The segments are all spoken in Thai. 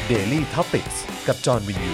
Daily Topics กับจอห์นวินยู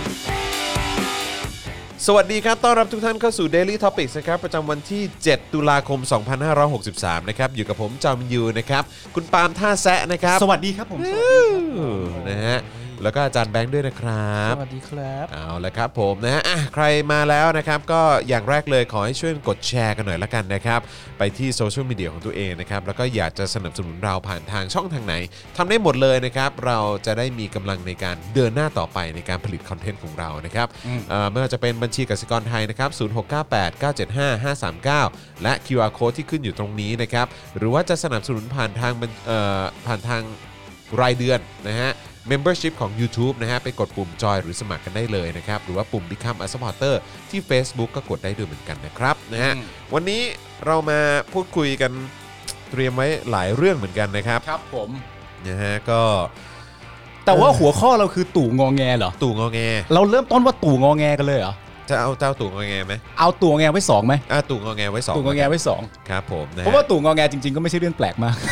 สวัสดีครับต้อนรับทุกท่านเข้าสู่ Daily Topics นะครับประจำวันที่7ตุลาคม2563นะครับอยู่กับผมจอห์นวินยูนะครับคุณปาล์มท่าแซะนะครับสวัสดีครับผมนะฮะแล้วก็อาจารย์แบงค์ด้วยนะครับสวัสดีครับเอาละครับผมนะฮะใครมาแล้วนะครับก็อย่างแรกเลยขอให้ช่วยกดแชร์กันหน่อยละกันนะครับไปที่โซเชียลมีเดียของตัวเองนะครับแล้วก็อยากจะสนับสนุนเราผ่านทางช่องทางไหนทำได้หมดเลยนะครับเราจะได้มีกำลังในการเดินหน้าต่อไปในการผลิตคอนเทนต์ของเรานะครับไม่ว่าจะเป็นบัญชีกสิกรไทยนะครับ0698975539และ QR Code ที่ขึ้นอยู่ตรงนี้นะครับหรือว่าจะสนับสนุนผ่านทางรายเดือนนะฮะMembership ของ YouTube นะฮะไปกดปุ่มจอยหรือสมัครกันได้เลยนะครับหรือว่าปุ่ม Become a Supporter ที่ Facebook ก็กดได้ด้วยเหมือนกันนะครับนะฮะวันนี้เรามาพูดคุยกันเตรียมไว้หลายเรื่องเหมือนกันนะครับครับผมนะฮะก็แต่ว่าหัวข้อเราคือตู่งอแงเหรอตู่งอแงเราเริ่มต้นว่าตู่งอแงกันเลยเหรอจะเอาเจ้าตู่งอแงไหมเอาตู่งอแงไว้2ไหมตู่งอแงไว้2 ตู่งอแงไว้2 ครับผมนะเพราะว่าตู่งอแงจริงๆก็ไม่ใช่เรื่องแปลกมาก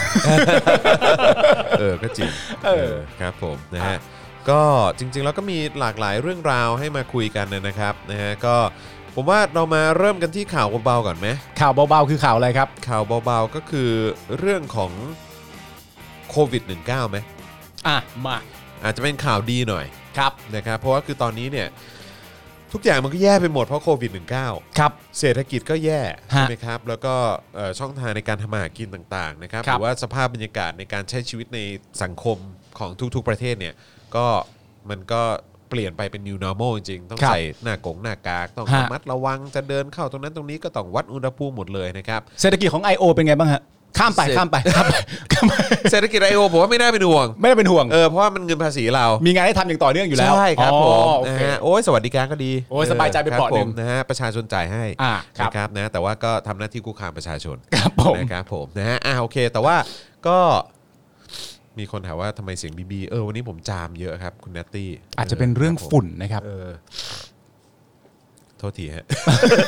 ก็จริงครับผมนะฮะก็จริงๆแล้วก็มีหลากหลายเรื่องราวให้มาคุยกันนะครับนะฮะก็ผมว่าเรามาเริ่มกันที่ข่าวเบาๆก่อนไหมข่าวเบาๆคือข่าวอะไรครับข่าวเบาๆก็คือเรื่องของโควิด -19 ไหมมาอาจจะเป็นข่าวดีหน่อยครับนะครับเพราะว่าคือตอนนี้เนี่ยทุกอย่างมันก็แย่ไปหมดเพราะโควิด -19 ครับเศรษฐกิจก็แย่ใช่ไหมครับแล้วก็ช่องทางในการทำมาหากินต่างๆนะครับหรือว่าสภาพบรรยากาศในการใช้ชีวิตในสังคมของทุกๆประเทศเนี่ยก็มันก็เปลี่ยนไปเป็น new normal จริงๆต้องใส่หน้ากากต้องระมัดระวังจะเดินเข้าตรงนั้นตรงนี้ก็ต้องวัดอุณหภูมิหมดเลยนะครับเศรษฐกิจของ IO เป็นไงบ้างฮะข้ามไปเศรษฐกิจ IO ผมว่าไม่น่าเป็นห่วงเพราะว่ามันเงินภาษีเรามีงานให้ทำอย่างต่อเนื่องอยู่แล้วใช่ครับผมนะฮะโอ้ยสวัสดิการก็ดีโอ้ยสบายใจไปเปราะนึงนะฮะประชาชนจ่ายให้นะครับนะแต่ว่าก็ทำหน้าที่คุกคามประชาชนนะครับผมนะฮะโอเคแต่ว่าก็มีคนถามว่าทำไมเสียงบีวันนี้ผมจามเยอะครับคุณเนตตี้อาจจะเป็นเรื่องฝุ่นนะครับโทษทีฮะ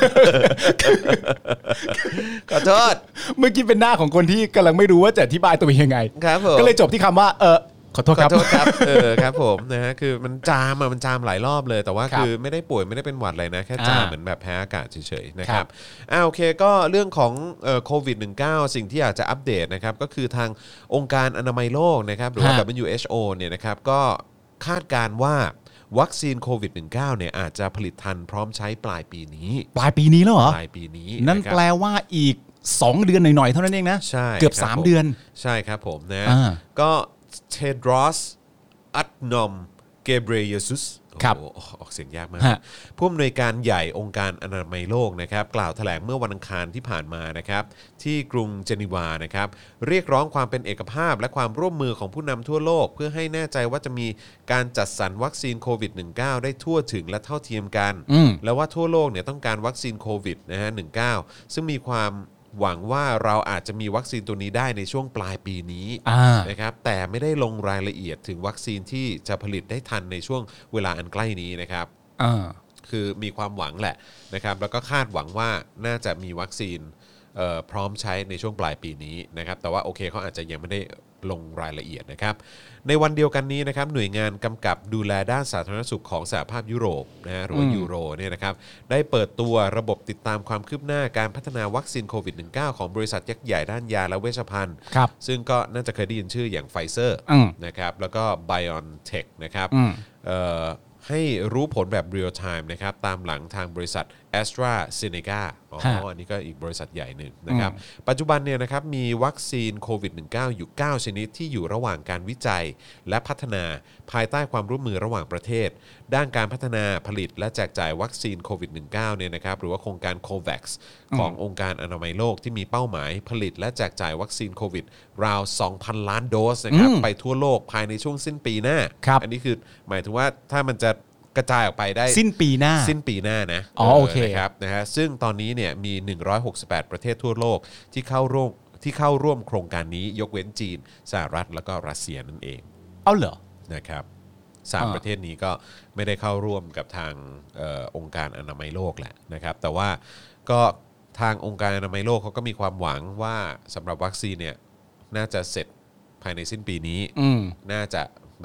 ขอโทษเมื่อกี้เป็นหน้าของคนที่กำลังไม่รู้ว่าจะอธิบายตัวเองยังไงครับผมก็เลยจบที่คำว่าขอโทษครับครับผมนะฮะคือมันจามหลายรอบเลยแต่ว่าคือไม่ได้ป่วยไม่ได้เป็นหวัดอะไรนะแค่จามเหมือนแบบแพ้อากาศเฉยๆนะครับโอเคก็เรื่องของโควิด -19 สิ่งที่อยากจะอัปเดตนะครับก็คือทางองค์การอนามัยโลกนะครับหรือว่า WHO เนี่ยนะครับก็คาดการณ์ว่าวัคซีนโควิด -19 เนี่ยอาจจะผลิตทันพร้อมใช้ปลายปีนี้แล้วเหรอปลายปีนี้นั่นแปลว่าอีก2เดือนหน่อยๆเท่านั้นเองนะเกือบ3เดือนใช่ครับผมนะก็เทดรอส อัดนอม เกเบรเยซุสออกเสียงยากมากผู้อำนวยการใหญ่องค์การอนามัยโลกนะครับกล่าวแถลงเมื่อวันอังคารที่ผ่านมานะครับที่กรุงเจนีวานะครับเรียกร้องความเป็นเอกภาพและความร่วมมือของผู้นำทั่วโลกเพื่อให้แน่ใจว่าจะมีการจัดสรรวัคซีนโควิด -19 ได้ทั่วถึงและเท่าเทียมกันและว่าทั่วโลกเนี่ยต้องการวัคซีนโควิดนะฮะ -19 ซึ่งมีความหวังว่าเราอาจจะมีวัคซีนตัวนี้ได้ในช่วงปลายปีนี้นะครับแต่ไม่ได้ลงรายละเอียดถึงวัคซีนที่จะผลิตได้ทันในช่วงเวลาอันใกล้นี้นะครับคือมีความหวังแหละนะครับแล้วก็คาดหวังว่าน่าจะมีวัคซีนพร้อมใช้ในช่วงปลายปีนี้นะครับแต่ว่าโอเคเขาอาจจะยังไม่ได้ลงรายละเอียดนะครับในวันเดียวกันนี้นะครับหน่วยงานกำกับดูแลด้านสาธารณสุขของสหภาพยุโรปนะฮะหรือว่ายูโรเนี่ยนะครับได้เปิดตัวระบบติดตามความคืบหน้าการพัฒนาวัคซีนโควิด -19 ของบริษัทยักษ์ใหญ่ด้านยาและเวชภัณฑ์ซึ่งก็น่าจะเคยได้ยินชื่ออย่างไฟเซอร์นะครับแล้วก็ BioNTech นะครับให้รู้ผลแบบเรียลไทม์นะครับตามหลังทางบริษัท AstraZeneca อันนี้ก็อีกบริษัทใหญ่หนึ่งนะครับปัจจุบันเนี่ยนะครับมีวัคซีนโควิด -19 อยู่9ชนิดที่อยู่ระหว่างการวิจัยและพัฒนาภายใต้ความร่วมมือระหว่างประเทศด้านการพัฒนาผลิตและแจกจ่ายวัคซีนโควิด -19 เนี่ยนะครับหรือว่าโครงการ COVAX ขององค์การอนามัยโลกที่มีเป้าหมายผลิตและแจกจ่ายวัคซีนโควิดราว 2,000 ล้านโดสนะครับไปทั่วโลกภายในช่วงสิ้นปีหน้าอันนี้คือหมายถึงว่าถ้ามันจะกระจายออกไปได้สิ้นปีหน้านะโอเคนะครับนะฮะซึ่งตอนนี้เนี่ยมี168ประเทศทั่วโลกที่เข้าร่วมโครงการนี้ยกเว้นจีนสหรัฐแล้วก็รัสเซียนั่นเองเหรอนะครับ3ประเทศนี้ก็ไม่ได้เข้าร่วมกับทางองค์การอนามัยโลกแหละนะครับแต่ว่าก็ทางองค์การอนามัยโลกเขาก็มีความหวังว่าสำหรับวัคซีนเนี่ยน่าจะเสร็จภายในสิ้นปีนี้น่าจะแบบ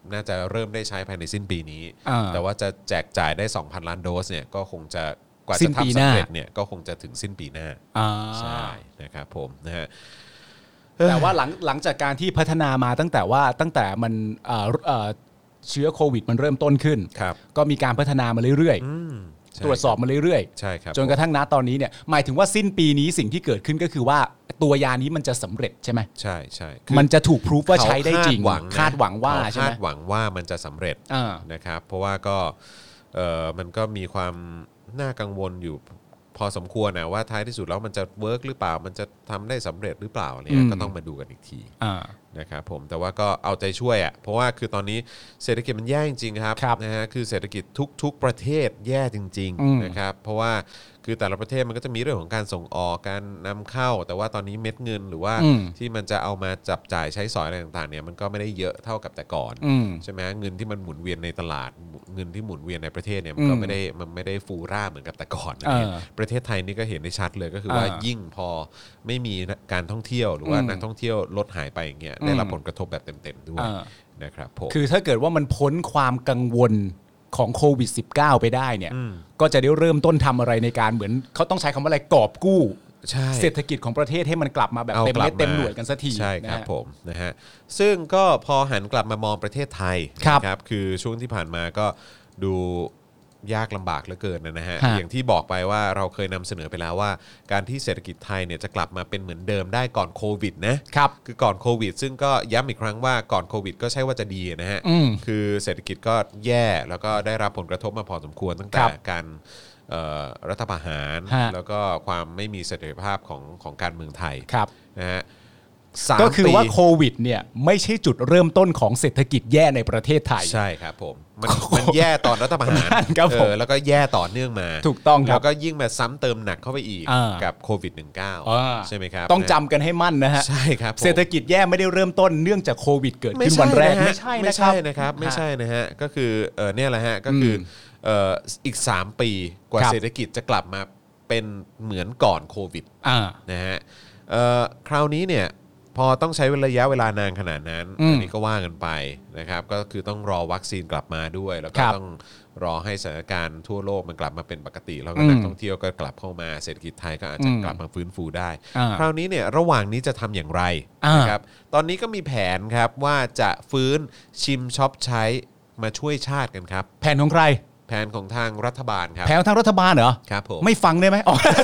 น่าจะเริ่มได้ใช้ภายในสิ้นปีนี้แต่ว่าจะแจกจ่ายได้ 2,000 ล้านโดสเนี่ยก็คงจะกว่าจะทำสำเร็จเนี่ยก็คงจะถึงสิ้นปีหน้าใช่นะครับผมนะฮะแต่ว่าหลังจากการที่พัฒนามาตั้งแต่มันเชื้อโควิดมันเริ่มต้นขึ้นก็มีการพัฒนามาเรื่อยๆตรวจสอบมาเรื่อยๆใช่ครับจนกระทั่งณตอนนี้เนี่ยหมายถึงว่าสิ้นปีนี้สิ่งที่เกิดขึ้นก็คือว่าตัวยานี้มันจะสำเร็จใช่ไหมใช่ใช่มันจะถูกพิสูจว่าใช้ได้จริงคาดหวังว่าใช่ไหมคาดหวังว่ามันจะสำเร็จนะครับเพราะว่าก็มันก็มีความน่ากังวลอยู่พอสมควรนะว่าท้ายที่สุดแล้วมันจะเวิร์กหรือเปล่ามันจะทำได้สำเร็จหรือเปล่าเนี่ยก็ต้องมาดูกันอีกทีนะครับผมแต่ว่าก็เอาใจช่วยอ่ะเพราะว่าคือตอนนี้เศรษฐกิจมันแย่จริงๆครับนะฮะคือเศรษฐกิจทุกประเทศแย่จริงๆนะครับเพราะว่าคือแต่ละประเทศมันก็จะมีเรื่องของการส่งออกการนำเข้าแต่ว่าตอนนี้เม็ดเงินหรือว่าที่มันจะเอามาจับจ่ายใช้สอยอะไรต่างๆเนี่ยมันก็ไม่ได้เยอะเท่ากับแต่ก่อนใช่ไหมเงินที่มันหมุนเวียนในตลาดเงินที่หมุนเวียนในประเทศเนี่ยมันก็ไม่ได้ฟูร่าเหมือนกับแต่ก่อนประเทศไทยนี่ก็เห็นได้ชัดเลยก็คือว่ายิ่งพอไม่มีการท่องเที่ยวหรือว่านักท่องเที่ยวลดหายไปอย่างเงี้ยได้รับผลกระทบแบบเต็มๆด้วยนะครับผมคือถ้าเกิดว่ามันพ้นความกังวลของโควิด -19 ไปได้เนี่ยก็จะได้เริ่มต้นทำอะไรในการเหมือนเขาต้องใช้คำว่าอะไรกอบกู้เศรษฐกิจของประเทศให้มันกลับมาแบบเต็มเม็ดเต็มหน่วยกันสักทีใช่ครับผมนะฮะซึ่งก็พอหันกลับมามองประเทศไทยครับคือช่วงที่ผ่านมาก็ดูยากลำบากเหลือเกินนะฮะอย่างที่บอกไปว่าเราเคยนำเสนอไปแล้วว่าการที่เศรษฐกิจไทยเนี่ยจะกลับมาเป็นเหมือนเดิมได้ก่อนโควิดนะครับคือก่อนโควิดซึ่งก็ย้ำอีกครั้งว่าก่อนโควิดก็ใช่ว่าจะดีนะฮะคือเศรษฐกิจก็แย่แล้วก็ได้รับผลกระทบมาพอสมควรตั้งแต่การรัฐประหารแล้วก็ความไม่มีเสถียรภาพของการเมืองไทยนะฮะก็คือว่าโควิดเนี่ยไม่ใช่จุดเริ่มต้นของเศรษฐกิจแย่ในประเทศไทยใช่ครับผมมันแย่ตอนรัฐประหารแล้วก็แย่ต่อเนื่องมาถูกต้องครับแล้วก็ยิ่งมาซ้ำเติมหนักเข้าไปอีกกับโควิด -19 ใช่ไหมครับต้องจำกันให้มั่นนะฮะใช่ครับเศรษฐกิจแย่ไม่ได้เริ่มต้นเนื่องจากโควิดเกิดขึ้นวันแรกไม่ใช่นะครับไม่ใช่นะฮะก็คือเนี่ยแหละฮะก็คืออีก3ปีกว่าเศรษฐกิจจะกลับมาเป็นเหมือนก่อนโควิดนะฮะคราวนี้เนี่ยพอต้องใช้ระยะเวลานานขนาดนั้นอันนี้ก็ว่ากันไปนะครับก็คือต้องรอวัคซีนกลับมาด้วยแล้วก็ต้องรอให้สถานการณ์ทั่วโลกมันกลับมาเป็นปกติแล้วก็นักท่องเที่ยวก็กลับเข้ามาเศรษฐกิจไทยก็อาจจะกลับมาฟื้นฟูได้คราวนี้เนี่ยระหว่างนี้จะทำอย่างไรนะครับตอนนี้ก็มีแผนครับว่าจะฟื้นชิมช็อปใช้มาช่วยชาติกันครับแผนของใครแผนของทางรัฐบาลครับแผนของทางรัฐบาลเหรอครับผมไม่ฟังได้ไหม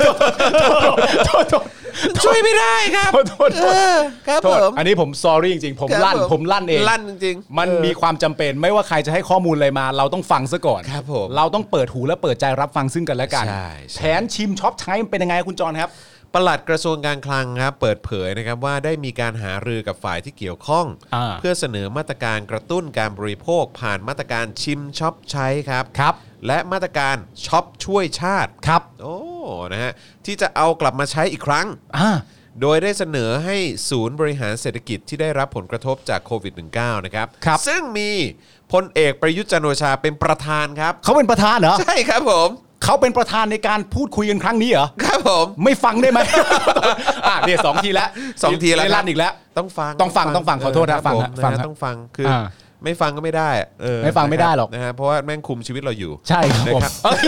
ช่วยไม่ได้ครับครับผมอันนี้ผมซอรี่จริงๆผมลั่นเองลั่นจริงๆมันมีความจำเป็นไม่ว่าใครจะให้ข้อมูลอะไรมาเราต้องฟังซะก่อนครับผมเราต้องเปิดหูและเปิดใจรับฟังซึ่งกันและกันแผนชิมช็อปใช้เป็นยังไงคุณจรครับปลัดกระทรวงการคลังครับเปิดเผยนะครับว่าได้มีการหารือกับฝ่ายที่เกี่ยวข้องเพื่อเสนอมาตรการกระตุ้นการบริโภคผ่านมาตรการชิมช็อปใช้ครับและมาตรการช็อปช่วยชาติครับโอ้นะฮะที่จะเอากลับมาใช้อีกครั้งโดยได้เสนอให้ศูนย์บริหารเศรษฐกิจที่ได้รับผลกระทบจากโควิด -19 นะครับซึ่งมีพลเอกประยุทธ์จันทร์โอชาเป็นประธานครับเขาเป็นประธานเหรอใช่ครับผมเขาเป็นประธานในการพูดคุยกันครั้งนี้เหรอครับผมไม่ฟังได้ไหมเนี่ย2 ทีแล้วลั่นอีกแล้วต้องฟังขอโทษนะฟังต้องฟังคือไม่ฟังก็ไม่ได้ไม่ฟังไม่ได้หรอกนะฮะเพราะว่าแม่งคุมชีวิตเราอยู่ใช่ครับ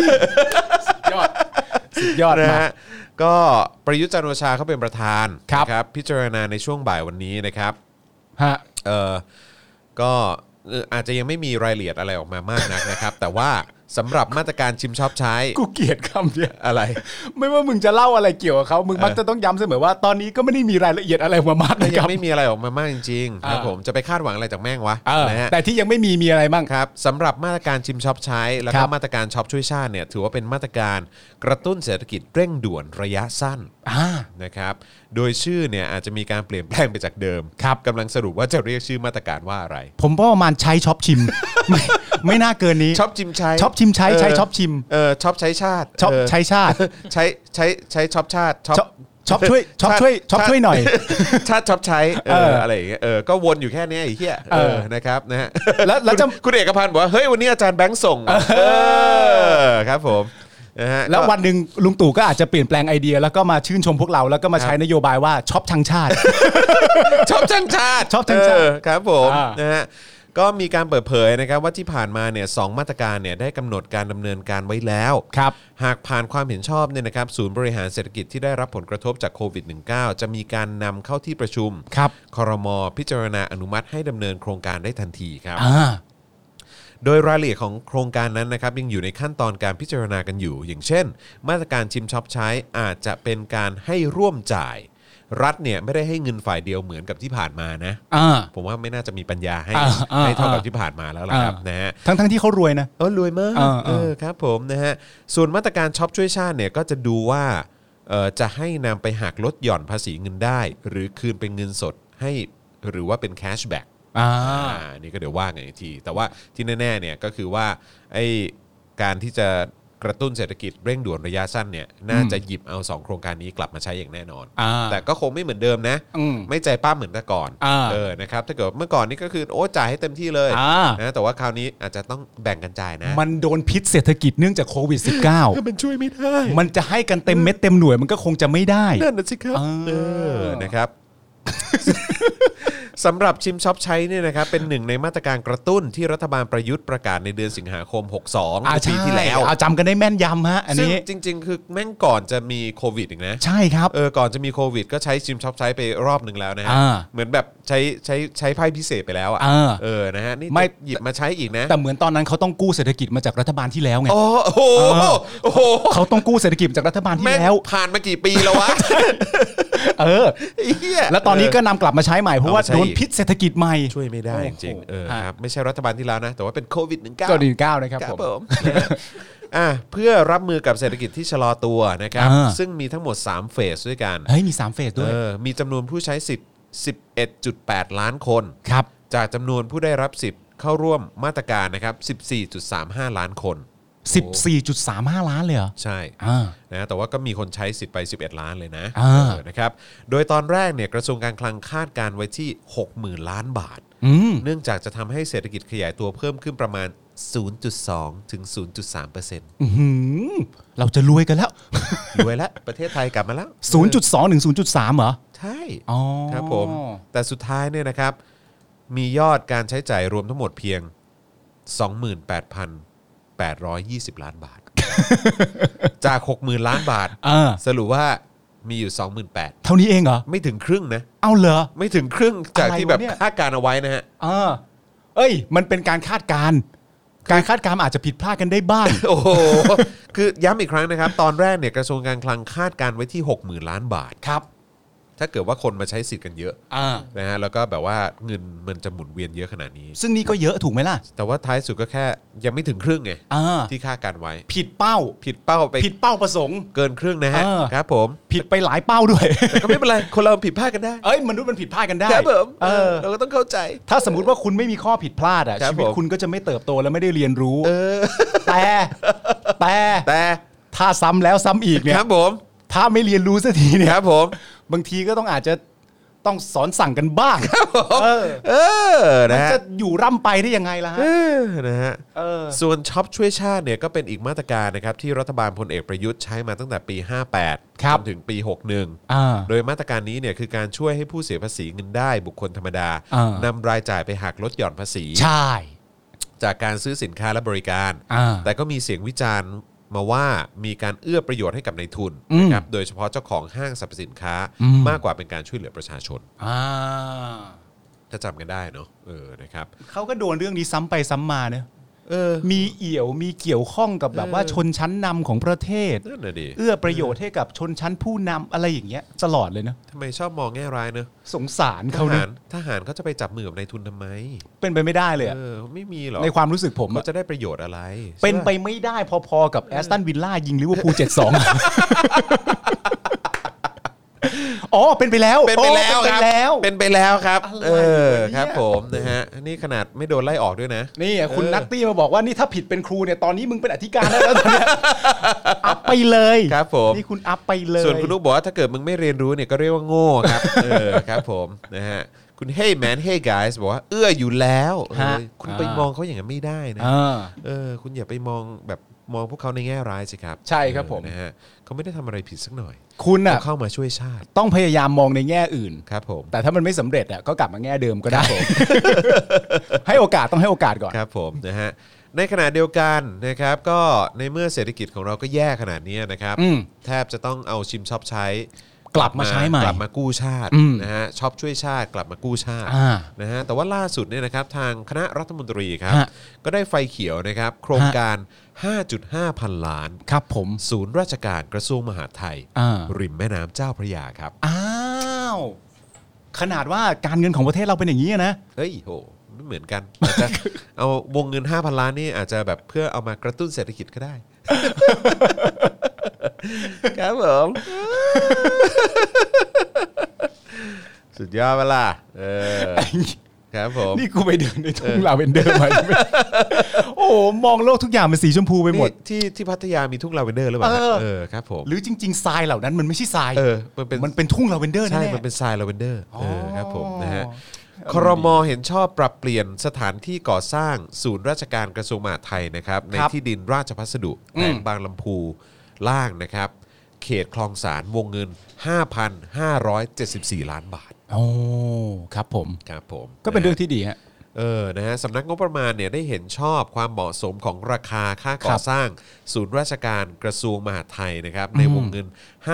ยอดนะฮะก็ประยุทธ์จันทร์โอชาเขาเป็นประธานครับพิจารณาในช่วงบ่ายวันนี้นะครับก็อาจจะยังไม่มีรายละเอียดอะไรออกมามากนักนะครับแต่ว่าสำหรับมาตรการชิมช็อปใช้กูเกลียดคำเนี่ยอะไรไม่ว่ามึงจะเล่าอะไรเกี่ยวกับเขามึงมักจะต้องย้ำเสมอว่าตอนนี้ก็ไม่ได้มีรายละเอียดอะไรออกมามากยังไม่มีอะไรออกมามากจริงๆครับผมจะไปคาดหวังอะไรจากแม่งวะนะฮะแต่ที่ยังไม่มีอะไรบ้างครับสำหรับมาตรการชิมช็อปใช้แล้วก็มาตรการช็อปช่วยชาติเนี่ยถือว่าเป็นมาตรการกระตุ้นเศรษฐกิจเร่งด่วนระยะสั้นนะครับโดยชื่อเนี่ยอาจจะมีการเปลี่ยนแปลงไปจากเดิมกำลังสรุปว่าจะเรียกชื่อมาตรการว่าอะไรผมว่าประมาณใช้ช็อปชิมไม่น่าเกินนี้ช็อปชิมใช้ช็อปชิมใช้ช็อปชิมช็อปใช้ชาติช็อปใช้ชาติใช้ช็อปชาติช็อปช่วยหน่อยชาติช็อปใช้อะไรอย่างเงี้ยก็วนอยู่แค่นี้ไอ้เหี้ยนะครับนะฮะแล้วคุณเอกพันธ์บอกว่าเฮ้ยวันนี้อาจารย์แบงค์ส่งครับผมแล้ววันหนึ่งลุงตู่ก็อาจจะเปลี่ยนแปลงไอเดียแล้วก็มาชื่นชมพวกเราแล้วก็มาใช้นโยบายว่าช็อปทั้งชาติช็อปทั้งชาติช็อปทั้งชาติครับผมนะฮะก็มีการเปิดเผยนะครับว่าที่ผ่านมาเนี่ย2มาตรการเนี่ยได้กำหนดการดำเนินการไว้แล้วครับหากผ่านความเห็นชอบเนี่ยนะครับศูนย์บริหารเศรษฐกิจที่ได้รับผลกระทบจากโควิด -19 จะมีการนำเข้าที่ประชุมครม.พิจารณาอนุมัติให้ดำเนินโครงการได้ทันทีครับโดยรายละเอียดของโครงการนั้นนะครับยังอยู่ในขั้นตอนการพิจารณากันอยู่อย่างเช่นมาตรการชิมช็อปใช้อาจจะเป็นการให้ร่วมจ่ายรัฐเนี่ยไม่ได้ให้เงินฝ่ายเดียวเหมือนกับที่ผ่านมานะผมว่าไม่น่าจะมีปัญญาให้เท่ากับที่ผ่านมาแล้วล่ะครับนะฮะทั้งที่เขารวยนะรวยมากครับผมนะฮะส่วนมาตรการช็อปช่วยชาติเนี่ยก็จะดูว่าจะให้นำไปหักลดหย่อนภาษีเงินได้หรือคืนเป็นเงินสดให้หรือว่าเป็นแคชแบ็กนี่ก็เดี๋ยวว่ากันอีกทีแต่ว่าที่แน่ๆเนี่ยก็คือว่าไอ้การที่จะกระตุ้นเศรษฐกิจเร่งด่วนระยะสั้นเนี่ยน่าจะหยิบเอา2โครงการนี้กลับมาใช้อย่างแน่นอนแต่ก็คงไม่เหมือนเดิมนะไม่ใจป้าเหมือนแต่ก่อนนะครับถ้าเกิดเมื่อก่อนนี่ก็คือโอ้จ่ายให้เต็มที่เลยนะแต่ว่าคราวนี้อาจจะต้องแบ่งกันจ่ายนะมันโดนพิษเศรษฐกิจเนื่องจากโควิด -19 มันช่วยไม่ได้มันจะให้กันเต็มเม็ดเต็มหน่วยมันก็คงจะไม่ได้นั่นน่ะสิครับนะครับสำหรับชิมช็อปใช้เนี่ยนะครับเป็นหนึ่งในมาตรการกระตุ้นที่รัฐบาลประยุทธ์ประกาศในเดือนสิงหาคม62ปีที่แล้วจำกันได้แม่นยำฮะอันนี้จริงๆคือแม่งก่อนจะมีโควิดอีกนะใช่ครับก่อนจะมีโควิดก็ใช้ชิมช็อปใช้ไปรอบนึงแล้วนะฮะเหมือนแบบใช้ไพ่พิเศษไปแล้วอ่ะนะฮะนี่ไม่หยิบมาใช้อีกนะแต่เหมือนตอนนั้นเขาต้องกู้เศรษฐกิจมาจากรัฐบาลที่แล้วไงโอ้โหเขาต้องกู้เศรษฐกิจจากรัฐบาลที่แล้วผ่านมากี่ปีแล้ววะแล้วตอนนี้ก็นำกลับมาใช้ใหม่เพราะว่าโดนพิษเศรษฐกิจใหม่ช่วยไม่ได้จริงๆครับไม่ใช่รัฐบาลที่แล้วนะแต่ว่าเป็นโควิด -19 นะครับผมเพื่อรับมือกับเศรษฐกิจที่ชะลอตัวนะครับซึ่งมีทั้งหมด3เฟสด้วยกันมี3เฟสด้วยมีจำนวนผู้ใช้สิทธิ์ 11.8 ล้านคนจากจำนวนผู้ได้รับสิทธิ์เข้าร่วมมาตรการนะครับ 14.35 ล้านคน 14.35 ล้านเลยเหรอใช่นะแต่ว่าก็มีคนใช้สิทธิ์ไป11ล้านเลยนะนะครับโดยตอนแรกเนี่ยกระทรวงการคลังคาดการไว้ที่ 60,000 ล้านบาทเนื่องจากจะทำให้เศรษฐกิจขยายตัวเพิ่มขึ้นประมาณ 0.2 ถึง 0.3% เราจะรวยกันแล้วรวยแล้วประเทศไทยกลับมาแล้ว 0.2 ถึง 0.3 เหรอใช่ครับผมแต่สุดท้ายเนี่ยนะครับมียอดการใช้จ่ายรวมทั้งหมดเพียง 28,820 ล้านบาทจาก 60,000 ล้านบาทสรุปว่ามีอยู่ 28,000 เท่านี้เองเหรอไม่ถึงครึ่งนะเอาเหรอไม่ถึงครึ่งจากที่แบบคาดการเอาไว้นะฮะมันเป็นการคาดการอาจจะผิดพลาดกันได้บ้างโอ้โหคือย้ำอีกครั้งนะครับตอนแรกเนี่ยกระทรวงการคลังคาดการไว้ที่ 60,000 ล้านบาทครับถ้าเกิดว่าคนมาใช้สิทธิ์กันเยอะนะฮะแล้วก็แบบว่าเงินมันจะหมุนเวียนเยอะขนาดนี้ซึ่งนี่ก็เยอะถูกไหมล่ะแต่ว่าท้ายสุดก็แค่ยังไม่ถึงครึ่งไงที่คาดการไว้ผิดเป้าไปผิดเป้าประสงค์เกินครึ่งนะฮะครับผมผิดไปหลายเป้าด้วยแต่ก็ไม่เป็นไรคนเราผิดพลาดกันได้มนุษย์มันผิดพลาดกันได้ครับผมเราก็ต้องเข้าใจถ้าสมมติว่าคุณไม่มีข้อผิดพลาดชีวิตคุณก็จะไม่เติบโตและไม่ได้เรียนรู้แต่ถ้าซ้ำแล้วซ้ำอีกเนี่ยครับผมถ้าไม่เรียนรู้สักทีเนี่ยครับผมบางทีก็อาจจะต้องสอนสั่งกันบ้างนะฮะจะอยู่ร่ำไปได้ยังไงล่ะฮะนะฮะส่วนช็อปช่วยชาติเนี่ยก็เป็นอีกมาตรการนะครับที่รัฐบาลพลเอกประยุทธ์ใช้มาตั้งแต่ปี58จนถึงปี61โดยมาตรการนี้เนี่ยคือการช่วยให้ผู้เสียภาษีเงินได้บุคคลธรรมดานำรายจ่ายไปหักลดหย่อนภาษีใช่จากการซื้อสินค้าและบริการแต่ก็มีเสียงวิจารณ์มาว่ามีการเอื้อประโยชน์ให้กับนายทุนนะครับโดยเฉพาะเจ้าของห้างสรรพสินค้ามากกว่าเป็นการช่วยเหลือประชาชนถ้าจำกันได้เนาะนะครับเขาก็โดนเรื่องนี้ซ้ำไปซ้ำมาเนอะมีมีเกี่ยวข้องกับแบบว่าชนชั้นนำของประเทศเอื้อประโยชน์ให้กับชนชั้นผู้นำอะไรอย่างเงี้ยตลอดเลยนะทำไมชอบมองแง่ร้ายเนอะสงสารเขาเนี่ยทหารเขาจะไปจับมือกับนายทุนทำไมเป็นไปไม่ได้เลยไม่มีหรอกในความรู้สึกผมเขาจะได้ประโยชน์อะไรเป็นไปไม่ได้พอๆกับแอสตันวิลล่ายิงลิเวอร์พูล 7-2เป็นไปแล้วครับเป็นไปแล้วครับครับผมนะฮะนี่ขนาดไม่โดนไล่ออกด้วยนะนี่คุณนัตตี้มาบอกว่านี่ถ้าผิดเป็นครูเนี่ยตอนนี้มึงเป็นอธิการแล้วตอนนี้อัพไปเลยครับผมนี่คุณอัพไปเลยส่วนคุณนุ๊กบอกว่าถ้าเกิดมึงไม่เรียนรู้เนี่ยก็เรียกว่าโง่ครับครับผมนะฮะคุณ Hey man Hey guys บอกว่าเอื้ออยู่แล้วคุณไปมองเขาอย่างนั้นไม่ได้นะคุณอย่าไปมองแบบมองพวกเขาในแง่ร้ายสิครับใช่ครับผมนะฮะเขาไม่ได้ทำอะไรผิดสักหน่อยคุณน่ะเข้ามาช่วยชาติต้องพยายามมองในแง่อื่นครับผมแต่ถ้ามันไม่สำเร็จอ่ะก็กลับมาแง่เดิมก็ได้ให้โอกาสต้องให้โอกาสก่อนครับผมนะฮะในขณะเดียวกันนะครับก็ในเมื่อเศรษฐกิจของเราก็แย่ขนาดนี้นะครับแทบจะต้องเอาชิมช็อปใช้กลับมาใช้ใหม่กลับมากู้ชาตินะฮะช็อปช่วยชาติกลับมากู้ชาตินะฮะแต่ว่าล่าสุดเนี่ยนะครับทางคณะรัฐมนตรีครับก็ได้ไฟเขียวนะครับโครงการ 5.5 พันล้านครับผมศูนย์ราชการกระทรวงมหาดไทยริมแม่น้ำเจ้าพระยาครับอ้าวขนาดว่าการเงินของประเทศเราเป็นอย่างนี้นะเฮ้ยโหไม่เหมือนกันจะเอาวงเงิน 5,000 ล้านนี่อาจจะแบบเพื่อเอามากระตุ้นเศรษฐกิจก็ได้ครับผมสุดยอดเวลาครับผมนี่กูไปเดินในทุ่งลาเวนเดอร์มาโอ้มองโลกทุกอย่างเป็นสีชมพูไปหมดที่พัทยามีทุ่งลาเวนเดอร์หรือเปล่าครับผมหรือจริงๆทรายเหล่านั้นมันไม่ใช่ทรายมันเป็นทุ่งลาเวนเดอร์ใช่มันเป็นทรายลาเวนเดอร์ครับผมนะฮะครม.เห็นชอบปรับเปลี่ยนสถานที่ก่อสร้างศูนย์ราชการกระทรวงมหาดไทยนะครับในที่ดินราชพัสดุแขวงบางลำพูล่างนะครับเขตคลองสารวงเงิน 5,574 ล้านบาทโอ้ครับผมครับผมก็เป็นเรื่องที่ดีฮะนะฮะสำนักงบประมาณเนี่ยได้เห็นชอบความเหมาะสมของราคาค่าก่อสร้างศูนย์ราชการกระทรวงมหาดไทยนะครับในวงเงิน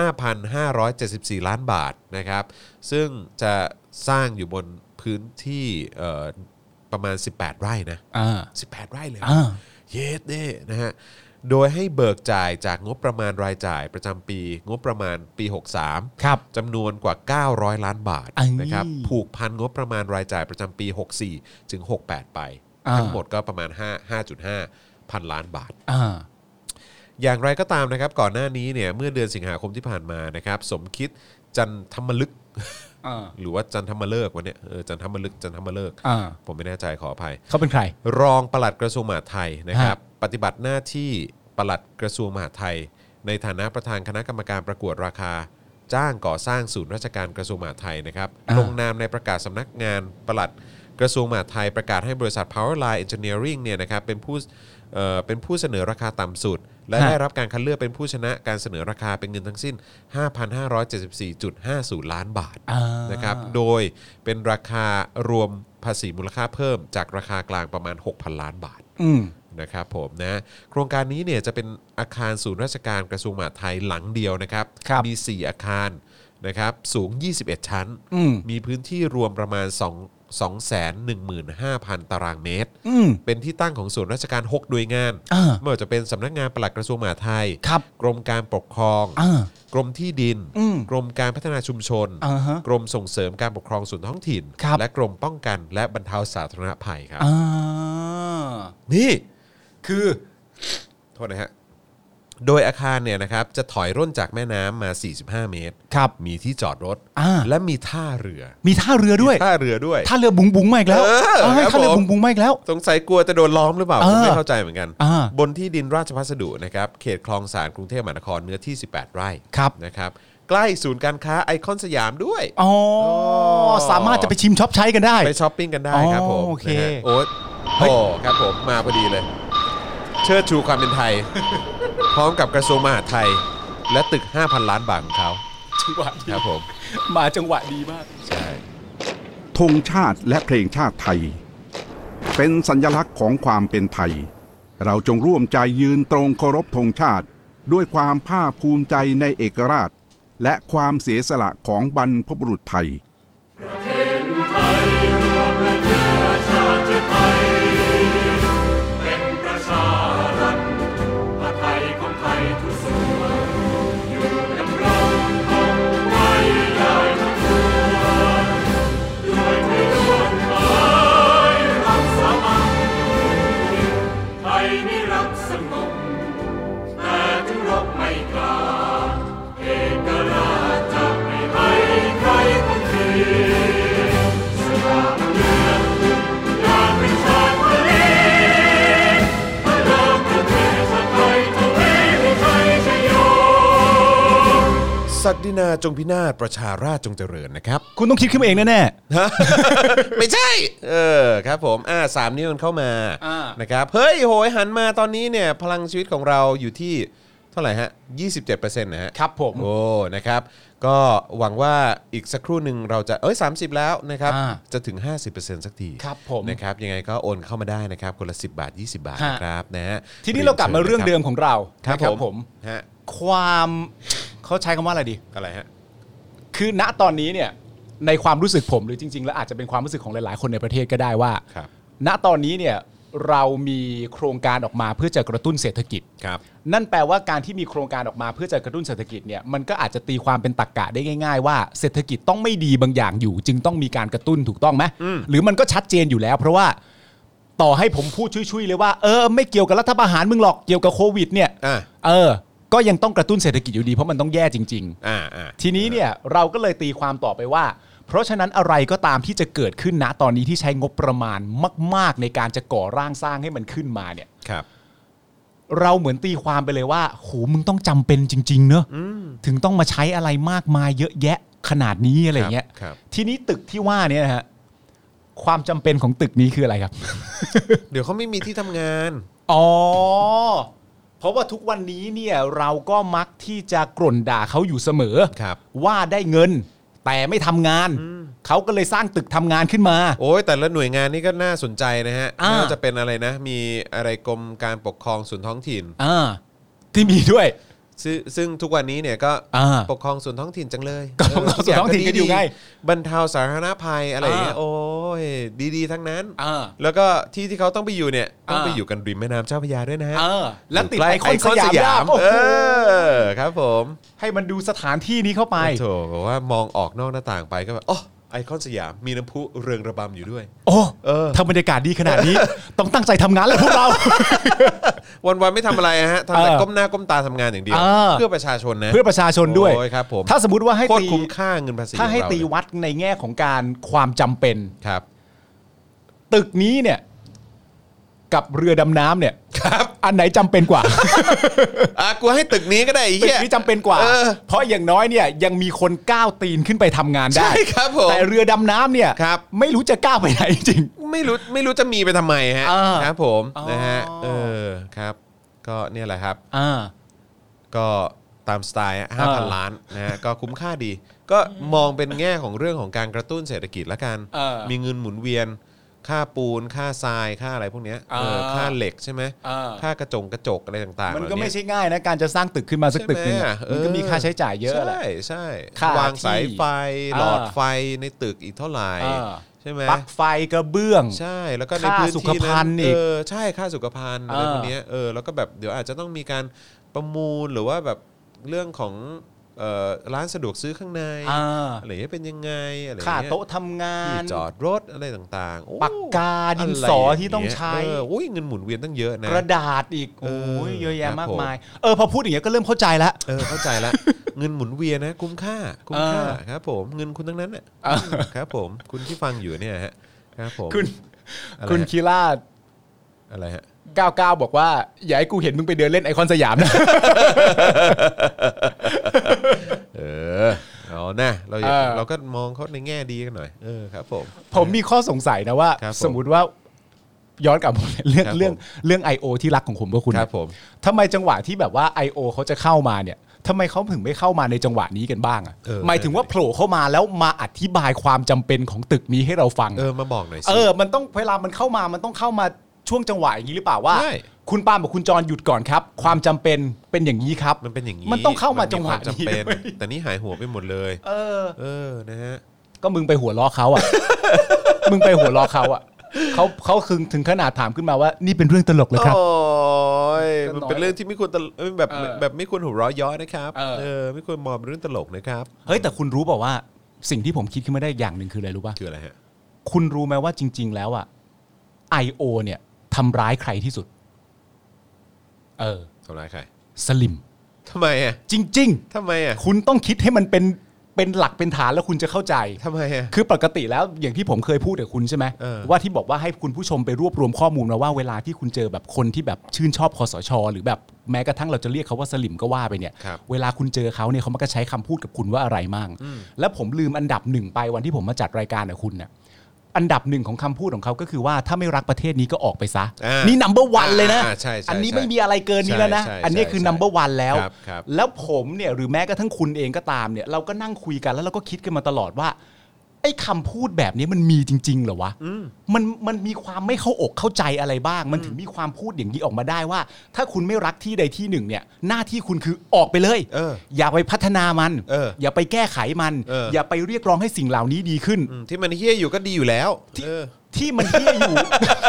5,574 ล้านบาทนะครับซึ่งจะสร้างอยู่บนพื้นที่ประมาณ18ไร่นะ18ไร่เลยเยสเด้นะฮะโดยให้เบิกจ่ายจากงบประมาณรายจ่ายประจำปีงบประมาณปี63 ครับจำนวนกว่า900ล้านบาทนะครับผูกพันงบประมาณรายจ่ายประจำปี64ถึง68ไปทั้งหมดก็ประมาณ 5.5 พันล้านบาทอย่างไรก็ตามนะครับก่อนหน้านี้เนี่ยเมื่อเดือนสิงหาคมที่ผ่านมานะครับสมคิดจันทมลึกหรือว่าจันทมฤกษ์วะเนี่ยจันทมฤกษ์จันทมฤกษ์ผมไม่แน่ใจขออภัยเขาเป็นใครรองปลัดกระทรวงมหาดไทยนะครับปฏิบัติหน้าที่ปลัดกระทรวงมหาดไทยในฐานะประธานคณะกรรมการประกวดราคาจ้างก่อสร้างศูนย์ราชการกระทรวงมหาดไทยนะครับลงนามในประกาศสำนักงานปลัดกระทรวงมหาดไทยประกาศให้บริษัท Powerline Engineering เนี่ยนะครับเป็นผู้เสนอราคาต่ำสุดและได้รับการคัดเลือกเป็นผู้ชนะการเสนอราคาเป็นเงินทั้งสิ้น 5,574.50 ล้านบาทนะครับโดยเป็นราคารวมภาษีมูลค่าเพิ่มจากราคากลางประมาณ 6,000 ล้านบาทนะครับผมนะโครงการนี้เนี่ยจะเป็นอาคารศูนย์ราชการกระทรวงมหาดไทยหลังเดียวนะครับมี4อาคารนะครับสูง21ชั้นมีพื้นที่รวมประมาณ215,000 ตารางเมตรเป็นที่ตั้งของส่วนราชการ6หน่วยงานไม่ว่าจะเป็นสำนักงานปลัดกระทรวงมหาดไทยกรมการปกครองกรมที่ดินกรมการพัฒนาชุมชนกรมส่งเสริมการปกครองส่วนท้องถิ่นและกรมป้องกันและบรรเทาสาธารณภัยครับนี่คือโทษนะฮะโดยอาคารเนี่ยนะครับจะถอยร่นจากแม่น้ำมา45เมตรมีที่จอดรถและมีท่าเรือด้วยท่าเรือบุ๋งมาอีกแล้วท่าเรือบุ๋งมาอีกแล้วสงสัยกลัวจะโดนล้อมหรือเปล่าผมไม่เข้าใจเหมือนกันบนที่ดินราชพัสดุนะครับเขตคลองสารกรุงเทพมหานครเนื้อที่18ไร่นะครับใกล้ศูนย์การค้าไอคอนสยามด้วยสามารถจะไปชิมช็อปใช้กันได้ไปช้อปปิ้งกันได้ครับผมโอเคโอ้ครับผมมาพอดีเลยเชิดชูความเป็นไทยพร้อมกับกระทรวงมหาดไทยและตึก 5,000 ล้านบาทของเขาจังหวะดีครับผมมาจังหวะดีมากใช่ธงชาติและเพลงชาติไทยเป็นสัญลักษณ์ของความเป็นไทยเราจงร่วมใจยืนตรงเคารพธงชาติด้วยความภาคภูมิใจในเอกราชและความเสียสละของบรรพบุรุษไทยเอกราชจะไม่ให้ใครคนอื่นศักดินาจงพินาศประชาราษฎร์จงเจริญนะครับคุณต้องคิดขึ้นมาเองแน่ไม่ใช่ครับผม3นิ้วมันเข้ามานะครับเฮ้ยโหยหันมาตอนนี้เนี่ยพลังชีวิตของเราอยู่ที่เท่าไหร่ฮะ 27% นะฮะครับผมโอ้นะครับก็หวังว่าอีกสักครู่หนึ่งเราจะ30แล้วนะครับจะถึง 50% สักทีครับผมนะครับยังไงก็โอนเข้ามาได้นะครับคนละ10 บาท 20 บาทนะครับนะฮะทีนี้เรากลับมาเรื่องเดิมของเราครับผมฮะความเขาใช้คำว่าอะไรดีอะไรฮะคือณตอนนี้เนี่ยในความรู้สึกผมหรือจริงๆแล้วอาจจะเป็นความรู้สึกของหลายๆคนในประเทศก็ได้ว่าณตอนนี้เนี่ยเรามีโครงการออกมาเพื่อจะกระตุ้นเศรษฐกิจนั่นแปลว่าการที่มีโครงการออกมาเพื่อจะกระตุ้นเศรษฐกิจเนี่ยมันก็อาจจะตีความเป็นตรรกะได้ง่ายๆว่าเศรษฐกิจต้องไม่ดีบางอย่างอยู่จึงต้องมีการกระตุ้นถูกต้องไหมหรือมันก็ชัดเจนอยู่แล้วเพราะว่าต่อให้ผมพูดชุยๆเลยว่าไม่เกี่ยวกับรัฐประหารมึงหรอกเกี่ยวกับโควิดเนี่ยก็ยังต้องกระตุ้นเศรษฐกิจอยู่ดีเพราะมันต้องแย่จริงๆทีนี้เนี่ยเราก็เลยตีความต่อไปว่าเพราะฉะนั้นอะไรก็ตามที่จะเกิดขึ้นณตอนนี้ที่ใช้งบประมาณมากๆในการจะก่อร่างสร้างให้มันขึ้นมาเนี่ยเราเหมือนตีความไปเลยว่าโหมึงต้องจำเป็นจริงๆเนอะถึงต้องมาใช้อะไรมากมายเยอะแยะขนาดนี้อะไรเงี้ยทีนี้ตึกที่ว่านี้นะฮะความจำเป็นของตึกนี้คืออะไรครับเดี๋ยวเขาไม่มีที่ทำงานเพราะว่าทุกวันนี้เนี่ยเราก็มักที่จะกร่นด่าเขาอยู่เสมอว่าได้เงินแต่ไม่ทำงานเขาก็เลยสร้างตึกทำงานขึ้นมาโอ้ยแต่ละหน่วยงานนี่ก็น่าสนใจนะฮะน่าจะเป็นอะไรนะมีอะไรกรมการปกครองส่วนท้องถิ่นที่มีด้วยซึ่งทุกวันนี้เนี่ยก็ปกครองส่วนท้องถิ่นจังเลยก็ปกครองส่วนท้องถิ่นก็อยู่ไงบรรเทาสาธารณภัยอะไรอย่างเงี้ยโอ้ยดีๆทั้งนั้นแล้วก็ที่เขาต้องไปอยู่เนี่ยต้องไปอยู่กันริมแม่น้ำเจ้าพระยาด้วยนะฮะแล้วติดไอคอนสยามครับผมให้มันดูสถานที่นี้เข้าไปโถว่ามองออกนอกหน้าต่างไปก็แบบไอคอนสยามมีน้ำพุเรืองระบำอยู่ด้วยทำบรรยากาศดีขนาดนี้ ต้องตั้งใจทำงานแล้วพวกเราวันๆไม่ทำอะไรฮะทำแต่ก้มหน้าก้มตาทำงานอย่างเดียวเพื่อประชาชนนะเพื่อประชาชนด้วยครับผมถ้าสมมติว่าให้ตีคุ้มค่าเงินภาษีถ้าให้ตีวัดในแง่ของการความจำเป็นครับตึกนี้เนี่ยกับเรือดำน้ำเนี่ยครับอันไหนจำเป็นกว่ากูให้ตึกนี้ก็ได้ตึกนี้จำเป็นกว่าเพราะอย่างน้อยเนี่ยยังมีคนก้าวตีนขึ้นไปทำงานได้ใช่ครับผมแต่เรือดำน้ำเนี่ยไม่รู้จะก้าวไปไหนจริงไม่รู้จะมีไปทำไมฮะครับผมนะฮะครับก็เนี่ยแหละครับก็ตามสไตล์ 5,000 ล้านนะฮะก็คุ้มค่าดีก็มองเป็นแง่ของเรื่องของการกระตุ้นเศรษฐกิจละกันมีเงินหมุนเวียนค่าปูนค่าทรายค่าอะไรพวกนี้ค่าเหล็กใช่ไหมค่ากระจกอะไรต่างๆมันก็ไม่ใช่ง่ายนะการจะสร้างตึกขึ้นมาสักตึกนึงมันก็มีค่าใช้จ่ายเยอะแหละใช่วางสายไฟหลอดไฟในตึกอีกเท่าไหร่ใช่ไหมปลั๊กไฟกระเบื้องใช่แล้วก็ในพื้นที่นั้นใช่ค่าสุขภัณฑ์อะไรพวกนี้แล้วก็แบบเดี๋ยวอาจจะต้องมีการประมูลหรือว่าแบบเรื่องของร้านสะดวกซื้อข้างในอะไรเป็นยังไงอะไรค่าโต๊ะทำงานที่จอดรถอะไรต่างๆปากกาดินสอที่ต้องใช้เงินหมุนเวียนตั้งเยอะนะกระดาษอีกเยอะแยะมากมายพอพูดอย่างเงี้ยก็เริ่มเข้าใจแล้วเข้าใจแล้วเงินหมุนเวียนนะคุ้มค่าครับผมเงินคุณทั้งนั้นน่ะครับผมคุณที่ฟังอยู่เนี่ยฮะครับผมคุณคีร่าอะไรฮะ 99บอกว่าอย่าให้กูเห็นมึงไปเดินเล่นไอคอนสยามนะเอานะเราก็มองเขาในแง่ดีกันหน่อยครับผมมีข้อสงสัยนะว่าสมมุติว่าย้อนกลับเรื่อง IO ที่รักของผมกับคุณครับผมทำไมจังหวะที่แบบว่า IO เขาจะเข้ามาเนี่ยทำไมเขาถึงไม่เข้ามาในจังหวะนี้กันบ้างอ่ะหมายถึงว่าโผล่เข้ามาแล้วมาอธิบายความจำเป็นของตึกนี้ให้เราฟังมาบอกหน่อยสิมันต้องเวลามันเข้ามามันต้องเข้ามาช่วงจังหวะอย่างนี้หรือเปล่าว่าคุณปาล์มกับคุณจรหยุดก่อนครับความจำเป็นเป็นอย่างนี้ครับมันเป็นอย่างนี้มันต้องเข้ามาจังหวะนี้แต่นี่หายหัวไปหมดเลยนะฮะก็มึงไปหัวล้อเขาอ่ะมึงไปหัวล้อเขาอ่ะเขาถึงขนาดถามขึ้นมาว่านี่เป็นเรื่องตลกเลยครับโอ้ยมันเป็นเรื่องที่ไม่ควรแบบไม่ควรหัวเราะย้อนนะครับไม่ควรมองเป็นเรื่องตลกนะครับเฮ้ยแต่คุณรู้เปล่าว่าสิ่งที่ผมคิดขึ้นมาได้อย่างหนึ่งคืออะไรรู้ป่ะคืออะไรฮะคุณรู้ไหมว่าจริงๆแล้วอ่ะ IO เนี่ยทำร้ายใครที่สุดทำร้ายใครสลิมทำไมอ่ะจริงๆทำไมอ่ะคุณต้องคิดให้มันเป็นหลักเป็นฐานแล้วคุณจะเข้าใจทำไมอ่ะคือปกติแล้วอย่างที่ผมเคยพูดกับคุณใช่ไหมว่าที่บอกว่าให้คุณผู้ชมไปรวบรวมข้อมูลมาว่าเวลาที่คุณเจอแบบคนที่แบบชื่นชอบคสช.หรือแบบแม้กระทั่งเราจะเรียกเขาว่าสลิมก็ว่าไปเนี่ยเวลาคุณเจอเขาเนี่ยเขามักจะใช้คำพูดกับคุณว่าอะไรมั่งแล้วผมลืมอันดับหนึ่งไปวันที่ผมมาจัดรายการกับคุณเนี่ยอันดับหนึ่งของคำพูดของเขาก็คือว่าถ้าไม่รักประเทศนี้ก็ออกไปซะนี่ number 1เลยนะอันนี้ไม่มีอะไรเกินนี้แล้วนะอันนี้คือ number 1แล้วแล้วผมเนี่ยหรือแม้กระทั่งคุณเองก็ตามเนี่ยเราก็นั่งคุยกันแล้วเราก็คิดกันมาตลอดว่าไอ้คำพูดแบบนี้มันมีจริงๆเหรอวะมันมีความไม่เข้าอกเข้าใจอะไรบ้างมันถึงมีความพูดอย่างนี้ออกมาได้ว่าถ้าคุณไม่รักที่ใดที่หนึ่งเนี่ยหน้าที่คุณคือออกไปเลยอย่าไปพัฒนามันอย่าไปแก้ไขมันอย่าไปเรียกร้องให้สิ่งเหล่านี้ดีขึ้นที่มันเฮี้ยอยู่ก็ดีอยู่แล้วที่มันเฮี้ยอยู่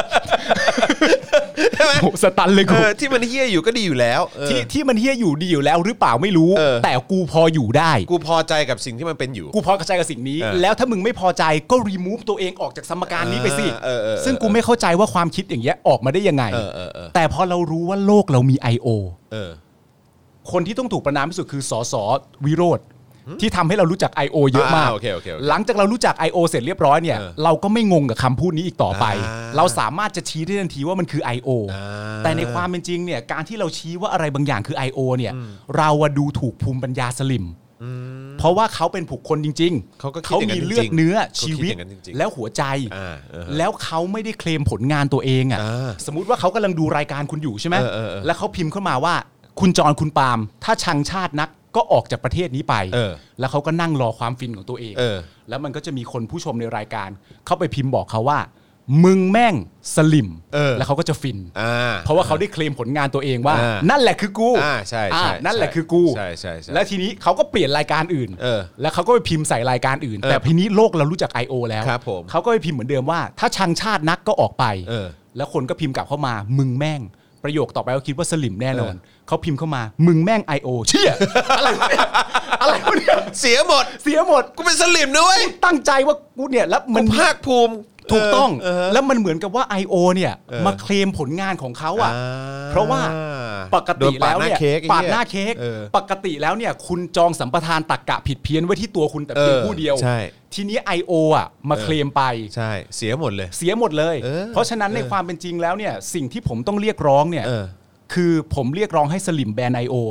ใช่ไหมสตันเลยกูที่มันเฮี้ยอยู่ก็ดีอยู่แล้วที่มันเฮี้ยอยู่ดีอยู่แล้วหรือเปล่าไม่รู้แต่กูพออยู่ได้กูพอใจกับสิ่งที่มันเป็นอยู่กูพอใจกับสิ่งนี้แล้วถ้ามึงไม่พอใจก็ remove ตัวเองออกจากสมการนี้ไปสิซึ่งกูไม่เข้าใจว่าความคิดอย่างเงี้ยออกมาได้ยังไงแต่พอเรารู้ว่าโลกเรามี I.O. คนที่ต้องถูกประณามที่สุดคือสส.วิโรจน์ที่ทำให้เรารู้จัก I.O. เยอะมากหลังจากเรารู้จัก I.O. เสร็จเรียบร้อยเนี่ยเราก็ไม่งงกับคำพูดนี้อีกต่อไปเราสามารถจะชี้ได้ทันทีว่ามันคือ I.O. แต่ในความเป็นจริงเนี่ยการที่เราชี้ว่าอะไรบางอย่างคือ I.O. เนี่ยเราดูถูกภูมิปัญญาสลิมเพราะว่าเขาเป็นบุคคลจริงๆเขามีเลือดเนื้อชีวิตแล้วหัวใจแล้วเขาไม่ได้เคลมผลงานตัวเองอ่ะสมมุติว่าเขากำลังดูรายการคุณอยู่ใช่ไหมแล้วเขาพิมพ์เข้ามาว่าคุณจรคุณปาล์มถ้าชังชาตินักก็ออกจากประเทศนี้ไปแล้วเขาก็นั่งรอความฟินของตัวเองแล้วมันก็จะมีคนผู้ชมในรายการเข้าไปพิมพ์บอกเขาว่ามึงแม่งสลิมแล้วเขาก็จะฟินเพราะว่าเขาได้เคลมผลงานตัวเองว่านั่นแหละคือกูใช่นั่นแหละคือกูแล้วทีนี้เขาก็เปลี่ยนรายการอื่นแล้วเขาก็ไปพิมพ์ใส่รายการอื่นแต่ทีนี้โลกเรารู้จัก I.O. แล้วเขาก็ไปพิมพ์เหมือนเดิมว่าถ้าชังชาตินักก็ออกไปแล้วคนก็พิมพ์กลับเข้ามามึงแม่งประโยคต่อไปเขาคิดว่าสลิมแน่นอนเขาพิมพ์เข้ามามึงแม่ง I.O. เชี่ยอะไรเนี่ยเสียหมดกูเป็นสลิมนะเว้ยตั้งใจว่ากูเนี่ยแล้วมันภาคภูมิถูกต้องแล้วมันเหมือนกับว่า I.O. เนี่ยมาเคลมผลงานของเขาอ่ะเพราะว่าปกติแล้วเนี่ยปาดหน้าเค้กปกติแล้วเนี่ยคุณจองสัมปทานตรรกะผิดเพี้ยนไว้ที่ตัวคุณแต่เพียงผู้เดียวทีนี้ I.O. อ่ะมาเคลมไปใช่เสียหมดเลยเพราะฉะนั้นในความเป็นจริงแล้วเนี่ยสิ่งที่ผมต้องเรียกร้องเนี่ยคือผมเรียกร้องให้สลิมแบน I.O.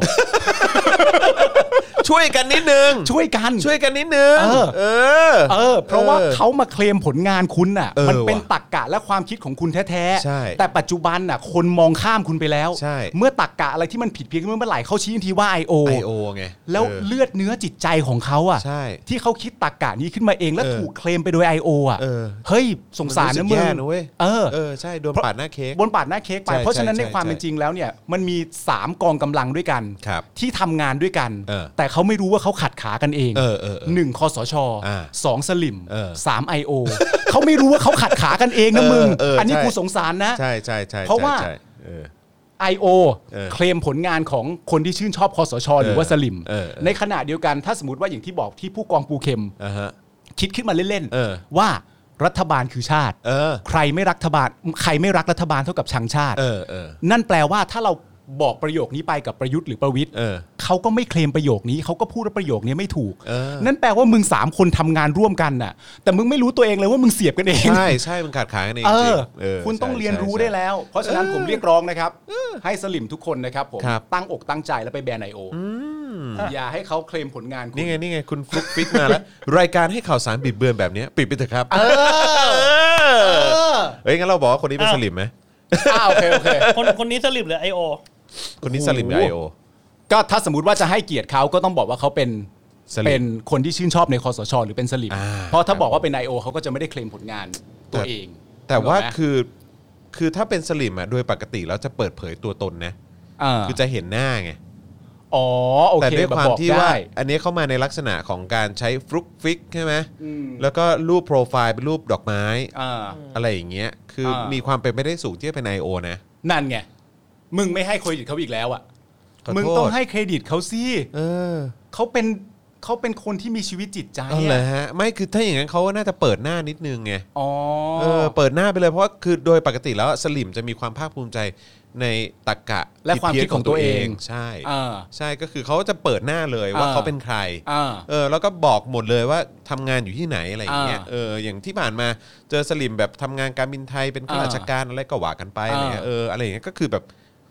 ช่วยกันนิดนึงช่วยกันนิดนึงเพราะว่าเขามาเคลมผลงานคุณน่ะมันเป็นตรรกะและความคิดของคุณแท้ๆแต่ปัจจุบันน่ะคนมองข้ามคุณไปแล้วเมื่อตรรกะอะไรที่มันผิดเพี้ยนเมื่อไหร่เขาชี้ทันทีว่า I.O. ไงแล้วเลือดเนื้อจิตใจของเขาอ่ะที่เขาคิดตรรกะนี้ขึ้นมาเองแล้วถูกเคลมไปโดย I.O. อ่ะเฮ้ยสงสารนะมึงใช่โดนปาดหน้าเค้กไปเพราะฉะนั้นในความเป็นจริงแล้วเนี่ยมันมี3กองกำลังด้วยกันที่ทำงานด้วยกันแต่เขาไม่รู้ว่าเขาขัดขากันเอง1คสช2สลิม3 I.O. เขาไม่รู้ว่าเขาขัดขากันเองนะมึงอันนี้กูสงสารนะใช่เพราะว่า I.O. เคลมผลงานของคนที่ชื่นชอบคสชหรือว่าสลิมในขณะเดียวกันถ้าสมมติว่าอย่างที่บอกที่ผู้กองปูเข็มคิดขึ้นมาเล่นๆว่ารัฐบาลคือชาติใครไม่รักรัฐบาลเท่ากับชังชาตินั่นแปลว่าถ้าเราบอกประโยคนี้ไปกับประยุทธ์หรือประวิตรเขาก็ไม่เคลมประโยคนี้เขาก็พูดว่าประโยคนี้ไม่ถูกนั่นแปลว่ามึง3คนทำงานร่วมกันน่ะแต่มึงไม่รู้ตัวเองเลยว่ามึงเสียบกันเองใช่มึงขาดขากันเองจริงคุณต้องเรียนรู้ได้แล้วเพราะฉะนั้นผมเรียกร้องนะครับให้สลิมทุกคนนะครับผมตั้งอกตั้งใจแล้วไปแบน I.O. อย่าให้เขาเคลมผลงานคุณนี่ไงคุณฟลุกฟิกมาแล้วรายการให้ข่าวสารบิดเบือนแบบนี้ปิดไปเถอะครับเฮ้ยงั้นเราบอกว่าคนนี้เป็นสลิมไหมโอเคคนนี้สลิมหรือ I.O. คนนี้สลิมหรือ I.O. ก็ถ้าสมมติว่าจะให้เกียรติเขาก็ต้องบอกว่าเขาเป็นคนที่ชื่นชอบในคสช.หรือเป็นสลิมเพราะถ้าบอกว่าเป็น I.O. เขาก็จะไม่ได้เคลมผลงานตัวเองแต่ว่าคือถ้าเป็นสลิมอ่ะโดยปกติแล้วจะเปิดเผยตัวตนนะคือจะเห็นหน้าไงโอเคแต่ด้วยความที่ว่าอันนี้เข้ามาในลักษณะของการใช้ฟลุกฟิกใช่ไหมแล้วก็รูปโปรไฟล์เป็นรูปดอกไม้อะไรอย่างเงี้ยคือมีความเป็นไปได้สูงที่จะเป็น I.O. นะนั่นไงมึงไม่ให้เครดิตเขาอีกแล้วอ่ะมึงต้องให้เครดิตเขาสิเขาเป็นคนที่มีชีวิตจิตใจเลยฮะไม่คือถ้าอย่างนั้นเขาน่าจะเปิดหน้านิดนึงไงเปิดหน้าไปเลยเพราะว่าคือโดยปกติแล้วสลิมจะมีความภาคภูมิใจในตรรกะและความคิดของตัวเองใช่ก็คือเขาจะเปิดหน้าเลยว่าเขาเป็นใครแล้วก็บอกหมดเลยว่าทำงานอยู่ที่ไหนอะไรอย่างเงี้ยอย่างที่ผ่านมาเจอสลิมแบบทำงานการบินไทยเป็นข้าราชการอะไรก็ว่ากันไปอะไรเงี้ยอะไรอย่างเงี้ยก็คือแบบ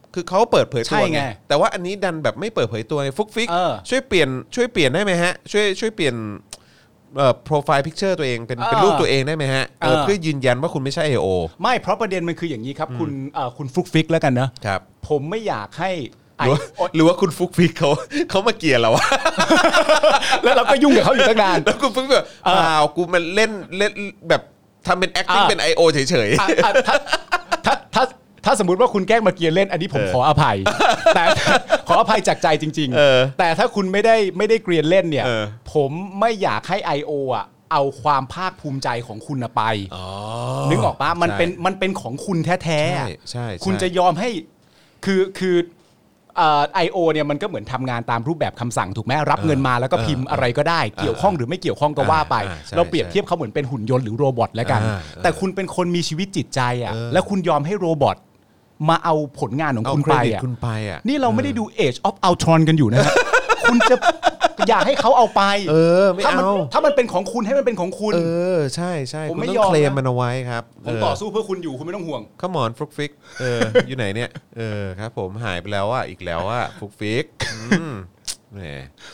คือเขาเปิดเผยตัวใช่ไงแต่ว่าอันนี้ดันแบบไม่เปิดเผยตัวในฟุกฟิกช่วยเปลี่ยนได้ไหมฮะช่วยเปลี่ยนโปรไฟล์พิกเจอร์ตัวเองเป็นรูปตัวเองได้ไหมฮะเพื่อยืนยันว่าคุณไม่ใช่ IO ไม่เพราะประเด็นมันคืออย่างนี้ครับคุณฟุกฟิกแล้วกันนะครับผมไม่อยากให้หรือว่าคุณฟุกฟิกเขามาเกลียดเราแล้วเราก็ยุ่งกับเขาอยู่ตั้งนานแล้วคุณฟุกแบบเปล่ากูมันเล่นแบบทำเป็น acting เป็น IO เฉยๆถ้าสมมุติว่าคุณแกล้งมาเกลียดเล่นอันนี้ผมขออภัยแต่ขออภัยจากใจจริงๆแต่ถ้าคุณไม่ได้เกลียดเล่นเนี่ยผมไม่อยากให้ IO เอาความภาคภูมิใจของคุณไปนึกออกปะมันเป็นของคุณแท้ๆใช่คุณจะยอมให้คือIO เนี่ยมันก็เหมือนทำงานตามรูปแบบคำสั่งถูกไหมรับเงินมาแล้วก็พิมพ์อะไรก็ได้เกี่ยวข้องหรือไม่เกี่ยวข้องก็ว่าไปเราเปรียบเทียบเขาเหมือนเป็นหุ่นยนต์หรือโรบอทแล้วกันแต่คุณเป็นคนมีชีวิตจิตใจแล้วคุณยอมให้โรบอทมาเอาผลงานของคุณไปนี่เราไม่ได้ดู Age of Ultron กันอยู่นะฮะคุณจะอยากให้เขาเอาไปไม่เอาถ้ามันเป็นของคุณให้มันเป็นของคุณใช่คุณต้องเคลมมันเอาไว้ครับผมต่อสู้เพื่อคุณอยู่คุณไม่ต้องห่วงขมอนฟลุกฟิกอยู่ไหนเนี่ยครับผมหายไปแล้วอีกแล้วฟลุกฟิกแหม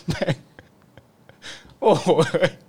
โอ้โห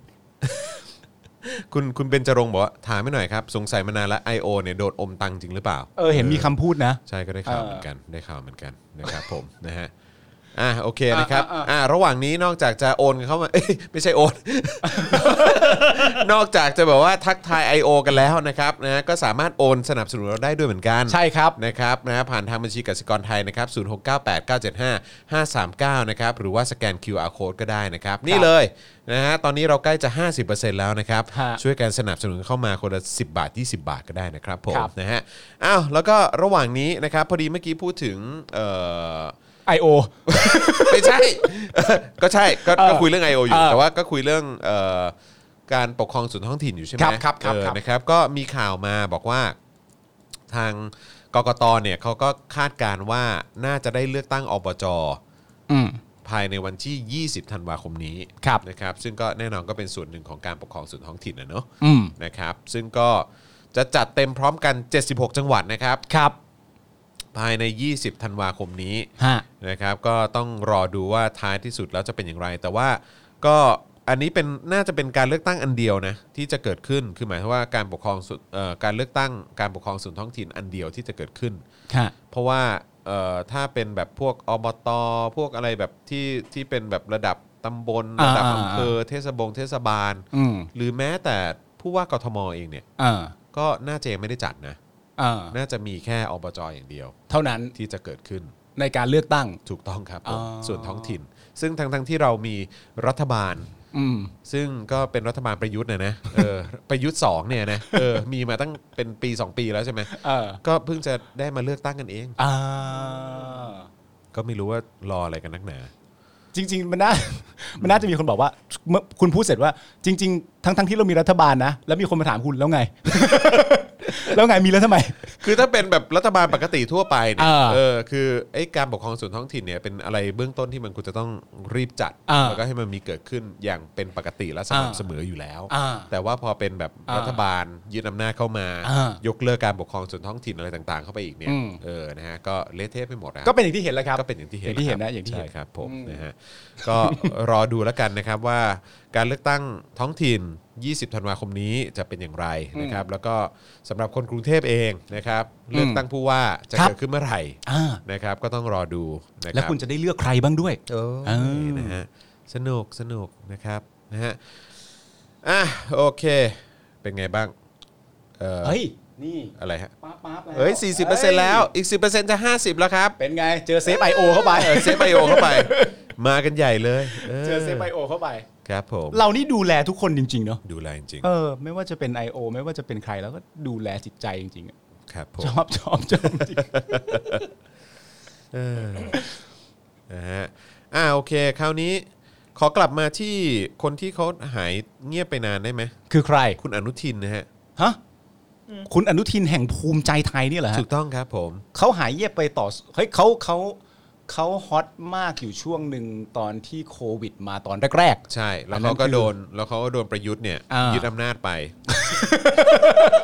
คุณเบญจรงค์บอกว่าถามไม่หน่อยครับสงสัยมานานแล้ว IO เนี่ยโดนอมตังจริงหรือเปล่าเห็นมีคำพูดนะใช่ก็ได้ข่าวเหมือนกันนะครับผมนะฮะโอเคนะครับระหว่างนี้นอกจากจะโอนเข้ามาไม่ใช่โอน นอกจากจะแบบว่าทักทาย IO กันแล้วนะครับนะก็สามารถโอนสนับสนุนเราได้ด้วยเหมือนกันใช่ครับนะครับนะผ่านทางบัญชีกสิกรไทยนะครับ0698975539นะครับหรือว่าสแกน QR Code ก็ได้นะครับนี่เลยนะฮะตอนนี้เราใกล้จะ 50% แล้วนะครับช่วยกันสนับสนุนเข้ามาคนละ10 บาท20 บาทก็ได้นะครับผมนะฮะแล้วก็ระหว่างนี้นะครับพอดีเมื่อกี้พูดถึง IO ไม่ใช่ก็ใช่ก็คุยเรื่อง IO อยู่แต่ว่าก็คุยเรื่องการปกครองส่วนท้องถิ่นอยู่ใช่ไหมครับนะครับก็มีข่าวมาบอกว่าทางกกต.เนี่ยเขาก็คาดการณ์ว่าน่าจะได้เลือกตั้งอบจ.ภายในวันที่20ธันวาคมนี้นะครับซึ่งก็แน่นอนก็เป็นส่วนหนึ่งของการปกครองส่วนท้องถิ่นนะเนาะนะครับซึ่งก็จะจัดเต็มพร้อมกัน76จังหวัดนะครับภายใน20ธันวาคมนี้นะครับก็ต้องรอดูว่าท้ายที่สุดแล้วจะเป็นอย่างไรแต่ว่าก็อันนี้น่าจะเป็นการเลือกตั้งอันเดียวนะที่จะเกิดขึ้นคือหมายถึงว่าการปกครองการเลือกตั้งการปกครองส่วนท้องถิ่นอันเดียวที่จะเกิดขึ้นเพราะว่าถ้าเป็นแบบพวกอบต.พวกอะไรแบบที่เป็นแบบระดับตำบลระดับอำเภอเทศบาลหรือแม้แต่ผู้ว่ากทมเองเนี่ยก็น่าจะยังไม่ได้จัดนะน่าจะมีแค่อบจ.อย่างเดียวเท่านั้นที่จะเกิดขึ้นในการเลือกตั้งถูกต้องครับส่วนท้องถิ่นซึ่งทั้งที่เรามีรัฐบาลซึ่งก็เป็นรัฐบาลประยุทธ์นะประยุทธ์2เนี่ยนะมีมาตั้งเป็นปี2ปีแล้วใช่ไหมก็เพิ่งจะได้มาเลือกตั้งกันเองก็ไม่รู้ว่ารออะไรกันนักหนาจริงๆมันน่าจะมีคนบอกว่าเมื่อคุณพูดเสร็จว่าจริงๆทั้งที่เรามีรัฐบาลนะแล้วมีคนมาถามคุณแล้วไง แล้วไงมีแล้วทำไมคือถ้าเป็นแบบรัฐบาลปกติทั่วไปเนี่ยคือไอ้การปกครองส่วนท้องถิ่นเนี่ยเป็นอะไรเบื้องต้นที่มันควรจะต้องรีบจัดแล้วก็ให้มันมีเกิดขึ้นอย่างเป็นปกติและสม่ำเสมออยู่แล้วแต่ว่าพอเป็นแบบรัฐบาลยึดอำนาจเข้ามายกเลิกการปกครองส่วนท้องถิ่นอะไรต่างๆเข้าไปอีกเนี่ยนะฮะก็เละเทะไปหมดนะก็เป็นอย่างที่เห็นแล้วครับก็เป็นอย่างที่เห็นนะอย่างที่ใช่ครับผมนะฮะก็รอดูแล้วกันนะครับว่าการเลือกตั้งท้องถิ่น20ธันวาคมนี้จะเป็นอย่างไรนะครับแล้วก็สำหรับคนกรุงเทพเองนะครับเลือกตั้งผู้ว่าจะเกิดขึ้นเมื่อไหร่นะครับก็ต้องรอดูนะครับแล้วคุณจะได้เลือกใครบ้างด้วยนะฮะสนุกนะครับนะฮะโอเคเป็นไงบ้างเฮ้ยนี่อะไรฮะปั๊บเฮ้ย 40% แล้วอีก 10% จะ50แล้วครับเป็นไงเจอเซฟ IO เข้าไปเซฟ IO เข้าไปมากันใหญ่เลยเจอเซฟ IO เข้าไปครับผมเรานี่ดูแลทุกคนจริงๆเนาะดูแลจริงไม่ว่าจะเป็น IO ไม่ว่าจะเป็นใครแล้วก็ดูแลจิตใจจริงๆครับผมชอบจริงนะฮะโอเคคราวนี้ขอกลับมาที่คนที่เขาหายเงียบไปนานได้ไหมคือใครคุณอนุทินนะฮะคุณอนุทินแห่งภูมิใจไทยนี่เหรอฮะถูกต้องครับผมเขาหายเงียบไปต่อเฮ้ยเขาฮอตมากอยู่ช่วงหนึ่งตอนที่โควิดมาตอนแรกๆใช่แล้วเขาก็โดนประยุทธ์เนี่ยยึดอำนาจไป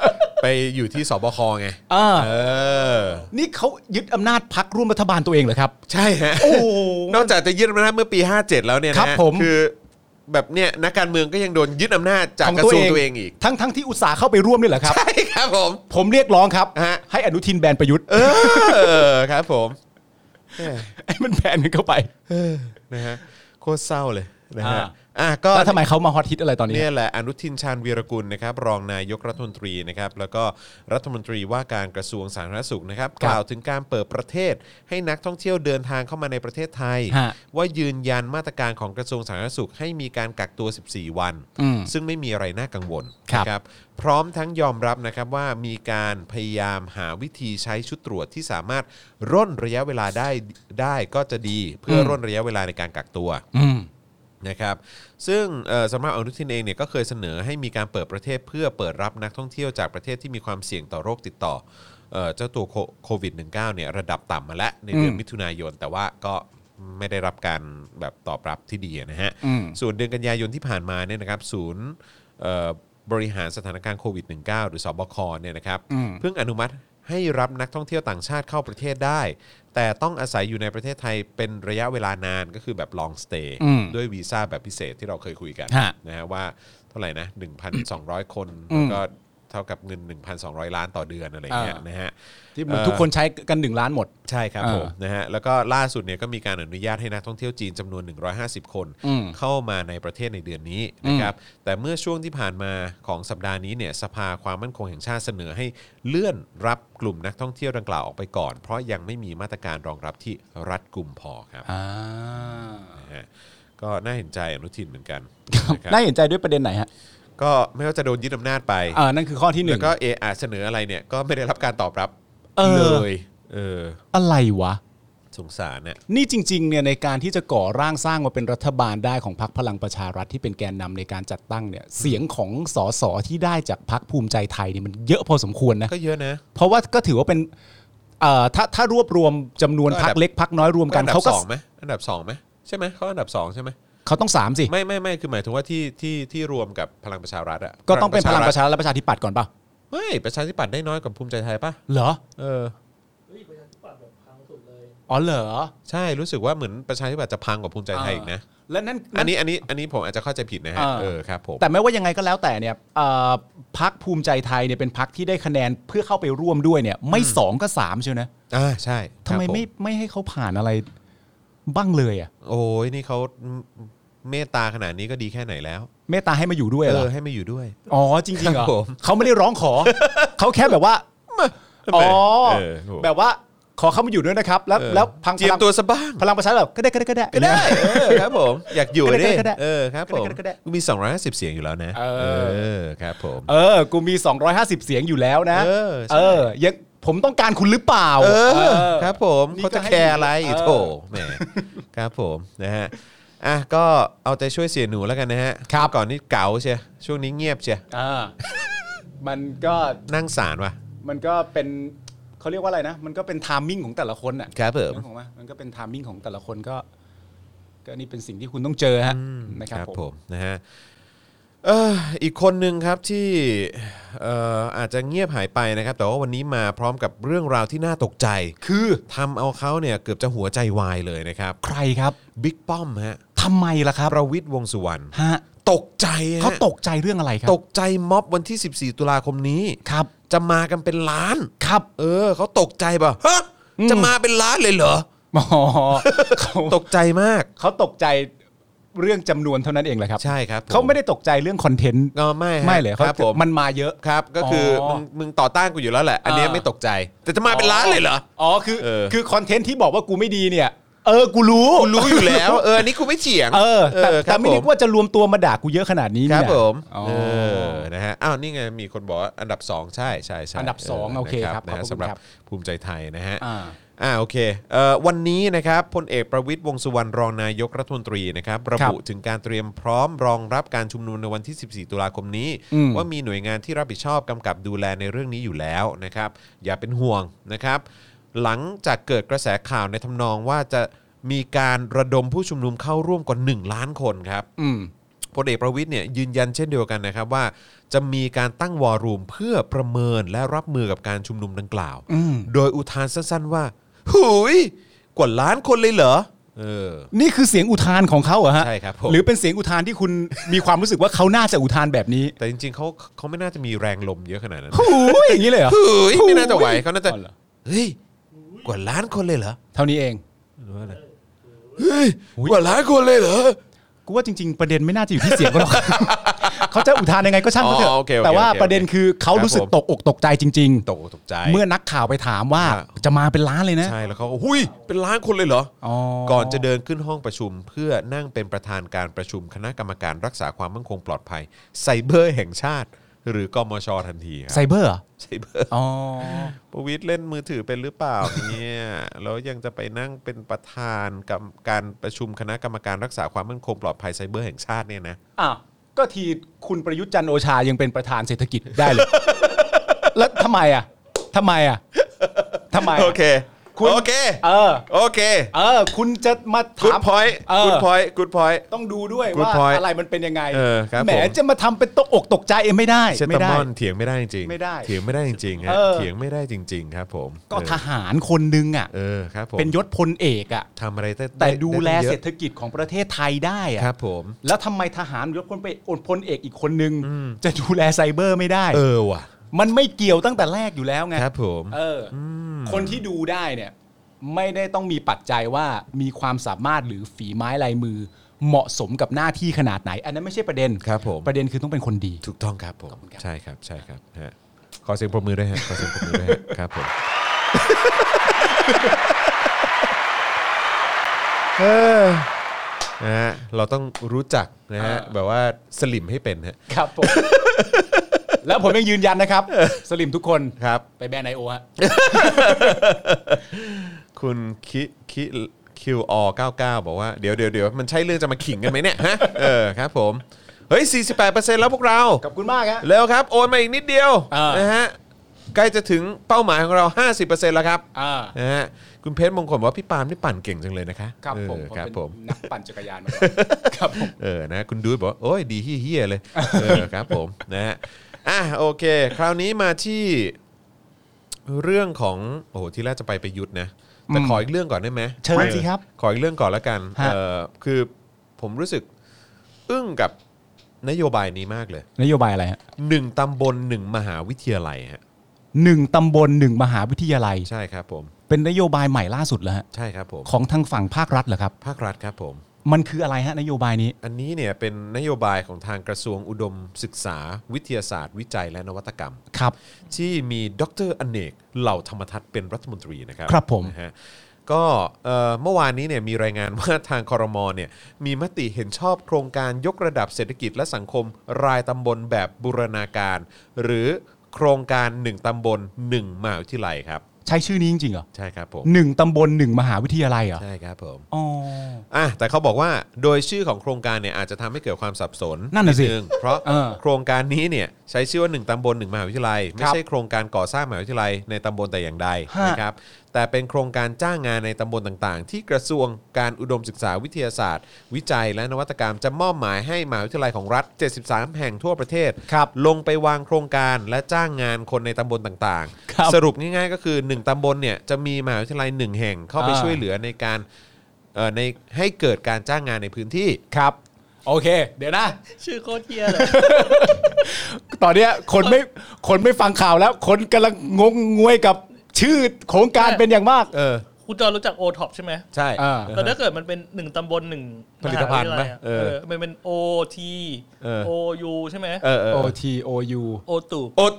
ไปอยู่ที่สบคไงนี่เขายึดอำนาจพรรคร่วมรัฐบาลตัวเองเหรอครับใช่ฮะนอกจากจะยึดอำนาจเมื่อปี57แล้วเนี่ยนะคือแบบเนี่ยนักการเมืองก็ยังโดนยึดอำนาจจากกระทรวงตัวเองอีกทั้งที่อุตสาห์เข้าไปร่วมนี่แหละครับใช่ครับผมเรียกร้องครับให้อนุทินแบนประยุทธ์ครับผมไอ้มันแบนเข้าไปนะฮะโคตรเศร้าเลยนะฮะก็แล้วทำไมเขามาฮอตฮิตอะไรตอนนี้เนี่ยแหละอนุทินชาญวีรกุลนะครับรองนายกรัฐมนตรีนะครับแล้วก็รัฐมนตรีว่าการกระทรวงสาธารณสุขนะครับกล่าวถึงการเปิดประเทศให้นักท่องเที่ยวเดินทางเข้ามาในประเทศไทยว่ายืนยันมาตรการของกระทรวงสาธารณสุขให้มีการกักตัว14วันซึ่งไม่มีอะไรน่ากังวลนะครับพร้อมทั้งยอมรับนะครับว่ามีการพยายามหาวิธีใช้ชุดตรวจที่สามารถร่นระยะเวลาได้ก็จะดีเพื่อร่นระยะเวลาในการกักตัวนะครับซึ่งสำหรับอนุทินเองเนี่ยก็เคยเสนอให้มีการเปิดประเทศเพื่อเปิดรับนักท่องเที่ยวจากประเทศที่มีความเสี่ยงต่อโรคติดต่อเจ้าตัวโควิด -19 เนี่ยระดับต่ำมาแล้วในเดือนมิถุนายนแต่ว่าก็ไม่ได้รับการแบบตอบรับที่ดีนะฮะส่วนเดือนกันยายนที่ผ่านมาเนี่ยนะครับศูนย์บริหารสถานการณ์โควิด -19 หรือสบคเนี่ยนะครับเพิ่งอนุมัติให้รับนักท่องเที่ยวต่างชาติเข้าประเทศได้แต่ต้องอาศัยอยู่ในประเทศไทยเป็นระยะเวลานานก็คือแบบ long stay ด้วยวีซ่าแบบพิเศษที่เราเคยคุยกันนะฮะว่าเท่าไหร่นะ 1,200 คนก็เท่ากับเงิน 1,200 ล้านต่อเดือนอะไรเงี้ยนะฮะที่ทุกคนใช้กัน1ล้านหมดใช่ครับผมนะฮะแล้วก็ล่าสุดเนี่ยก็มีการอนุญาตให้นักท่องเที่ยวจีนจำนวน150คนเข้ามาในประเทศในเดือนนี้นะครับแต่เมื่อช่วงที่ผ่านมาของสัปดาห์นี้เนี่ยสภาความมั่นคงแห่งชาติเสนอให้เลื่อนรับกลุ่มนักท่องเที่ยวดังกล่าวออกไปก่อนเพราะยังไม่มีมาตรการรองรับที่รัดกุมพอครับนะฮะก็น่าเห็นใจอนุทินเหมือนกันน่าเห็นใจด้วยประเด็นไหนฮะก็ไม่ว่าจะโดนยึดอำนาจไปนั่นคือข้อที่1 แล้วก็เสนออะไรเนี่ยก็ไม่ได้รับการตอบรับเลยอะไรวะสงสารเนี่ยนี่จริงๆเนี่ยในการที่จะก่อร่างสร้างมาเป็นรัฐบาลได้ของพรรคพลังประชารัฐที่เป็นแกนนำในการจัดตั้งเนี่ยเสียงของสสที่ได้จากพรรคภูมิใจไทยเนี่ยมันเยอะพอสมควรนะก็เยอะนะเพราะว่าก็ถือว่าเป็นถ้ารวบรวมจำนวนพรรคเล็กพรรคน้อยรวมกันเขาก็อันดับ2ไหมใช่ไหมเขาอันดับ2ใช่ไหมเขาต้อง3สิไม่คือหมายถึงว่าที่รวมกับพลังประชารัฐอ่ะก็ต้องเป็นพลังประชารัฐและประชาธิปัตย์ก่อนป่ะไม่ประชาธิปัตย์ได้น้อยกว่าภูมิใจไทยป่ะเหรอประชาธิปัตย์แบบพังสุดเลยอ๋อเหรอใช่รู้สึกว่าเหมือนประชาธิปัตย์จะพังกว่าภูมิใจไทยอีกนะและนั่นอันนี้ผมอาจจะเข้าใจผิดนะฮะครับผมแต่ไม่ว่ายังไงก็แล้วแต่เนี่ยพรรคภูมิใจไทยเนี่ยเป็นพรรคที่ได้คะแนนเพื่อเข้าไปร่วมด้วยเนี่ยไม่2ก็3ใช่ไหมใช่ทำไมไม่ให้เขาผ่านอะไรบ้างเลยอ่ะโอ้ยนี่เขาเมตตาขนาดนี้ก็ดีแค่ไหนแล้วเมตตาให้มาอยู่ด้วยเหรอให้มาอยู่ด้วยอ๋อจริงๆเหรอเขาไม่ได้ร้องขอเขาแค่แบบว่าแบบว่าขอเข้ามาอยู่ด้วยนะครับแล้วเจียมตัวซะบ้างพลังประชารัฐแบบก็ได้ครับผมอยากอยู่ดิครับผมกูมี250เสียงอยู่แล้วนะครับผมกูมี250เสียงอยู่แล้วนะยังผมต้องการคุณหรือเปล่าครับผมเขาจะแคร์อะไรโถแหมครับผมนะฮะก็เอาใจช่วยเสียหนูแล้วกันนะฮะก่อนนี้เก๋าเชียช่วงนี้เงียบเชียมันก็นั่งสารว่ะมันก็เป็นเขาเรียกว่าอะไรนะมันก็เป็นไทมิ่งของแต่ละคนอ่ะครับผมมันก็เป็นไทมิ่งของแต่ละคนก็นี่เป็นสิ่งที่คุณต้องเจอฮะนะครับผมนะฮะอีกคนนึงครับที่อาจจะเงียบหายไปนะครับแต่ว่าวันนี้มาพร้อมกับเรื่องราวที่น่าตกใจคือทำเอาเขาเนี่ยเกือบจะหัวใจวายเลยนะครับใครครับบิ๊กป้อมฮะทำไมล่ะครับประวิตรวงษ์สุวรรณฮะตกใจเขาตกใจเรื่องอะไรครับตกใจม็อบวันที่14ตุลาคมนี้ครับจะมากันเป็นล้านครับเขาตกใจป่ะฮะจะมาเป็นล้านเลยเหรอตกใจมากเขาตกใจเรื่องจำนวนเท่านั้นเองแหละครับใช่ครับเขาไม่ได้ตกใจเรื่องคอนเทนต์ไม่เลยครับมันมาเยอะครับก็คือมึงต่อต้านกูอยู่แล้วแหละอันนี้ไม่ตกใจแต่จะมาเป็นล้านเลยเหรอคือคอนเทนต์ที่บอกว่ากูไม่ดีเนี่ยกูรู้อยู่แล้วอันนี้กูไม่เถียงแต่ไม่นึกว่าจะรวมตัวมาด่ากูเยอะขนาดนี้ครับผมนะฮะอ้าวนี่ไงมีคนบอกว่าอันดับ2ใช่อันดับ2โอเคครับสำหรับภูมิใจไทยนะฮะโอเควันนี้นะครับพลเอกประวิตรวงษ์สุวรรณรองนายกรัฐมนตรีนะครับระบุถึงการเตรียมพร้อมรองรับการชุมนุมในวันที่14ตุลาคมนี้ว่ามีหน่วยงานที่รับผิดชอบกำกับดูแลในเรื่องนี้อยู่แล้วนะครับอย่าเป็นห่วงนะครับหลังจากเกิดกระแสข่าวในทำนองว่าจะมีการระดมผู้ชุมนุมเข้าร่วมกว่า1ล้านคนครับพลเอกประวิตรเนี่ยยืนยันเช่นเดียวกันนะครับว่าจะมีการตั้งวอลลุ่มเพื่อประเมินและรับมือกับการชุมนุมดังกล่าวโดยอุทานสั้นๆว่าหุยกว่าล้านคนเลยเหรอนี่คือเสียงอุทานของเขาเหรอฮะใช่ครับผมหรือเป็นเสียงอุทานที่คุณมีความรู้สึกว่าเขาน่าจะอุทานแบบนี้แต่จริงๆเขาไม่น่าจะมีแรงลมเยอะขนาดนั้นหุยอย่างนี้เลยเหรอหุยไม่น่าจะไหวเขาน่าจะเฮ้ยกว่าล้านคนเลยเหรอเท่านี้เองเฮ้ยกว่าล้านคนเลยเหรอกูว่าจริงๆประเด็นไม่น่าจะอยู่ที่เสียงเขาหรอกเขาจะอุทานยังไงก็ช่างเขาเถอะแต่ว่าประเด็นคือเขารู้สึกตกอกตกใจจริงๆตกอกตกใจเมื่อนักข่าวไปถามว่าจะมาเป็นล้านเลยนะใช่แล้วเขาหุยเป็นล้านคนเลยเหรอก่อนจะเดินขึ้นห้องประชุมเพื่อนั่งเป็นประธานการประชุมคณะกรรมการรักษาความมั่นคงปลอดภัยไซเบอร์แห่งชาติหรือกมช.ทันทีไซเบอร์ไซเบอร์ประวิตรเล่นมือถือเป็นหรือเปล่าเนี่ยแล้วยังจะไปนั่งเป็นประธานกับการประชุมคณะกรรมการรักษาความมั่นคงปลอดภัยไซเบอร์แห่งชาติเนี่ยนะก็ทีคุณประยุทธ์จันทร์โอชายังเป็นประธานเศรษฐกิจได้เลยแล้วทำไมโอเคโอเคโอเคคุณจะมาถาม good point ต้องดูด้วยว่าอะไรมันเป็นยังไงแหมจะมาทำเป็นตกอกตกใจไม่ได้ไม่ได้เถียงไม่ได้จริงเถียงไม่ได้จริงฮะเถียงไม่ได้จริงๆครับผมก็ทหารคนนึงอ่ะครับผมเป็นยศพลเอกอ่ะทำอะไรแต่ดูแลเศรษฐกิจของประเทศไทยได้อ่ะครับผมแล้วทำไมทหารยศพลเอกอีกคนนึงจะดูแลไซเบอร์ไม่ได้ว่ะมันไม่เกี่ยวตั้งแต่แรกอยู่แล้วไงครับผมคนที่ดูได้เนี่ยไม่ได้ต้องมีปัจจัยว่ามีความสามารถหรือฝีไม้ลายมือเหมาะสมกับหน้าที่ขนาดไหนอันนั้นไม่ใช่ประเด็นครับผมประเด็นคือต้องเป็นคนดีถูกต้องครับผมใช่ครับฮะขอเสียงปรบมือด้วยฮะขอเสียงปรบมือด้วยครับผมนะฮะเราต้องรู้จักนะฮะแบบว่าสลิมให้เป็นฮะครับผมแล้วผมยังยืนยันนะครับสลิมทุกคนครับไปแบนไอโอฮะคุณQR99บอกว่าเดี๋ยวมันใช่เรื่องจะมาขิงกันไหมเนี่ยฮะครับผมเฮ้ย 48% แล้วพวกเราขอบคุณมากครับเร็วครับโอนมาอีกนิดเดียวนะฮะใกล้จะถึงเป้าหมายของเรา 50% แล้วครับนะฮะคุณเพชรมงคลบอกว่าพี่ปาล์มนี่ปั่นเก่งจังเลยนะคะครับผมครับผมนักปั่นจักรยานครับผมนะคุณดูบอกโอ้ยดีเหี้ยเลยครับผมนะฮะโอเคคราวนี้มาที่เรื่องของโอ้โหที่แรกจะไปประยุทธ์นะแต่ขออีกเรื่องก่อนได้ไหมเชิญสิครับขออีกเรื่องก่อนแล้วกันคือผมรู้สึกอึ้งกับนโยบายนี้มากเลยนโยบายอะไรฮะ 1 ตำบล 1 มหาวิทยาลัยฮะ 1 ตำบล 1 มหาวิทยาลัยใช่ครับผมเป็นนโยบายใหม่ล่าสุดเหรอฮะใช่ครับผมของทางฝั่งภาครัฐเหรอครับภาครัฐครับผมมันคืออะไรฮะนโยบายนี้อันนี้เนี่ยเป็นนโยบายของทางกระทรวงอุดมศึกษาวิทยาศาสตร์วิจัยและนวัตกรรมครับที่มีดร.อเนกเหล่าธรรมทัศน์เป็นรัฐมนตรีนะครับครับผมนะฮะก็เมื่อวานนี้เนี่ยมีรายงานว่าทางครม.เนี่ยมีมติเห็นชอบโครงการยกระดับเศรษฐกิจและสังคมรายตำบลแบบบูรณาการหรือโครงการ1 ตำบล 1 มหาวิทยาลัยครับใช้ชื่อนี้จริงๆเหรอใช่ครับผม 1 ตำบล 1 มหาวิทยาลัยเหรอใช่ครับผมแต่เขาบอกว่าโดยชื่อของโครงการเนี่ยอาจจะทำให้เกิดความสับสนนั่นน่ะสิเพราะโครงการนี้เนี่ยใช้ชื่อว่า1 ตำบล 1 มหาวิทยาลัยไม่ใช่โครงการก่อสร้างมหาวิทยาลัยในตำบลแต่อย่างใดนะครับแต่เป็นโครงการจ้างงานในตำบลต่างๆที่กระทรวงการอุดมศึกษาวิทยาศาสตร์วิจัยและนวัตกรรมจะมอบหมายให้มหาวิทยาลัยของรัฐ73แห่งทั่วประเทศลงไปวางโครงการและจ้างงานคนในตำบลต่างๆสรุปง่ายๆก็คือ1 ตำบลเนี่ยจะมีมหาวิทยาลัย1 แห่งเข้าไปช่วยเหลือในการในให้เกิดการจ้างงานในพื้นที่ครับโอเคเดี๋ยวนะชื่อโคตรเหี้ยเลยตอนนี้คนไม่ฟังข่าวแล้วคนกำลังงงงวยกับชื่อโครงการเป็นอย่างมากคุณจอรู้จัก O-Top ใช่ไหมใช่แต่ถ้าเกิดมันเป็น1 ตำบล 1 ผลิตภัณฑ์ไหมมันเป็น OT OU ใช่ไหม OT OU OTU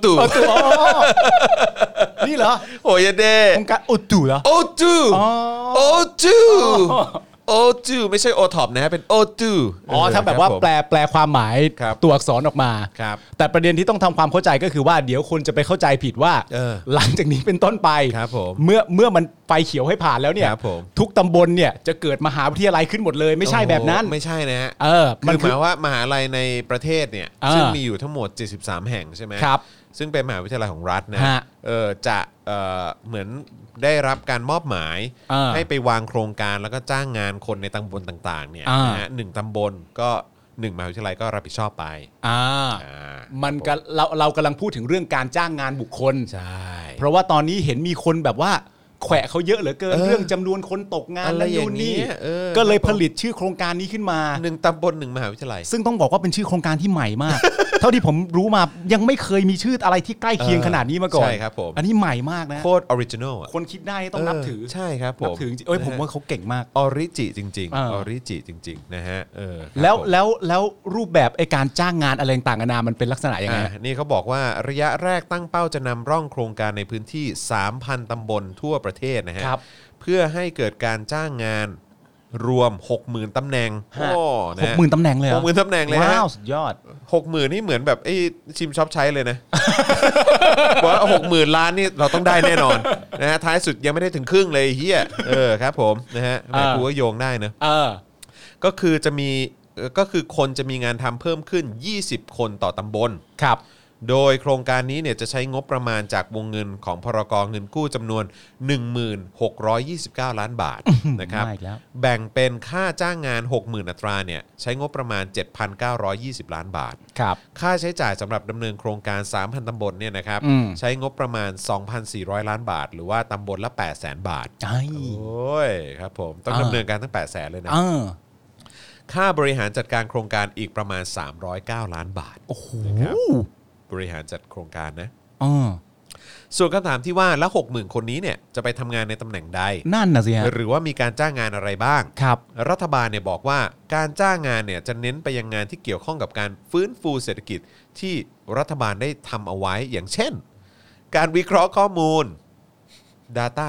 นี่เหรอโอ้ยเด้โครงการ OTU เหรอ OTU O2 ไม่ใช่ O-Top นะฮะเป็น O2 ถ้าแบบว่าแปลความหมายตัวอักษรออกมาแต่ประเด็นที่ต้องทำความเข้าใจก็คือว่าเดี๋ยวคนจะไปเข้าใจผิดว่าหลังจากนี้เป็นต้นไปเมื่อมันไฟเขียวให้ผ่านแล้วเนี่ยทุกตำบลเนี่ยจะเกิดมหาวิทยาลัยขึ้นหมดเลยไม่ใช่แบบนั้นไม่ใช่นะฮะมันหมายว่ามหาลัยในประเทศเนี่ยซึ่งมีอยู่ทั้งหมด73แห่งใช่ไหมซึ่งเป็นมหาวิทยาลัยของรัฐนะจะเหมือนได้รับการมอบหมายให้ไปวางโครงการแล้วก็จ้างงานคนในตำบลต่างๆเนี่ยนะฮะ1 ตำบลก็ 1มหาวิทยาลัยก็รับผิดชอบไปมันก็เรากำลังพูดถึงเรื่องการจ้างงานบุคคลใช่เพราะว่าตอนนี้เห็นมีคนแบบว่าแขวะเขาเยอะเหลือเกินเรื่องจำนวนคนตกงานและนู่นนี่ก็เลยผลิตชื่อโครงการนี้ขึ้นมา 1ตำบล1มหาวิทยาลัยซึ่งต้องบอกว่าเป็นชื่อโครงการที่ใหม่มาก เท่าที่ผมรู้มายังไม่เคยมีชื่ออะไรที่ใกล้เคียงขนาดนี้มาก่อนใช่ครับผมอันนี้ใหม่มากนะโคตรออริจินอลคนคิดได้ต้องนับถือใช่ครับผมนับถือผมว่าเขาเก่งมากออริจิจริงๆออริจิจริงๆนะฮะแล้วรูปแบบไอ้การจ้างงานอะไรต่างๆนานามันเป็นลักษณะยังไงนี่เขาบอกว่าระยะแรกตั้งเป้าจะนำร่องโครงการในพื้นที่ 3,000 ตำบลทั่วประเทศนะฮะเพื่อให้เกิดการจ้างงานรวม 60,000 ตำแหน่ง 60,000 ตำแหน่งเลยเหรอ 60,000 ตำแหน่งเลยฮะว้าวสุดยอด 60,000 นี่เหมือนแบบไอ้ชิมช็อปใช้เลยนะว่า 60,000 ล้านนี่เราต้องได้แน่นอนนะฮะท้ายสุดยังไม่ได้ถึงครึ่งเลยเฮียครับผมนะฮะแม่กูก็โยงได้นะก็คือคนจะมีงานทำเพิ่มขึ้น20 คนต่อตำบลครับโดยโครงการนี้เนี่ยจะใช้งบประมาณจากวงเงินของพรก.เงินกู้จำนวน 1629 ล้านบาทนะครับแบ่งเป็นค่าจ้างงาน 60,000 อัตราเนี่ยใช้งบประมาณ 7,920 ล้านบาทค่าใช้จ่ายสำหรับดำเนินโครงการ 3,000 ตำบลเนี่ยนะครับใช้งบประมาณ 2,400 ล้านบาทหรือว่าตำบลละ 800,000 บาทโอ้ยครับผมต้องดำเนินการตั้ง 800,000 เลยนะค่าบริหารจัดการโครงการอีกประมาณ309 ล้านบาทโอ้โหบริหารจัดโครงการนะส่วนคำถามที่ว่าแล้ว 60,000 คนนี้เนี่ยจะไปทำงานในตำแหน่งใดนั่นน่ะสิฮะหรือว่ามีการจ้างงานอะไรบ้างครับรัฐบาลเนี่ยบอกว่าการจ้างงานเนี่ยจะเน้นไปยังงานที่เกี่ยวข้องกับการฟื้นฟูเศรษฐกิจที่รัฐบาลได้ทำเอาไว้อย่างเช่นการวิเคราะห์ข้อมูล Data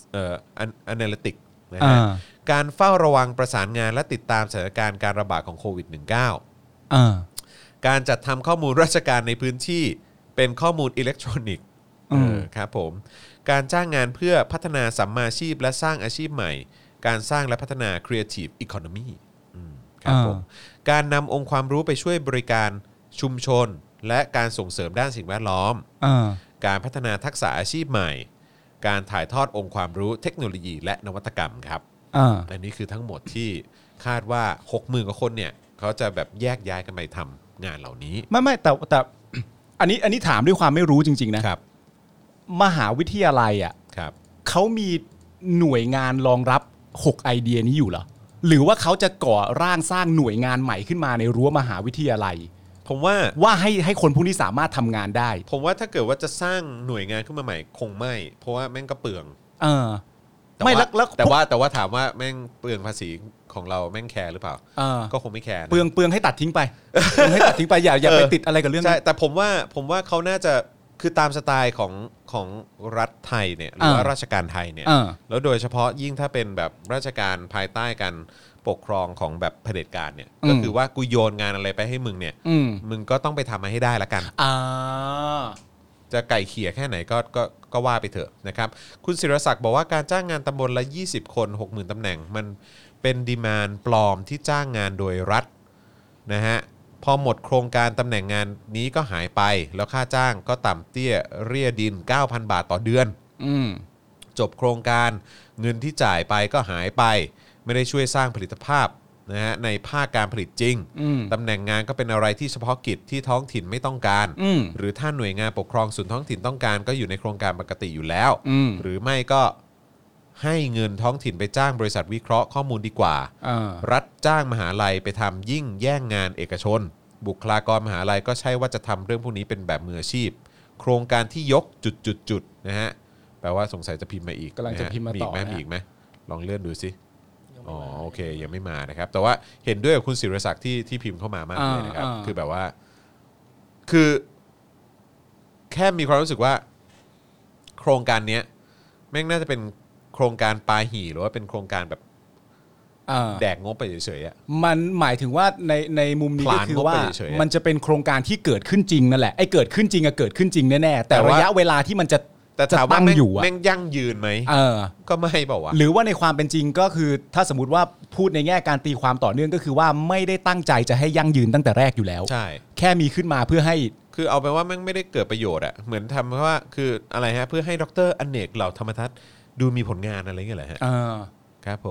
Analytics นะฮะการเฝ้าระวังประสานงานและติดตามสถานการณ์การระบาดของโควิด -19 การจัดทำข้อมูลราชการในพื้นที่เป็นข้อมูลอิเล็กทรอนิกส์ครับผมการจ้างงานเพื่อพัฒนาสัมมาชีพและสร้างอาชีพใหม่การสร้างและพัฒนา Creative Economy ครับผมการนำองค์ความรู้ไปช่วยบริการชุมชนและการส่งเสริมด้านสิ่งแวดล้อมการพัฒนาทักษะอาชีพใหม่การถ่ายทอดองค์ความรู้เทคโนโลยีและนวัตกรรมครับอันนี้คือทั้งหมดที่คาดว่า 60,000 กว่าคนเนี่ยเขาจะแบบแยกย้ายกันไปทำงานเหล่านี้ไม่แต่อันนี้ถามด้วยความไม่รู้จริงๆนะครับมหาวิทยาลัยอ่ะเขามีหน่วยงานรองรับ6ไอเดียนี้อยู่เหรอหรือว่าเขาจะก่อร่างสร้างหน่วยงานใหม่ขึ้นมาในรั้วมหาวิทยาลัยผมว่าให้คนพวกนี้สามารถทำงานได้ผมว่าถ้าเกิดว่าจะสร้างหน่วยงานขึ้นมาใหม่คงไม่เพราะว่าแม่งก็เปลืองไม่แล้วแต่ว่าถามว่าแม่งเปลืองภาษีของเราแม่งแคร์หรือเปล่าก็คงไม่แคร์เปลืองให้ตัดทิ้งไปเปลืองให้ตัดทิ้งไปอย่าไปติดอะไรกับเรื่องใช่แต่ผมว่าเขาน่าจะคือตามสไตล์ของรัฐไทยเนี่ยหรือว่าราชการไทยเนี่ยแล้วโดยเฉพาะยิ่งถ้าเป็นแบบราชการภายใต้การปกครองของแบบเผด็จการเนี่ยก็คือว่ากูโยนงานอะไรไปให้มึงเนี่ยมึงก็ต้องไปทำมาให้ได้ละกันจะไก่เขี่ยแค่ไหนก็ว่าไปเถอะนะครับคุณศิรศักดิ์บอกว่าการจ้างงานตำบลละ20 คน 60,000 ตำแหน่งมันเป็นดีมานด์ปลอมที่จ้างงานโดยรัฐนะฮะพอหมดโครงการตำแหน่งงานนี้ก็หายไปแล้วค่าจ้างก็ต่ำเตี้ยเรียดิน 9,000 บาทต่อเดือนจบโครงการเงินที่จ่ายไปก็หายไปไม่ได้ช่วยสร้างผลิตภาพนะฮะในภาคการผลิตจริงตำแหน่งงานก็เป็นอะไรที่เฉพาะกิจที่ท้องถิ่นไม่ต้องการหรือถ้าหน่วยงานปกครองส่วนท้องถิ่นต้องการก็อยู่ในโครงการปกติอยู่แล้วหรือไม่ก็ให้เงินท้องถิ่นไปจ้างบริษัทวิเคราะห์ข้อมูลดีกว่ารัฐจ้างมหาลัยไปทำยิ่งแย่งงานเอกชนบุคลากรมหาลัยก็ใช่ว่าจะทำเรื่องพวกนี้เป็นแบบมืออาชีพโครงการที่ยกจุดนะฮะแปลว่าสงสัยจะพิมพ์มาอีกกำลังจะพิมพ์มาต่อมีอีกไหมลองเลื่อนดูสิอ๋อโอเคยังไม่มานะครับแต่ว่าเห็นด้วยกับคุณศิรศักดิ์ที่พิมพ์เข้ามามากเลยนะครับคือแบบว่าคือแค่มีความรู้สึกว่าโครงการนี้แม่งน่าจะเป็นโครงการปาหี่หรือว่าเป็นโครงการแบบแดกงบไปเฉยๆมันหมายถึงว่าในมุมนี้ก็คือว่ามันจะเป็นโครงการที่เกิดขึ้นจริงนั่นแหละไอ้เกิดขึ้นจริงอะเกิดขึ้นจริงแน่ๆแต่ระยะเวลาที่มันจะถามว่าแม่งยั่งยืนไหมก็ไม่บอกว่าหรือว่าในความเป็นจริงก็คือถ้าสมมติว่าพูดในแง่การตีความต่อเนื่องก็คือว่าไม่ได้ตั้งใจจะให้ยั่งยืนตั้งแต่แรกอยู่แล้วใช่แค่มีขึ้นมาเพื่อให้คือเอาไปว่าแม่งไม่ได้เกิดประโยชน์อะเหมือนทำเพราะว่าคืออะไรฮะเพื่อให้ดร.อเนกเหล่าธรรมทัศน์ดูมีผลงานอะไรเงี้ยแหละฮะครับผม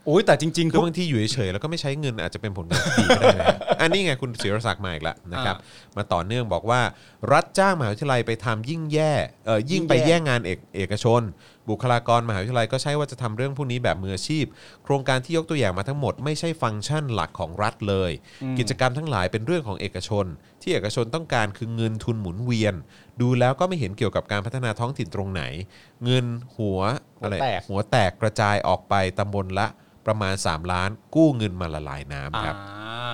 โอ้ยแต่จริงๆคือบางทีอยู่เฉยๆแล้วก็ไม่ใช้เงินอาจจะเป็นผลดีก็ได้นะอันนี้ไงคุณศิรศักดิ์มาอีกแล้วนะครับมาต่อเนื่องบอกว่ารัฐจ้างมหาวิทยาลัยไปทำยิ่งไปแย่งงานเอกชนบุคลากรมหาวิทยาลัยก็ใช่ว่าจะทำเรื่องพวกนี้แบบมืออาชีพโครงการที่ยกตัวอย่างมาทั้งหมดไม่ใช่ฟังก์ชันหลักของรัฐเลยกิจกรรมทั้งหลายเป็นเรื่องของเอกชนที่เอกชนต้องการคือเงินทุนหมุนเวียนดูแล้วก็ไม่เห็นเกี่ยวกับการพัฒนาท้องถิ่นตรงไหนเงินหัวแตกกระจายออกไปตำบลละประมาณ3 ล้านกู้เงินมาละลายน้ำครับ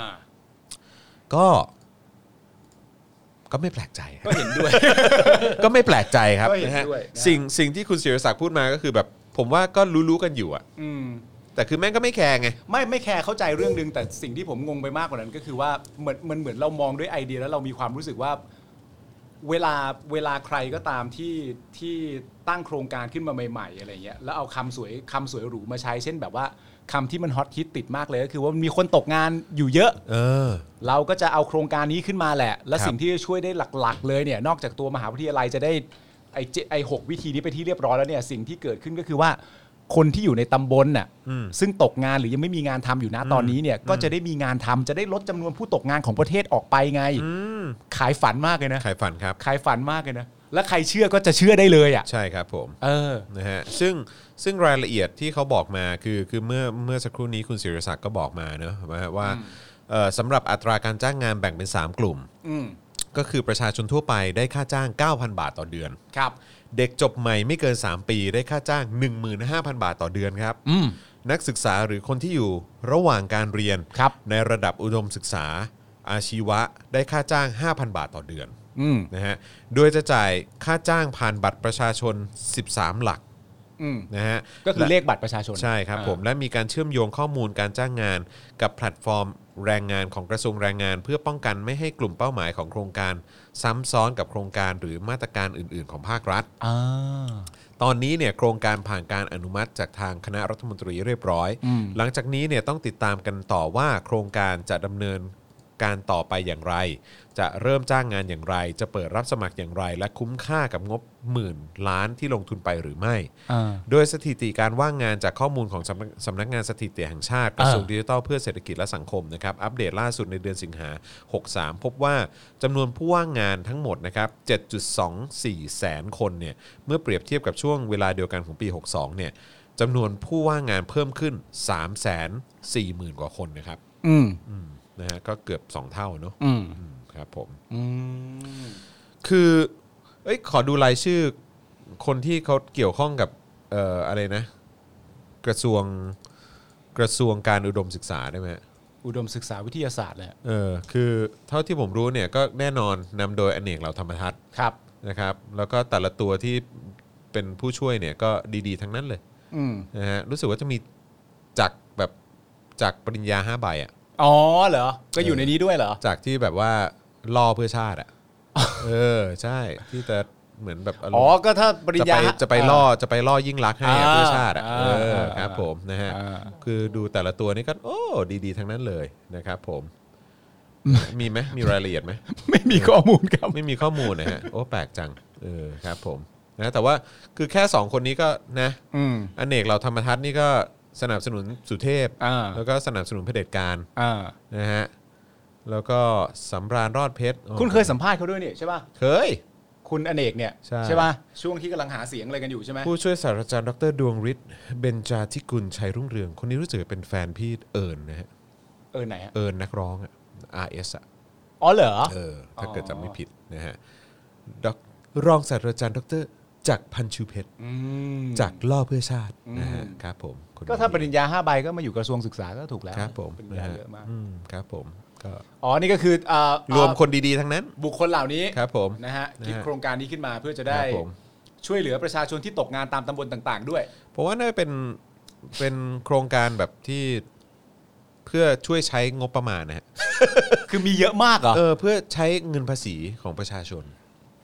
ก็ไม่แปลกใจก็เห็นด้วย ก็ไม่แปลกใจครับนะฮะสิ่งที่คุณศิรศักดิ์พูดมาก็คือแบบผมว่าก็รู้กันอยู่อ่ะแต่คือแม่งก็ไม่แคร์ไงไม่แคร์เข้าใจเรื่องนึงแต่สิ่งที่ผมงงไปมากกว่านั้นก็คือว่าเหมือนเรามองด้วยไอเดียแล้วเรามีความรู้สึกว่าเวลาใครก็ตามที่ตั้งโครงการขึ้นมาใหม่ๆอะไรเงี้ยแล้วเอาคำสวยหรูมาใช้เช่นแบบว่าคำที่มันฮอตฮิตติดมากเลยก็คือว่ามีคนตกงานอยู่เยอะเราก็จะเอาโครงการนี้ขึ้นมาแหละและสิ่งที่ช่วยได้หลักๆเลยเนี่ยนอกจากตัวมหาวิทยาลัยจะได้ไอ้6 วิธีนี้ไปที่เรียบร้อยแล้วเนี่ยสิ่งที่เกิดขึ้นก็คือว่าคนที่อยู่ในตำบลน่ะซึ่งตกงานหรือยังไม่มีงานทำอยู่นะตอนนี้เนี่ยก็จะได้มีงานทำจะได้ลดจำนวนผู้ตกงานของประเทศออกไปไงขายฝันมากเลยนะขายฝันครับขายฝันมากเลยนะและใครเชื่อก็จะเชื่อได้เลยอ่ะใช่ครับผมนะฮะซึ่งรายละเอียดที่เขาบอกมาคือเมื่อสักครู่นี้คุณศิริศักดิ์ก็บอกมาเนอะว่าสำหรับอัตราการจ้างงานแบ่งเป็น3 กลุ่มก็คือประชาชนทั่วไปได้ค่าจ้าง 9,000 บาทต่อเดือนครับเด็กจบใหม่ไม่เกิน3 ปีได้ค่าจ้าง 15,000 บาทต่อเดือนครับนักศึกษาหรือคนที่อยู่ระหว่างการเรียนในระดับอุดมศึกษาอาชีวะได้ค่าจ้าง 5,000 บาทต่อเดือนนะฮะโดยจะจ่ายค่าจ้างผ่านบัตรประชาชน13 หลักนะฮะก็คือเลขบัตรประชาชนใช่ครับผมและมีการเชื่อมโยงข้อมูลการจ้างงานกับแพลตฟอร์มแรงงานของกระทรวงแรงงานเพื่อป้องกันไม่ให้กลุ่มเป้าหมายของโครงการซ้ำซ้อนกับโครงการหรือมาตรการอื่นๆของภาครัฐตอนนี้เนี่ยโครงการผ่านการอนุมัติจากทางคณะรัฐมนตรีเรียบร้อยหลังจากนี้เนี่ยต้องติดตามกันต่อว่าโครงการจะดำเนินการต่อไปอย่างไรจะเริ่มจ้างงานอย่างไรจะเปิดรับสมัครอย่างไรและคุ้มค่ากับงบ10,000 ล้านที่ลงทุนไปหรือไม่โดยสถิติการว่างงานจากข้อมูลของสำนักงานสถิติแห่งชาติกระทรวงดิจิทัลเพื่อเศรษฐกิจและสังคมนะครับอัปเดตล่าสุดในเดือนสิงหา63พบว่าจำนวนผู้ว่างงานทั้งหมดนะครับ 7.24 แสนคนเนี่ยเมื่อเปรียบเทียบกับช่วงเวลาเดียวกันของปี62เนี่ยจำนวนผู้ว่างงานเพิ่มขึ้น 340,000 กว่าคนนะครับนะฮะก็เกือบ2 เท่าเนอะครับผมคือขอดูรายชื่อคนที่เขาเกี่ยวข้องกับอะไรนะกระทรวงการอุดมศึกษาได้ไหมอุดมศึกษาวิทยาศาสตร์แหละคือเท่าที่ผมรู้เนี่ยก็แน่นอนนำโดยอเนกเหล่าธรรมทัศน์ครับนะครับแล้วก็แต่ละตัวที่เป็นผู้ช่วยเนี่ยก็ดีๆทั้งนั้นเลยนะฮะรู้สึกว่าจะมีจากปริญญา5 ใบอ่ะอ๋อเหรอก็อยู่ในนี้ด้วยเหรอจากที่แบบว่าล่อเพื่อชาติอ่ะใช่ที่จะเหมือนแบบก็ถ้าปริญญาจะไปล่อยิ่งรักให้เพื่อชาติอ่ะครับผมนะฮะคือดูแต่ละตัวนี่ก็ดีๆทั้งนั้นเลยนะครับผมมีไหมมีรายละเอียดไหมไม่มีข้อมูลครับไม่มีข้อมูลนะฮะแปลกจังครับผมนะแต่ว่าคือแค่2 คนนี้ก็นะอเนกเราธรรมทัศน์นี่ก็สนับสนุนสุเทพแล้วก็สนับสนุนเผด็จการนะฮะแล้วก็สำราญรอดเพชรคุณเคยสัมภาษณ์เขาด้วยนี่ใช่ป่ะเคยคุณอเนกเนี่ยใช่ป่ะช่วงที่กำลังหาเสียงอะไรกันอยู่ใช่ไหมผู้ช่วยศาสตราจารย์ดร.ดวงฤทธิ์เบญจาธิกุลชัยรุ่งเรืองคนนี้รู้สึกเป็นแฟนพี่นะฮะไหนฮะนักร้องอ่ะ RS อ่ะเหรอถ้าเกิดจำไม่ผิดนะฮะรองศาสตราจารย์ดร.จากพันชูเพชรจากล่อเพื่อชาตินะฮะครับผมก็ถ้าปริญญา5 ใบก็มาอยู่กระทรวงศึกษาก็ถูกแล้วครับผมปริญญาเยอะมากครับผมก็นี่ก็คือรวมคนดีๆทั้งนั้นบุคคลเหล่านี้ครับผมนะฮะคิดโครงการนี้ขึ้นมาเพื่อจะได้ช่วยเหลือประชาชนที่ตกงานตามตำบลต่างๆด้วยเพราะว่าน่าจะเป็นโครงการแบบที่เพื่อช่วยใช้งบประมาณนะฮะคือมีเยอะมากเหรอเพื่อใช้เงินภาษีของประชาชน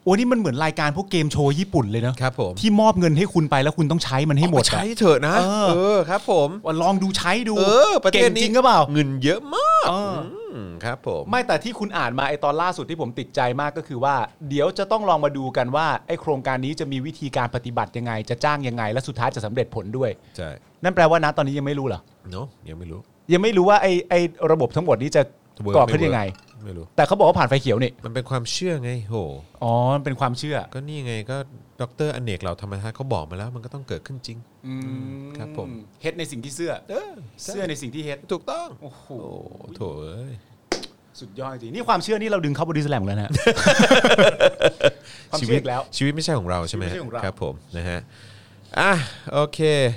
โอ้นี่มันเหมือนรายการพวกเกมโชว์ญี่ปุ่นเลยนะครับผมที่มอบเงินให้คุณไปแล้วคุณต้องใช้มันให้หมดใช้เถอะนะครับผมลองดูใช้ดูประเทศนี้จริงหรือเปล่าเงินเยอะมากครับผมไม่แต่ที่คุณอ่านมาไอตอนล่าสุดที่ผมติดใจมากก็คือว่าเดี๋ยวจะต้องลองมาดูกันว่าไอโครงการนี้จะมีวิธีการปฏิบัติยังไงจะจ้างยังไงและสุดท้ายจะสำเร็จผลด้วยใช่นั่นแปลว่านะตอนนี้ยังไม่รู้เหรอเนาะยังไม่รู้ว่าไอระบบทั้งหมดนี้จะก่อขึ้นยังไงไม่รู้แต่เขาบอกว่าผ่านไฟเขียวนี่มันเป็นความเชื่อไงโหมันเป็นความเชื่อก็นี่ไงก็ดร.อเนกเราธรรมทัศน์เขาบอกมาแล้วมันก็ต้องเกิดขึ้นจริงครับผมเฮ็ดในสิ่งที่เชื่อในสิ่งที่เฮ็ดถูกต้องโอ้โหโถเอ้ยสุดยอดจริงนี่ความเชื่อนี่เราดึงเข้าบอดี้สแลมแล้วนะชีวิตแล้วชีวิตไม่ใช่ของเราใช่ไหมครับผมนะฮะโอเค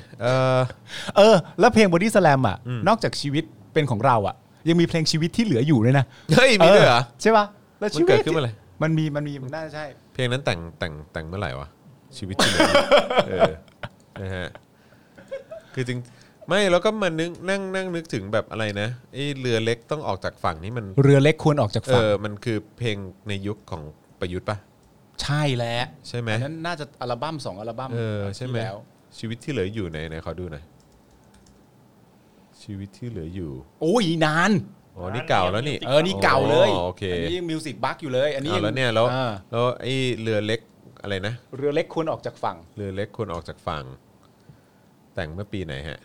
แล้วเพลงบอดี้สแลมอ่ะนอกจากชีวิตเป็นของเราอ่ะยังมีเพลงชีวิตที่เหลืออยู่ด้วยนะเฮ้ยมีด้วยเหรอใช่ป่ะแล้วชีวิตเกิดขึ้นมาเลยมันมีน่าจะใช่เพลงนั้นแต่งเมื่อไหร่วะชีวิตที่เหลือนะฮะคือจริงไม่แล้วก็มานั่งนึกถึงแบบอะไรนะไอ้เรือเล็กต้องออกจากฝั่งนี่มันเรือเล็กควรออกจากฝั่งมันคือเพลงในยุคของประยุทธ์ป่ะใช่แล้วใช่ไหมนั้นน่าจะอัลบั้ม2อัลบั้มใช่ไหมชีวิตที่เหลืออยู่ในขอดูหน่อยชีวิตที่เหลืออยู่โอ้ยนานนี่เก่าแล้วนี่นี่เก่าเลยโอเคอันนี้มิวสิกบั๊กอยู่เลยอันนี้แล้วเนี่ยแล้วไอ้เรือเล็กอะไรนะเรือเล็กควรออกจากฝั่งเรือเล็กควรออกจากฝั่งแต่งเมื่อปีไหนฮะ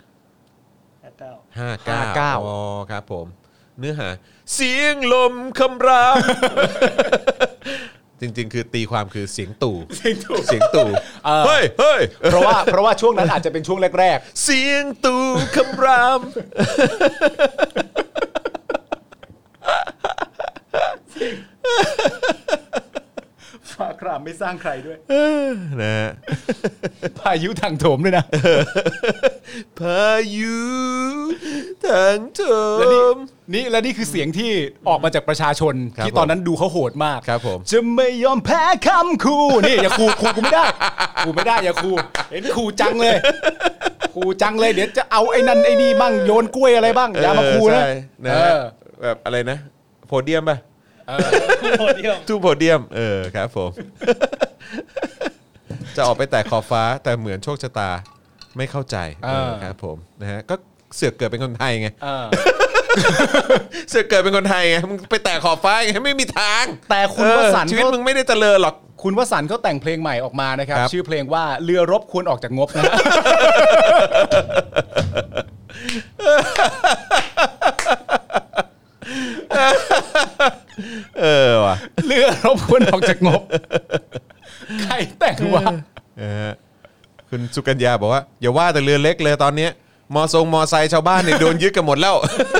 59อ๋อครับผมเนื้อหาเสียงลมคำรามจริงๆคือตีความคือเสียงตู่เฮ้ยเพราะว่าช่วงนั้นอาจจะเป็นช่วงแรกๆเสียงตู่คำรามฟ้าครามไม่สร้างใครด้วยนะฮะพายุทางโถมด้วยนะพายุทางโถมนี่คือเสียงที่ออกมาจากประชาชนที่ตอนนั้นดูเขาโหดมากครับผมจะไม่ยอมแพ้คำคูนี่อย่าคูกูไม่ได้อย่าคูเห็นคูจังเลยเดี๋ยวจะเอาไอ้นั่นไอ้นี่บ้างโยนกล้วยอะไรบ้างอย่ามาคูนะแบบอะไรนะโพเดียมป่ะทูโพเดียมครับผมจะออกไปแตะขอบฟ้าแต่เหมือนโชคชะตาไม่เข้าใจครับผมนะฮะก็เสือกเกิดเป็นคนไทยไงเสือกเกิดเป็นคนไทยไงมึงไปแตะขอบฟ้าไงไม่มีทางแต่คุณวสันต์ชีวิตมึงไม่ได้เจริญหรอกคุณวสันต์เขาแต่งเพลงใหม่ออกมานะครับชื่อเพลงว่าเรือรบควรออกจากงบนะว่ะเรือรบควรออกจากงบใครแต่งวะคุณสุกัญญาบอกว่าอย่าว่าแต่เรือเล็กเลยตอนนี้มอไซค์ชาวบ้านเนี่ยโดนยึดกันหมดแล้ว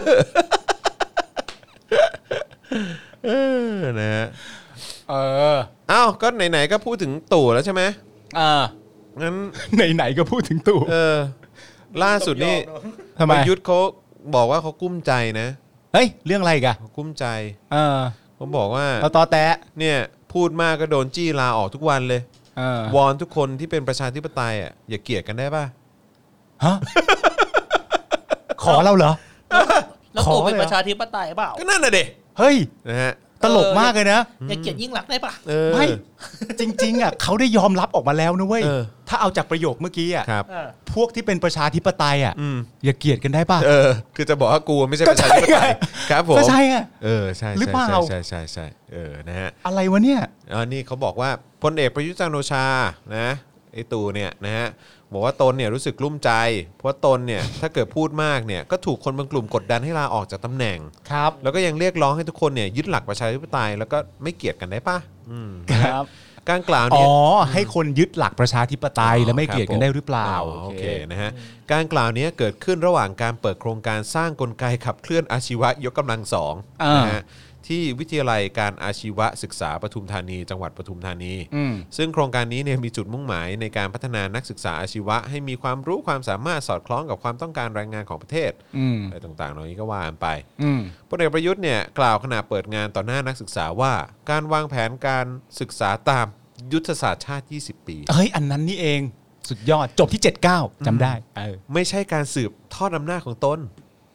นะฮะอ้าวก็ไหนๆก็พูดถึงตู่แล้วใช่ไหมงั้นไหนๆก็พูดถึงตู่ล่าสุดนี่ประยุทธ์เขาบอกว่าเขากุ้มใจนะเฮ้ยเรื่องอะไรกันกุ้มใจผมบอกว่าตอแตะเนี่ยพูดมากก็โดนจี้ลาออกทุกวันเลยวอนทุกคนที่เป็นประชาธิปไตยอ่ะอย่าเกลียดกันได้ป่ะฮะขอเราเหรอแล้วตู่เป็นประชาธิปไตยเปล่าก็นั่นน่ะเด็เฮ้ยนะฮะตลกมากเลยนะอย่าเกลียดยิ่งรักได้ป่ะไม่จริงๆอ่ะเขาได้ยอมรับออกมาแล้วนะเว้ยถ้าเอาจากประโยคเมื่อกี้อ่ะพวกที่เป็นประชาธิปไตยอ่ะอย่าเกลียดกันได้ป่ะคือจะบอกว่ากูไม่ใช่ประชาธิปไตยครับผมก็ใช่อ่ะใช่หรือเปล่าใช่นะฮะอะไรวะเนี่ยนี่เขาบอกว่าพลเอกประยุทธ์จันทร์โอชานะไอ้ตู่เนี่ยนะฮะบอกว่าตนเนี่ยรู้สึกกลุ้มใจเพราะตนเนี่ยถ้าเกิดพูดมากเนี่ยก็ถูกคนบางกลุ่มกดดันให้ลาออกจากตำแหน่งครับแล้วก็ยังเรียกร้องให้ทุกคนเนี่ยยึดหลักประชาธิปไตยแล้วก็ไม่เกลียดกันได้ป่ะครับการกล่าวเนี่ยให้คนยึดหลักประชาธิปไตยแล้วไม่เกลียดกันได้หรือเปล่าโอเคนะฮะการกล่าวนี้เกิดขึ้นระหว่างการเปิดโครงการสร้างกลไกขับเคลื่อนอาชีวะยกกำลัง2นะฮะที่วิทยาลัยการอาชีวศึกษาปทุมธานีจังหวัดปทุมธานีซึ่งโครงการนี้เนี่ยมีจุดมุ่งหมายในการพัฒนานักศึกษาอาชีวะให้มีความรู้ความสามารถสอดคล้องกับความต้องการแรงงานของประเทศอะไรต่างๆเหล่านี้ก็ว่ากันไปพลเอกประยุทธ์เนี่ยกล่าวขณะเปิดงานต่อหน้านักศึกษาว่าการวางแผนการศึกษาตามยุทธศาสตร์ชาติ20ปีเฮ้ยอันนั้นนี่เองสุดยอดจบที่79จำได้ไม่ใช่การสืบทอดอำนาจของตน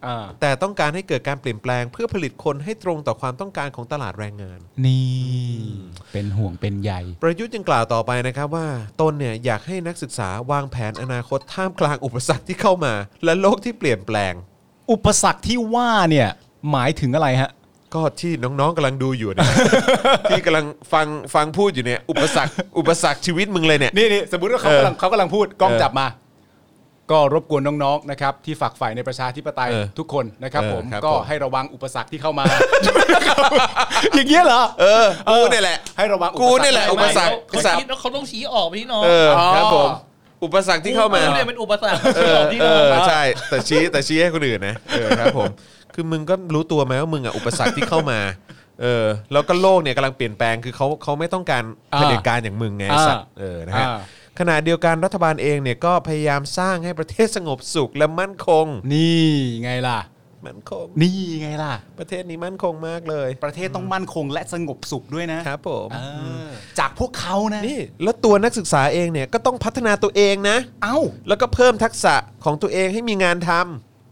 แต่ต้องการให้เกิดการเปลี่ยนแปลงเพื่อผลิตคนให้ตรงต่อความต้องการของตลาดแรงงานนี่เป็นห่วงเป็นใยประยุทธ์ยังกล่าวต่อไปนะครับว่าตนเนี่ยอยากให้นักศึกษาวางแผนอนาคตท่ามกลางอุปสรรคที่เข้ามาและโลกที่เปลี่ยนแปลงอุปสรรคที่ว่าเนี่ยหมายถึงอะไรฮะก็ที่น้องๆกำลังดูอยู่เนี่ย ที่กำลังฟังพูดอยู่เนี่ยอุปสรรคชีวิตมึงเลยเนี่ยนี่สมมติว่าเขากำลังพูดกล้องจับมาก็รบกวนน้องๆนะครับที่ฝักใฝ่ในประชาธิปไตยทุกคนนะครับผมก็ให้ระวังอุปสรรคที่เข้ามาอย่างเงี้ยเหรอกูนี่แหละให้ระวังกูนี่แหละอุปสรรคเขาต้องชี้ออกไปที่น้องครับผมอุปสรรคที่เข้ามาเนี่ยเป็นอุปสรรคที่น้องใช่แต่ชี้ให้คนอื่นนะครับผมคือมึงก็รู้ตัวไหมว่ามึงอุปสรรคที่เข้ามาแล้วก็โลกเนี่ยกำลังเปลี่ยนแปลงคือเขาไม่ต้องการเผด็จการอย่างมึงไงสัตว์นะฮะขณะเดียวกันรัฐบาลเองเนี่ยก็พยายามสร้างให้ประเทศสงบสุขและมั่นคงนี่ไงล่ะมั่นคงนี่ไงล่ะประเทศนี้มั่นคงมากเลยประเทศต้องมั่นคงและสงบสุขด้วยนะครับผมจากพวกเขานะนี่แล้วตัวนักศึกษาเองเนี่ยก็ต้องพัฒนาตัวเองนะแล้วก็เพิ่มทักษะของตัวเองให้มีงานทำ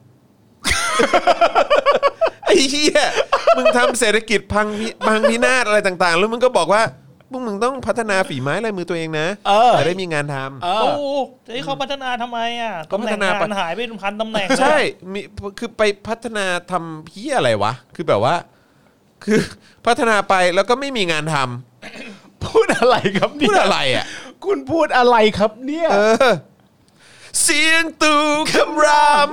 ไอ้เหี้ยมึงทำเศรษฐกิจพังพินาศอะไรต่างๆแล้วมึงก็บอกว่ามึงต้องพัฒนาฝีไม้ลายมือตัวเองนะจะได้มีงานทำจะให้เขาพัฒนาทำไมก็พัฒนาหายไปพันตำแหน่งใช่คือไปพัฒนาทำพี่อะไรวะคือแบบว่าคือพัฒนาไปแล้วก็ไม่มีงานทำพูดอะไรครับเนี่ยพูดอะไรคุณพูดอะไรครับเนี่ยเสียงตู่คำราม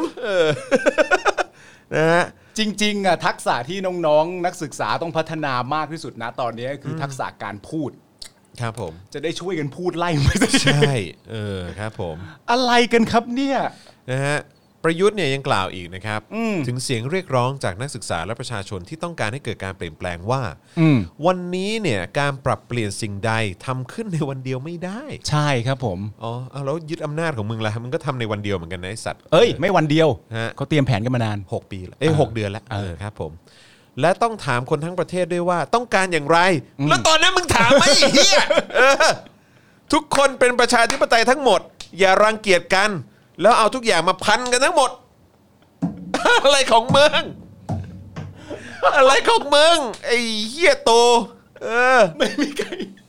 นะฮะจริงๆทักษะที่น้องๆนักศึกษาต้องพัฒนามากที่สุดนะตอนนี้คือทักษะการพูดครับผมจะได้ช่วยกันพูดไล่ไม่ใช่ครับผมอะไรกันครับเนี่ยนะฮะประยุทธ์เนี่ยยังกล่าวอีกนะครับถึงเสียงเรียกร้องจากนักศึกษาและประชาชนที่ต้องการให้เกิดการเปลี่ยนแปลงว่าวันนี้เนี่ยการปรับเปลี่ยนสิ่งใดทำขึ้นในวันเดียวไม่ได้ใช่ครับผมแล้วยึดอำนาจของมึงล่ะมึงก็ทำในวันเดียวเหมือนกันนะไอ้สัตว์ไม่วันเดียวเขาเตรียมแผนกันมานาน 6 ปีแล้ว6 เดือนแล้วครับผมและต้องถามคนทั้งประเทศด้วยว่าต้องการอย่างไรแล้วตอนนั้นมึงถามไหมเฮียทุกคนเป็นประชาธิปไตยทั้งหมดอย่ารังเกียจกันแล้วเอาทุกอย่างมาพันกันทั้งหมดอะไรของมึงอะไรของมึงไอ้เหี้ยโตไม่มีใคร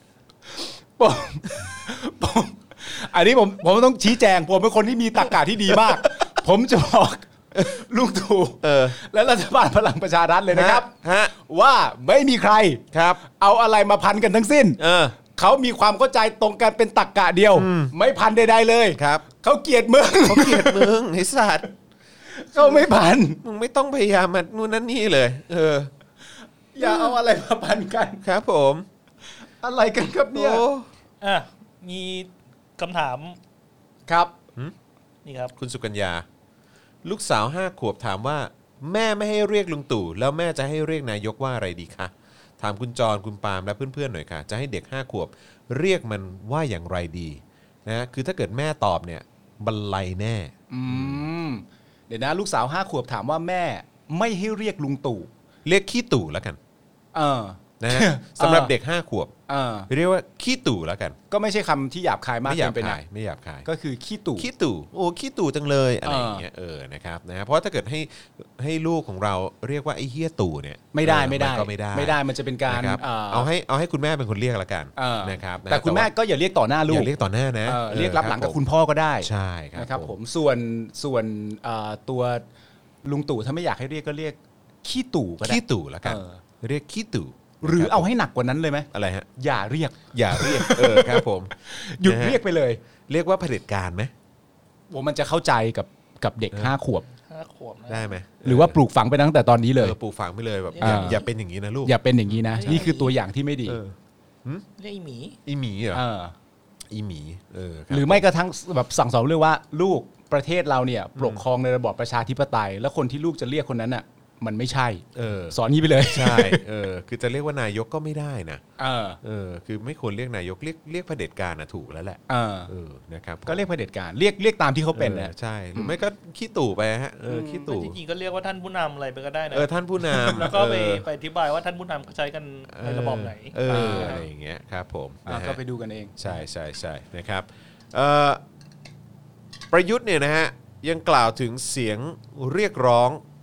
ผมอันนี้ผมต้องชี้แจงผมเป็นคนที่มีตรรกะที่ดีมากผมจะบอกลุงตู่และรัฐบาลพลังประชารัฐเลยนะครับว่าไม่มีใครครับเอาอะไรมาพันกันทั้งสิ้นเขามีความเข้าใจตรงกันเป็นตรรกะเดียวไม่พันใดๆเลยครับเขาเกลียดมึงไอ้สัตว์เขาไม่พันมึงไม่ต้องพยายามมานู่นนั่นนี่เลยอย่าเอาอะไรมาพันกันครับผมอะไรกันครับเนี่ยมีคำถามครับนี่ครับคุณสุกัญญาลูกสาว5 ขวบถามว่าแม่ไม่ให้เรียกลุงตู่แล้วแม่จะให้เรียกนายกว่าอะไรดีคะถามคุณจรคุณปาล์มและเพื่อนๆหน่อยค่ะจะให้เด็ก5 ขวบเรียกมันว่าอย่างไรดีนะคือถ้าเกิดแม่ตอบเนี่ยบันไลแน่เดี๋ยวนะลูกสาว5 ขวบถามว่าแม่ไม่ให้เรียกลุงตู่เรียกขี้ตู่แล้วกันนะสำหรับเด็ก5 ขวบเรียกว่าขี้ตู่แล้วกันก็ไม่ใช่คำที่หยาบคายมากเกินไปนะไม่หยาบคายก็คือขี้ตู่โอ้ขี้ตู่จังเลยอะไรอย่างเงี้ยนะครับนะเพราะถ้าเกิดให้ลูกของเราเรียกว่าไอ้เหี้ยตู่เนี่ยไม่ได้ก็ไม่ได้มันจะเป็นการเอาให้คุณแม่เป็นคนเรียกละกันนะครับแต่คุณแม่ก็อย่าเรียกต่อหน้าลูกอย่าเรียกต่อหน้านะเรียกรับหลังกับคุณพ่อก็ได้ใช่ครับผมส่วนตัวลุงตู่ถ้าไม่อยากให้เรียกก็เรียกขี้ตู่ก็ได้ขี้ตู่ละกันเรียกขี้ตู่หรือเอาให้หนักกว่านั้นเลยไหมอะไรฮะอย่าเรียกครับผมหยุดเรียกไปเลยเรียกว่าเผด็จการไหมว่ามันจะเข้าใจกับเด็ก5 ขวบได้ไหมหรือว่าปลูกฝังไปตั้งแต่ตอนนี้เลยปลูกฝังไปเลยแบบอย่าเป็นอย่างนี้นะลูกอย่าเป็นอย่างนี้นะนี่คือตัวอย่างที่ไม่ดีเรียกอีหมีเหรออีหมีหรือไม่กระทั่งแบบสั่งสอนเรื่องว่าลูกประเทศเราเนี่ยปกครองในระบอบประชาธิปไตยแล้วคนที่ลูกจะเรียกคนนั้นน่ะมันไม่ใช่สอนนี้ไปเลยใช่คือจะเรียกว่านายกก็ไม่ได้นะคือไม่ควรเรียกนายกเรียกเผด็จการนะถูกแล้วแหละนะครับก็เรียกเผด็จการเรียกตามที่เขาเป็นนะใช่หรือไม่ก็ขี้ตู่ไปฮะขี้ตู่จริงๆก็เรียกว่าท่านผู้นำอะไรไปก็ได้นะท่านผู้นำแล้วก็ไปอธิบายว่าท่านผู้นำเขาใช้กันในระบอบไหนอะไรอย่างเงี้ยครับผมก็ไปดูกันเองใช่นะครับประยุทธ์เนี่ยนะฮะยังกล่าวถึงเสียงเรียกร้อง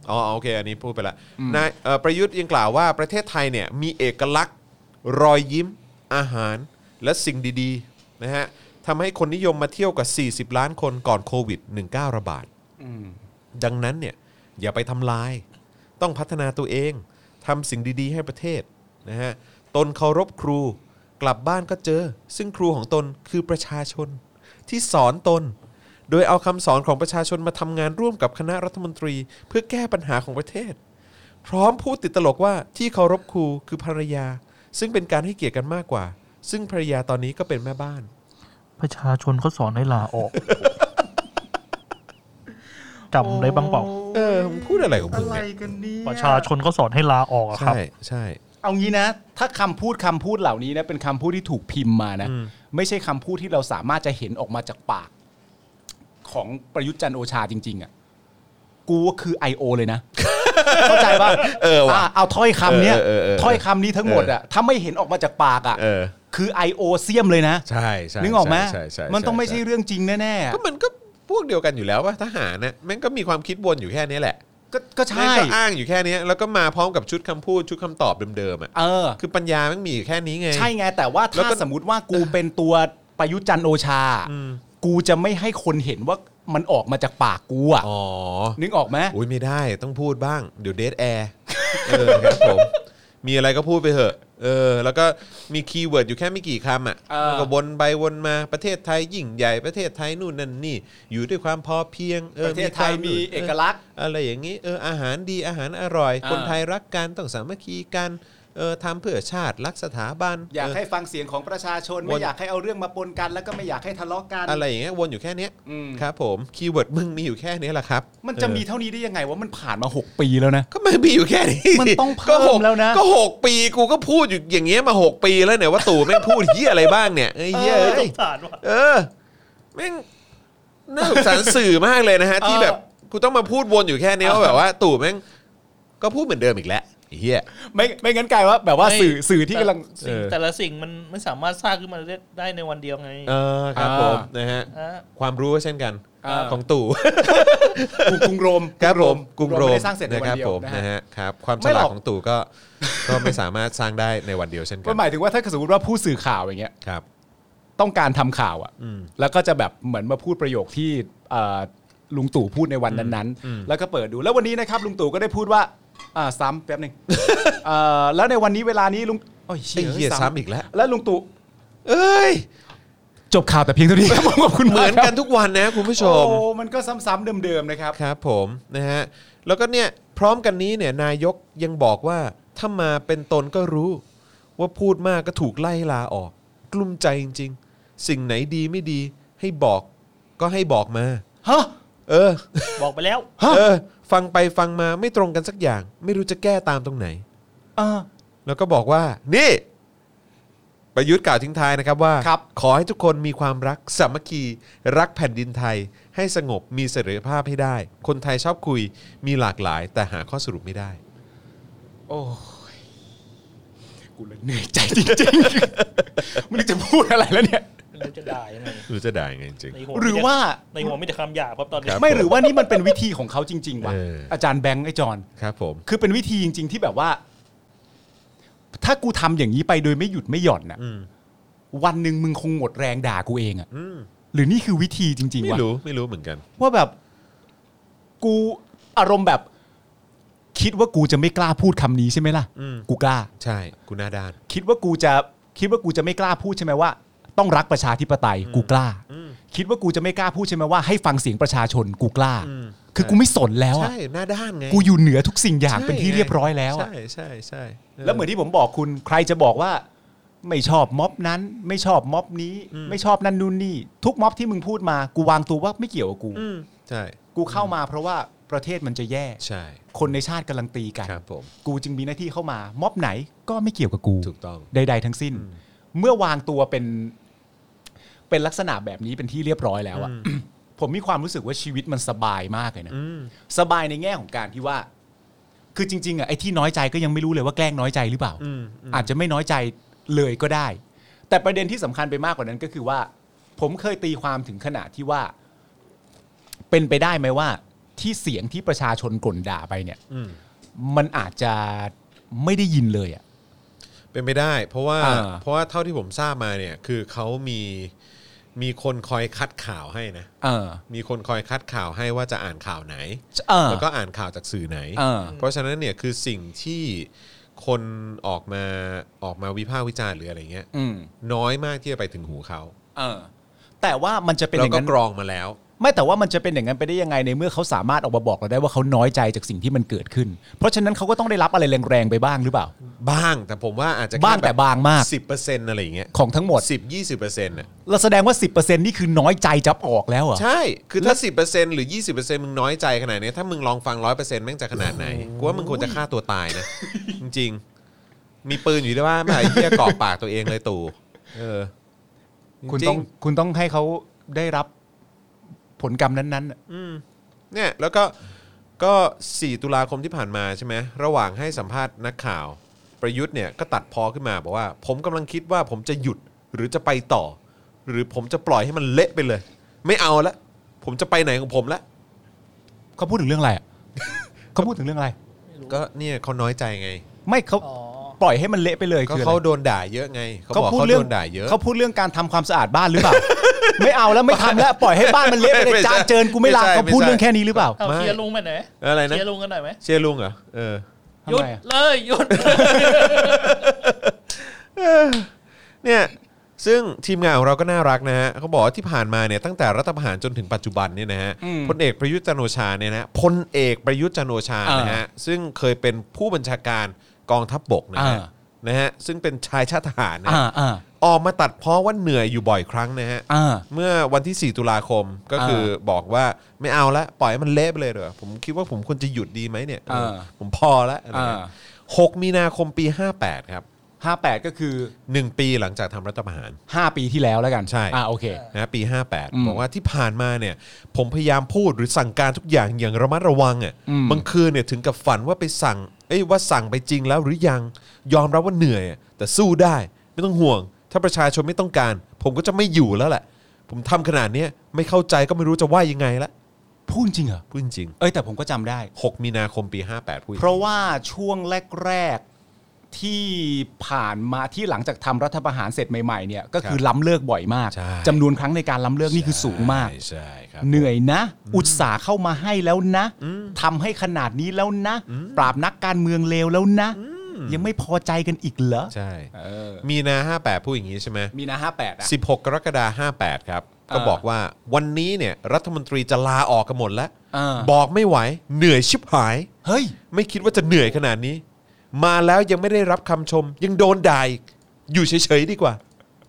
อ๋อโอเคอันนี้พูดไปละนายประยุทธ์ยังกล่าวว่าประเทศไทยเนี่ยมีเอกลักษณ์รอยยิ้มอาหารและสิ่งดีๆนะฮะทำให้คนนิยมมาเที่ยวกว่า40ล้านคนก่อนโควิด-19 ระบาดดังนั้นเนี่ยอย่าไปทำลายต้องพัฒนาตัวเองทำสิ่งดีๆให้ประเทศนะฮะตนเคารพครูกลับบ้านก็เจอซึ่งครูของตนคือประชาชนที่สอนตนโดยเอาคำสอนของประชาชนมาทำงานร่วมกับคณะรัฐมนตรีเพื่อแก้ปัญหาของประเทศพร้อมพูดติดตลกว่าที่เคารพครูคือภรรยาซึ่งเป็นการให้เกียรติกันมากกว่าซึ่งภรรยาตอนนี้ก็เป็นแม่บ้านประชาชนเขาสอนให้ลาออกจำได้บ้างเปล่ามึงพูดอะไรของมึงเนี่ยประชาชนเขาสอนให้ลาออกครับใช่เอางี้นะถ้าคำพูดเหล่านี้นะเป็นคำพูดที่ถูกพิมพ์มานะไม่ใช่คำพูดที่เราสามารถจะเห็นออกมาจากปากของประยุทธ์จันทร์โอชาจริงๆอ่ะกูก็คือ I.O. เลยนะเข้าใจป่ะเอาถ้อยคำเนี้ยถ้อยคำนี้ทั้งหมดอ่ะถ้าไม่เห็นออกมาจากปากอ่ะคือ I.O. เสียมเลยนะใช่นึกออกไหมมันต้องไม่ใช่เรื่องจริงแน่ๆก็มันก็พวกเดียวกันอยู่แล้วป่ะทหารนะแม่งก็มีความคิดวนอยู่แค่นี้แหละก็ใช่ก็อ้างอยู่แค่นี้แล้วก็มาพร้อมกับชุดคำพูดชุดคำตอบเดิมๆอ่ะคือปัญญามันมีแค่นี้ไงใช่ไงแต่ว่าถ้าสมมติว่ากูเป็นตัวประยุทธ์จันทร์โอชากูจะไม่ให้คนเห็นว่ามันออกมาจากปากกูอ่ะนึกออกไหมอุ้ยไม่ได้ต้องพูดบ้างเดี๋ยวเดทแอร์ครับผมมีอะไรก็พูดไปเถอะแล้วก็มีคีย์เวิร์ดอยู่แค่ไม่กี่คำอ่ะก็วนไปวนมาประเทศไทยยิ่งใหญ่ประเทศไทยนู่นนั่นนี่อยู่ด้วยความพอเพียงประเทศไทยมีเอกลักษณ์อะไรอย่างนี้อาหารดีอาหารอร่อยคนไทยรักกันต้องสามัคคีกันทำเพื่อชาติรักสถาบันอยากให้ฟังเสียงของประชาชนไม่อยากให้เอาเรื่องมาปนกันแล้วก็ไม่อยากให้ทะเลาะกันอะไรอย่างเงี้ยวนอยู่แค่นี้ครับผมคีย์เวิร์ดมึงมีอยู่แค่นี้แหละครับมันจะมีเท่านี้ได้ยังไงว่ามันผ่านมา6ปีแล้วนะก็มันมีอยู่แค่นี้มันต้องเพิ่มแล้วนะก็6ปีกูก็พูดอยู่อย่างเงี้ยมา6ปีแล้วเนี่ยว่าตู่แม่งพูดเหี้ยอะไรบ้างเนี่ยเหี้ยสงสารว่ะแม่งน่าสงสารสื่อมากเลยนะฮะที่แบบกูต้องมาพูดวนอยู่แค่นี้ว่าแบบว่าตู่แม่งก็พูดเหมือนเดิมอีกแล้วเฮียไม่งั้นกลายว่าแบบว่าสื่อที่กำลังแต่ละสิ่งมันไม่สามารถสร้างขึ้นมาได้ในวันเดียวไงครับผมนะฮะความรู้เช่นกันของตู่กรุงโรมครับผมกรุงโรมไม่ได้สร้างเสร็จในวันเดียวนะฮะครับความฉลาดของตู่ก็ไม่สามารถสร้างได้ในวันเดียวเช่นกันก็หมายถึงว่าถ้าสมมติว่าผู้สื่อข่าวอย่างเงี้ยครับต้องการทำข่าวอ่ะแล้วก็จะแบบเหมือนมาพูดประโยคที่ลุงตู่พูดในวันนั้นๆแล้วก็เปิดดูแล้ววันนี้นะครับลุงตู่ก็ได้พูดว่าซ้ำแป๊บนึงแล้วในวันนี้เวลานี้ลุงโอ้ยเหี้ยซ้ำอีกแล้วลุงตู่จบข่าวแต่เพียงเท่านี้ครับขอบคุณเหมือนกันทุกวันนะคุณผู้ชมโอ้มันก็ซ้ำๆเดิมๆนะครับครับผมนะฮะแล้วก็เนี่ยพร้อมกันนี้เนี่ยนายกยังบอกว่าถ้ามาเป็นตนก็รู้ว่าพูดมากก็ถูกไล่ลาออกกลุ้มใจจริงๆสิ่งไหนดีไม่ดีให้บอกก็ให้บอกมาฮะบอกไปแล้วฟังไปฟังมาไม่ตรงกันสักอย่างไม่รู้จะแก้ตามตรงไหนแล้วก็บอกว่านี่ประยุทธ์กล่าวทิ้งท้ายนะครับว่าขอให้ทุกคนมีความรักสามัคคีรักแผ่นดินไทยให้สงบมีเสรีภาพให้ได้คนไทยชอบคุยมีหลากหลายแต่หาข้อสรุปไม่ได้โอ้ยกูเลยเหนื่อยใจจริงๆไม่รู้จะพูดอะไรแล้วเนี่ยรู้จะด่ายังไงรู้จะด่ายังไงจริงหรือว่าในหัวมีแต่คำหยาบครับตอนนี้ไม่หรือว่านี่มันเป็นวิธีของเขาจริงๆวะอาจารย์แบงค์ไอ้จอนครับผมคือเป็นวิธีจริงๆที่แบบว่าถ้ากูทำอย่างนี้ไปโดยไม่หยุดไม่หย่อนน่ะวันหนึ่งมึงคงหมดแรงด่ากูเองอ่ะหรือนี่คือวิธีจริงๆวะไม่รู้เหมือนกันว่าแบบกูอารมณ์แบบคิดว่ากูจะไม่กล้าพูดคำนี้ใช่ไหมล่ะกูกล้าใช่กูหน้าด้านคิดว่ากูจะไม่กล้าพูดใช่ไหมว่าต้องรักประชาธิปไตยกูกล้าคิดว่ากูจะไม่กล้าพูดใช่ไหมว่าให้ฟังเสียงประชาชนกูกล้าคือกูไม่สนแล้วใช่หน้าด้านไงกูอยู่เหนือทุกสิ่งอย่างเป็นที่เรียบร้อยแล้วใช่แล้วเหมือนที่ผมบอกคุณใครจะบอกว่าไม่ชอบม็อบนั้นไม่ชอบม็อบนี้ไม่ชอบนั่นนู่นนี่ทุกม็อบที่มึงพูดมากูวางตัวว่าไม่เกี่ยวกับกูใช่กูเข้ามาเพราะว่าประเทศมันจะแย่ใช่คนในชาติกำลังตีกันครับผมกูจึงมีหน้าที่เข้ามาม็อบไหนก็ไม่เกี่ยวกับกูถูกต้องใดๆทั้งสิ้นเมื่อวางตัวเป็นลักษณะแบบนี้เป็นที่เรียบร้อยแล้วอะผมมีความรู้สึกว่าชีวิตมันสบายมากเลยนะสบายในแง่ของการที่ว่าคือจริงๆอะไอ้ที่น้อยใจก็ยังไม่รู้เลยว่าแกล้งน้อยใจหรือเปล่าอาจจะไม่น้อยใจเลยก็ได้แต่ประเด็นที่สำคัญไปมากกว่านั้นก็คือว่าผมเคยตีความถึงขนาดที่ว่าเป็นไปได้ไหมว่าที่เสียงที่ประชาชนกล่นด่าไปเนี่ยมันอาจจะไม่ได้ยินเลยอ่ะเป็นไม่ได้เพราะว่าเท่าที่ผมทราบมาเนี่ยคือเขามีคนคอยคัดข่าวให้นะมีคนคอยคัดข่าวให้ว่าจะอ่านข่าวไหนแล้วก็อ่านข่าวจากสื่อไหนเพราะฉะนั้นเนี่ยคือสิ่งที่คนออกมาวิพากษ์วิจารณ์หรืออะไรเงี้ยน้อยมากที่จะไปถึงหูเขาแต่ว่ามันจะเป็นอย่างนั้นเราก็กรองมาแล้วไม่แต่ว่ามันจะเป็นอย่างนั้นไปได้ยังไงในเมื่อเขาสามารถออกมาบอกเราได้ว่าเขาน้อยใจจากสิ่งที่มันเกิดขึ้นเพราะฉะนั้นเขาก็ต้องได้รับอะไรแรงๆไปบ้างหรือเปล่าบ้างแต่ผมว่าอาจจะบ้างแต่บางมาก 10% อะไรอย่างเงี้ยของทั้งหมด 10-20% น่ะเราแสดงว่า 10% นี่คือน้อยใจจับออกแล้วเหรอใช่คือถ้า 10% หรือ 20% มึงน้อยใจขนาดนี้ถ้ามึงลองฟัง 100% แม่งจะขนาดไหนกูว่ามึงควรจะฆ่าตัวตายนะจริงๆมีปืนอยู่ด้วยว่าไม่ไอ้เหี้ยกรอกปากตัวเองเลยตู่คุณต้องให้เขาได้รับผลกรรมนั้นๆเนี่ยแล้วก็4ตุลาคมที่ผ่านมาใช่ไหมระหว่างให้สัมภาษณ์นักข่าวประยุทธ์เนี่ยก็ตัดพ้อขึ้นมาบอกว่าผมกำลังคิดว่าผมจะหยุดหรือจะไปต่อหรือผมจะปล่อยให้มันเละไปเลยไม่เอาละผมจะไปไหนของผมละเขาพูดถึงเรื่องอะไรเขาพูดถึงเรื่องอะไรก็เนี่ยเขาน้อยใจไงไม่เขาปล่อยให้มันเละไปเลยคือเขาโดนด่าเยอะไงเขาบอกเขาโดนด่าเยอะเขาพูดเรื่องการทำความสะอาดบ้านหรือเปล่าไม่เอาแล้วไม่ทำแล้วปล่อยให้บ้านมันเละไปเลยจานเจิญกูไม่รักเขาพูดเรื่องแค่นี้หรือเปล่าเชียร์ลุงไปไหนอะไรนะเชียร์ลุงกันหน่อยไหมเชียร์ลุงเหรอหยุดเลยหยุดเนี่ยซึ่งทีมงานของเราก็น่ารักนะฮะเขาบอกว่าที่ผ่านมาเนี่ยตั้งแต่รัฐประหารจนถึงปัจจุบันเนี่ยนะฮะพลเอกประยุทธ์จันทร์โอชาเนี่ยนะพลเอกประยุทธ์จันทร์โอชานะฮะซึ่งเคยเป็นผู้บัญชาการกองทัพบกนะฮะซึ่งเป็นชายชาติทหารนะออกมาตัดพ้อว่าเหนื่อยอยู่บ่อยครั้งนะฮะเมื่อวันที่4ตุลาคมก็คือบอกว่าไม่เอาละปล่อยให้มันเละไปเลยเถอะผมคิดว่าผมควรจะหยุดดีไหมเนี่ยผมพอแล้ว6 มีนาคมปี58ครับ 58ก็คือ 1 ปีหลังจากทำรัฐประหาร 5 ปีที่แล้วแล้วกันใช่โอเคนะปี58บอกว่าที่ผ่านมาเนี่ยผมพยายามพูดหรือสั่งการทุกอย่างระมัดระวังอ่ะบางคืนเนี่ยถึงกับฝันว่าไปสั่งว่าสั่งไปจริงแล้วหรือยังยอมรับว่าเหนื่อยแต่สู้ได้ไม่ต้องห่วงถ้าประชาชนไม่ต้องการผมก็จะไม่อยู่แล้วแหละผมทำขนาดนี้ไม่เข้าใจก็ไม่รู้จะว่ายังไงละพูดจริงเหรอพูดจริงแต่ผมก็จำได้ 6 มีนาคมปี58พูดเพราะว่าช่วงแรกที่ผ่านมาที่หลังจากทำรัฐประหารเสร็จใหม่ๆเนี่ยก็คือล้ำเลิกบ่อยมากจำนวนครั้งในการล้ำเลิกนี่คือสูงมากเหนื่อยนะอุตสาห์เข้ามาให้แล้วนะทำให้ขนาดนี้แล้วนะปราบนักการเมืองเลวแล้วนะยังไม่พอใจกันอีกเหรอใช่มีนา58พูดอย่างนี้ใช่ไหมมีนา58 16 กรกฎาคม58ครับก็บอกว่าวันนี้เนี่ยรัฐมนตรีจะลาออกกันหมดแล้วบอกไม่ไหวเหนื่อยชิบหายเฮ้ยไม่คิดว่าจะเหนื่อยขนาดนี้มาแล้วยังไม่ได้รับคำชมยังโดนด่าอยู่เฉยๆดีกว่า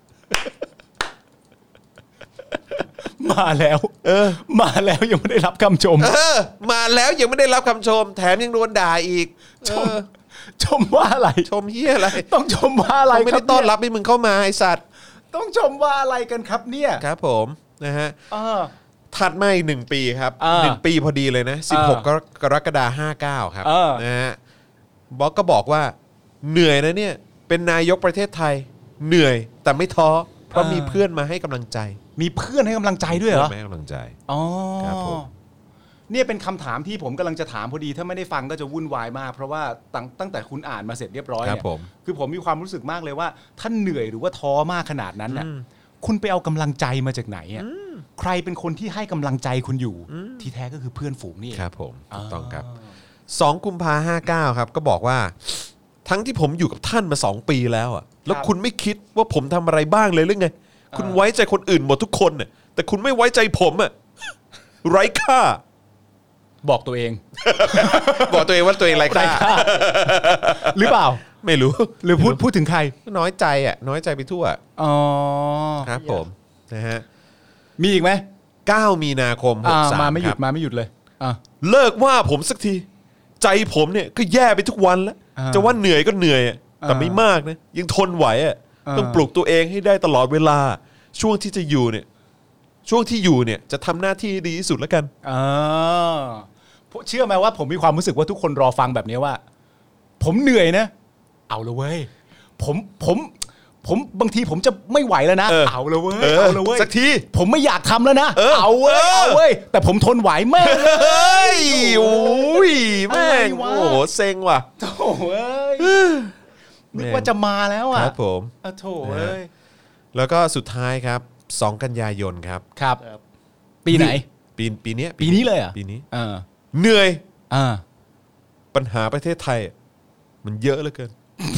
มาแล้วมาแล้วยังไม่ได้รับคำชมมาแล้วยังไม่ได้รับคำชมแถมยังโดนด่าอีกชมว่าอะไรชมเหี้ยอะไรต้องชมว่าอะไรไม่ได้ต้อนรับให้มึงเข้ามาไอ้สัตว์ต้องชมว่าอะไรกันครับเนี่ยครับผมนะฮะถัดมาอีก1 ปีครับ1 ปีพอดีเลยนะ16 กรกฎาคม59ครับนะฮะบอกก็บอกว่าเหนื่อยนะเนี่ยเป็นนายกประเทศไทยเหนื่อยแต่ไม่ท้อเพราะมีเพื่อนมาให้กำลังใจมีเพื่อนให้กำลังใจด้วยเหรอให้กำลังใจครับผมเนี่ยเป็นคำถามที่ผมกำลังจะถามพอดีถ้าไม่ได้ฟังก็จะวุ่นวายมากเพราะว่าตั้งแต่คุณอ่านมาเสร็จเรียบร้อยเนี่ยคือผมมีความรู้สึกมากเลยว่าท่านเหนื่อยหรือว่าท้อมากขนาดนั้นน่ะคุณไปเอากำลังใจมาจากไหนอ่ะใครเป็นคนที่ให้กำลังใจคุณอยู่ที่แท้ก็คือเพื่อนฝูงนี่ครับผมถูกต้องครับ2 กุมภาพันธ์59ครับก็บอกว่าทั้งที่ผมอยู่กับท่านมา2 ปีแล้วอ่ะแล้วคุณไม่คิดว่าผมทำอะไรบ้างเลยหรือไงคุณไว้ใจคนอื่นหมดทุกคนน่ะแต่คุณไม่ไว้ใจผมอ่ะไร้ค่าบอกตัวเองบอกตัวเองว่าตัวเองไร้ค่าหรือเปล่าไม่รู้หรือพูดถึงใครน้อยใจอ่ะน้อยใจไปทั่วครับผมนะฮะมีอีกไหม 9 มีนาคม63 มาไม่หยุดเลยเลิกว่าผมสักทีใจผมเนี่ยก็แย่ไปทุกวันแล้วจะว่าเหนื่อยก็เหนื่อยแต่ไม่มากนะยังทนไหวอ่ะต้องปลุกตัวเองให้ได้ตลอดเวลาช่วงที่อยู่เนี่ยจะทำหน้าที่ดีที่สุดแล้วกันเชื่อไหมว่าผมมีความรู้สึกว่าทุกคนรอฟังแบบนี้ว่าผมเหนื่อยนะเอาละเว้ยบางทีผมจะไม่ไหวแล้วนะเอาเลยเว้ยเอาเลยเว้ยสักทีผมไม่อยากทำแล้วนะเอาเว้ยแต่ผมทนไหวแม่งเลยโอ้ยแม่งโอ้โหเซ็งว่ะโถ่เอ้ยนึกว่าจะมาแล้วอ่ะครับผมโถ่เอ้ยแล้วก็สุดท้ายครับ2กันยายนครับปีไหนปีนี้เลยอ่ะปีนี้เหนื่อยปัญหาประเทศไทยมันเยอะเหลือเกิน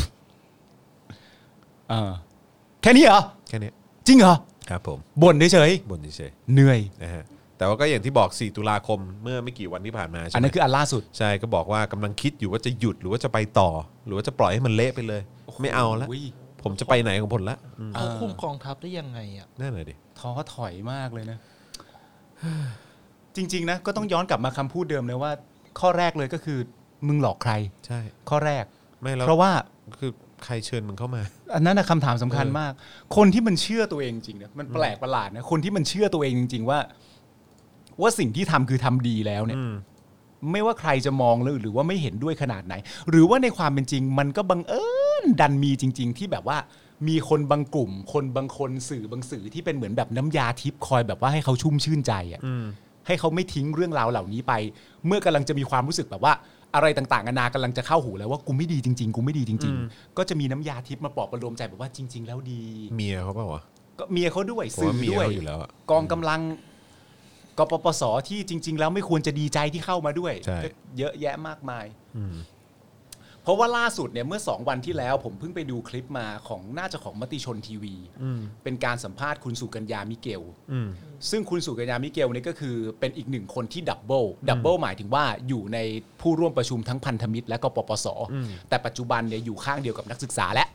แค่นี้เหรอแค่นี้จริงเหรอครับผมบ่นเฉยเหนื่อยนะฮะแต่ว่าก็อย่างที่บอก4ตุลาคมเมื่อไม่กี่วันที่ผ่านมาอันนั้นคืออันล่าสุดใช่ก็บอกว่ากำลังคิดอยู่ว่าจะหยุดหรือว่าจะไปต่อหรือว่าจะปล่อยให้มันเละไปเลยไม่เอาละผมจะไปไหนของผมละเขาคุมกองทัพได้ยังไงอ่ะนั่นเลยดิท้อถอยมากเลยนะจริงๆนะก็ต้องย้อนกลับมาคำพูดเดิมเลยว่าข้อแรกเลยก็คือมึงหลอกใครใช่ข้อแรกไม่เพราะว่าคือใครเชิญมึงเข้ามาอันนั้นนะคำถามสำคัญมากคนที่มันเชื่อตัวเองจริงเนี่ยมันแปลกประหลาดนะคนที่มันเชื่อตัวเองจริงๆว่าสิ่งที่ทำคือทำดีแล้วเนี่ยไม่ว่าใครจะมองหรือว่าไม่เห็นด้วยขนาดไหนหรือว่าในความเป็นจริงมันก็บังเอิญดันมีจริงๆที่แบบว่ามีคนบางกลุ่มคนบางคนสื่อบางสื่อที่เป็นเหมือนแบบน้ำยาทิพย์คอยแบบว่าให้เขาชุ่มชื่นใจอ่ะให้เขาไม่ทิ้งเรื่องราวเหล่านี้ไปเมื่อกำลังจะมีความรู้สึกแบบว่าอะไรต่างๆนานากำลังจะเข้าหูแล้วว่ากูไม่ดีจริงๆกูไม่ดีจริงๆก็จะมีน้ำยาทิพย์มาปลอบประโลมใจแบบว่าจริงๆแล้วดีเมียเขาเปล่าวะก็เมียเขาด้วยสื่อด้วยกองกำลังกปปสที่จริงๆแล้วไม่ควรจะดีใจที่เข้ามาด้วยเยอะแยะมากมายเพราะว่าล่าสุดเนี่ยเมื่อ2วันที่แล้วผมเพิ่งไปดูคลิปมาของน่าจะของมติชนทีวีเป็นการสัมภาษณ์คุณสุกัญญามิเกลซึ่งคุณสุกัญญามิเกลนี่ก็คือเป็นอีกหนึ่งคนที่ดับเบิลหมายถึงว่าอยู่ในผู้ร่วมประชุมทั้งพันธมิตรและก็ปปสแต่ปัจจุบันเนี่ยอยู่ข้างเดียวกับนักศึกษาแล้ว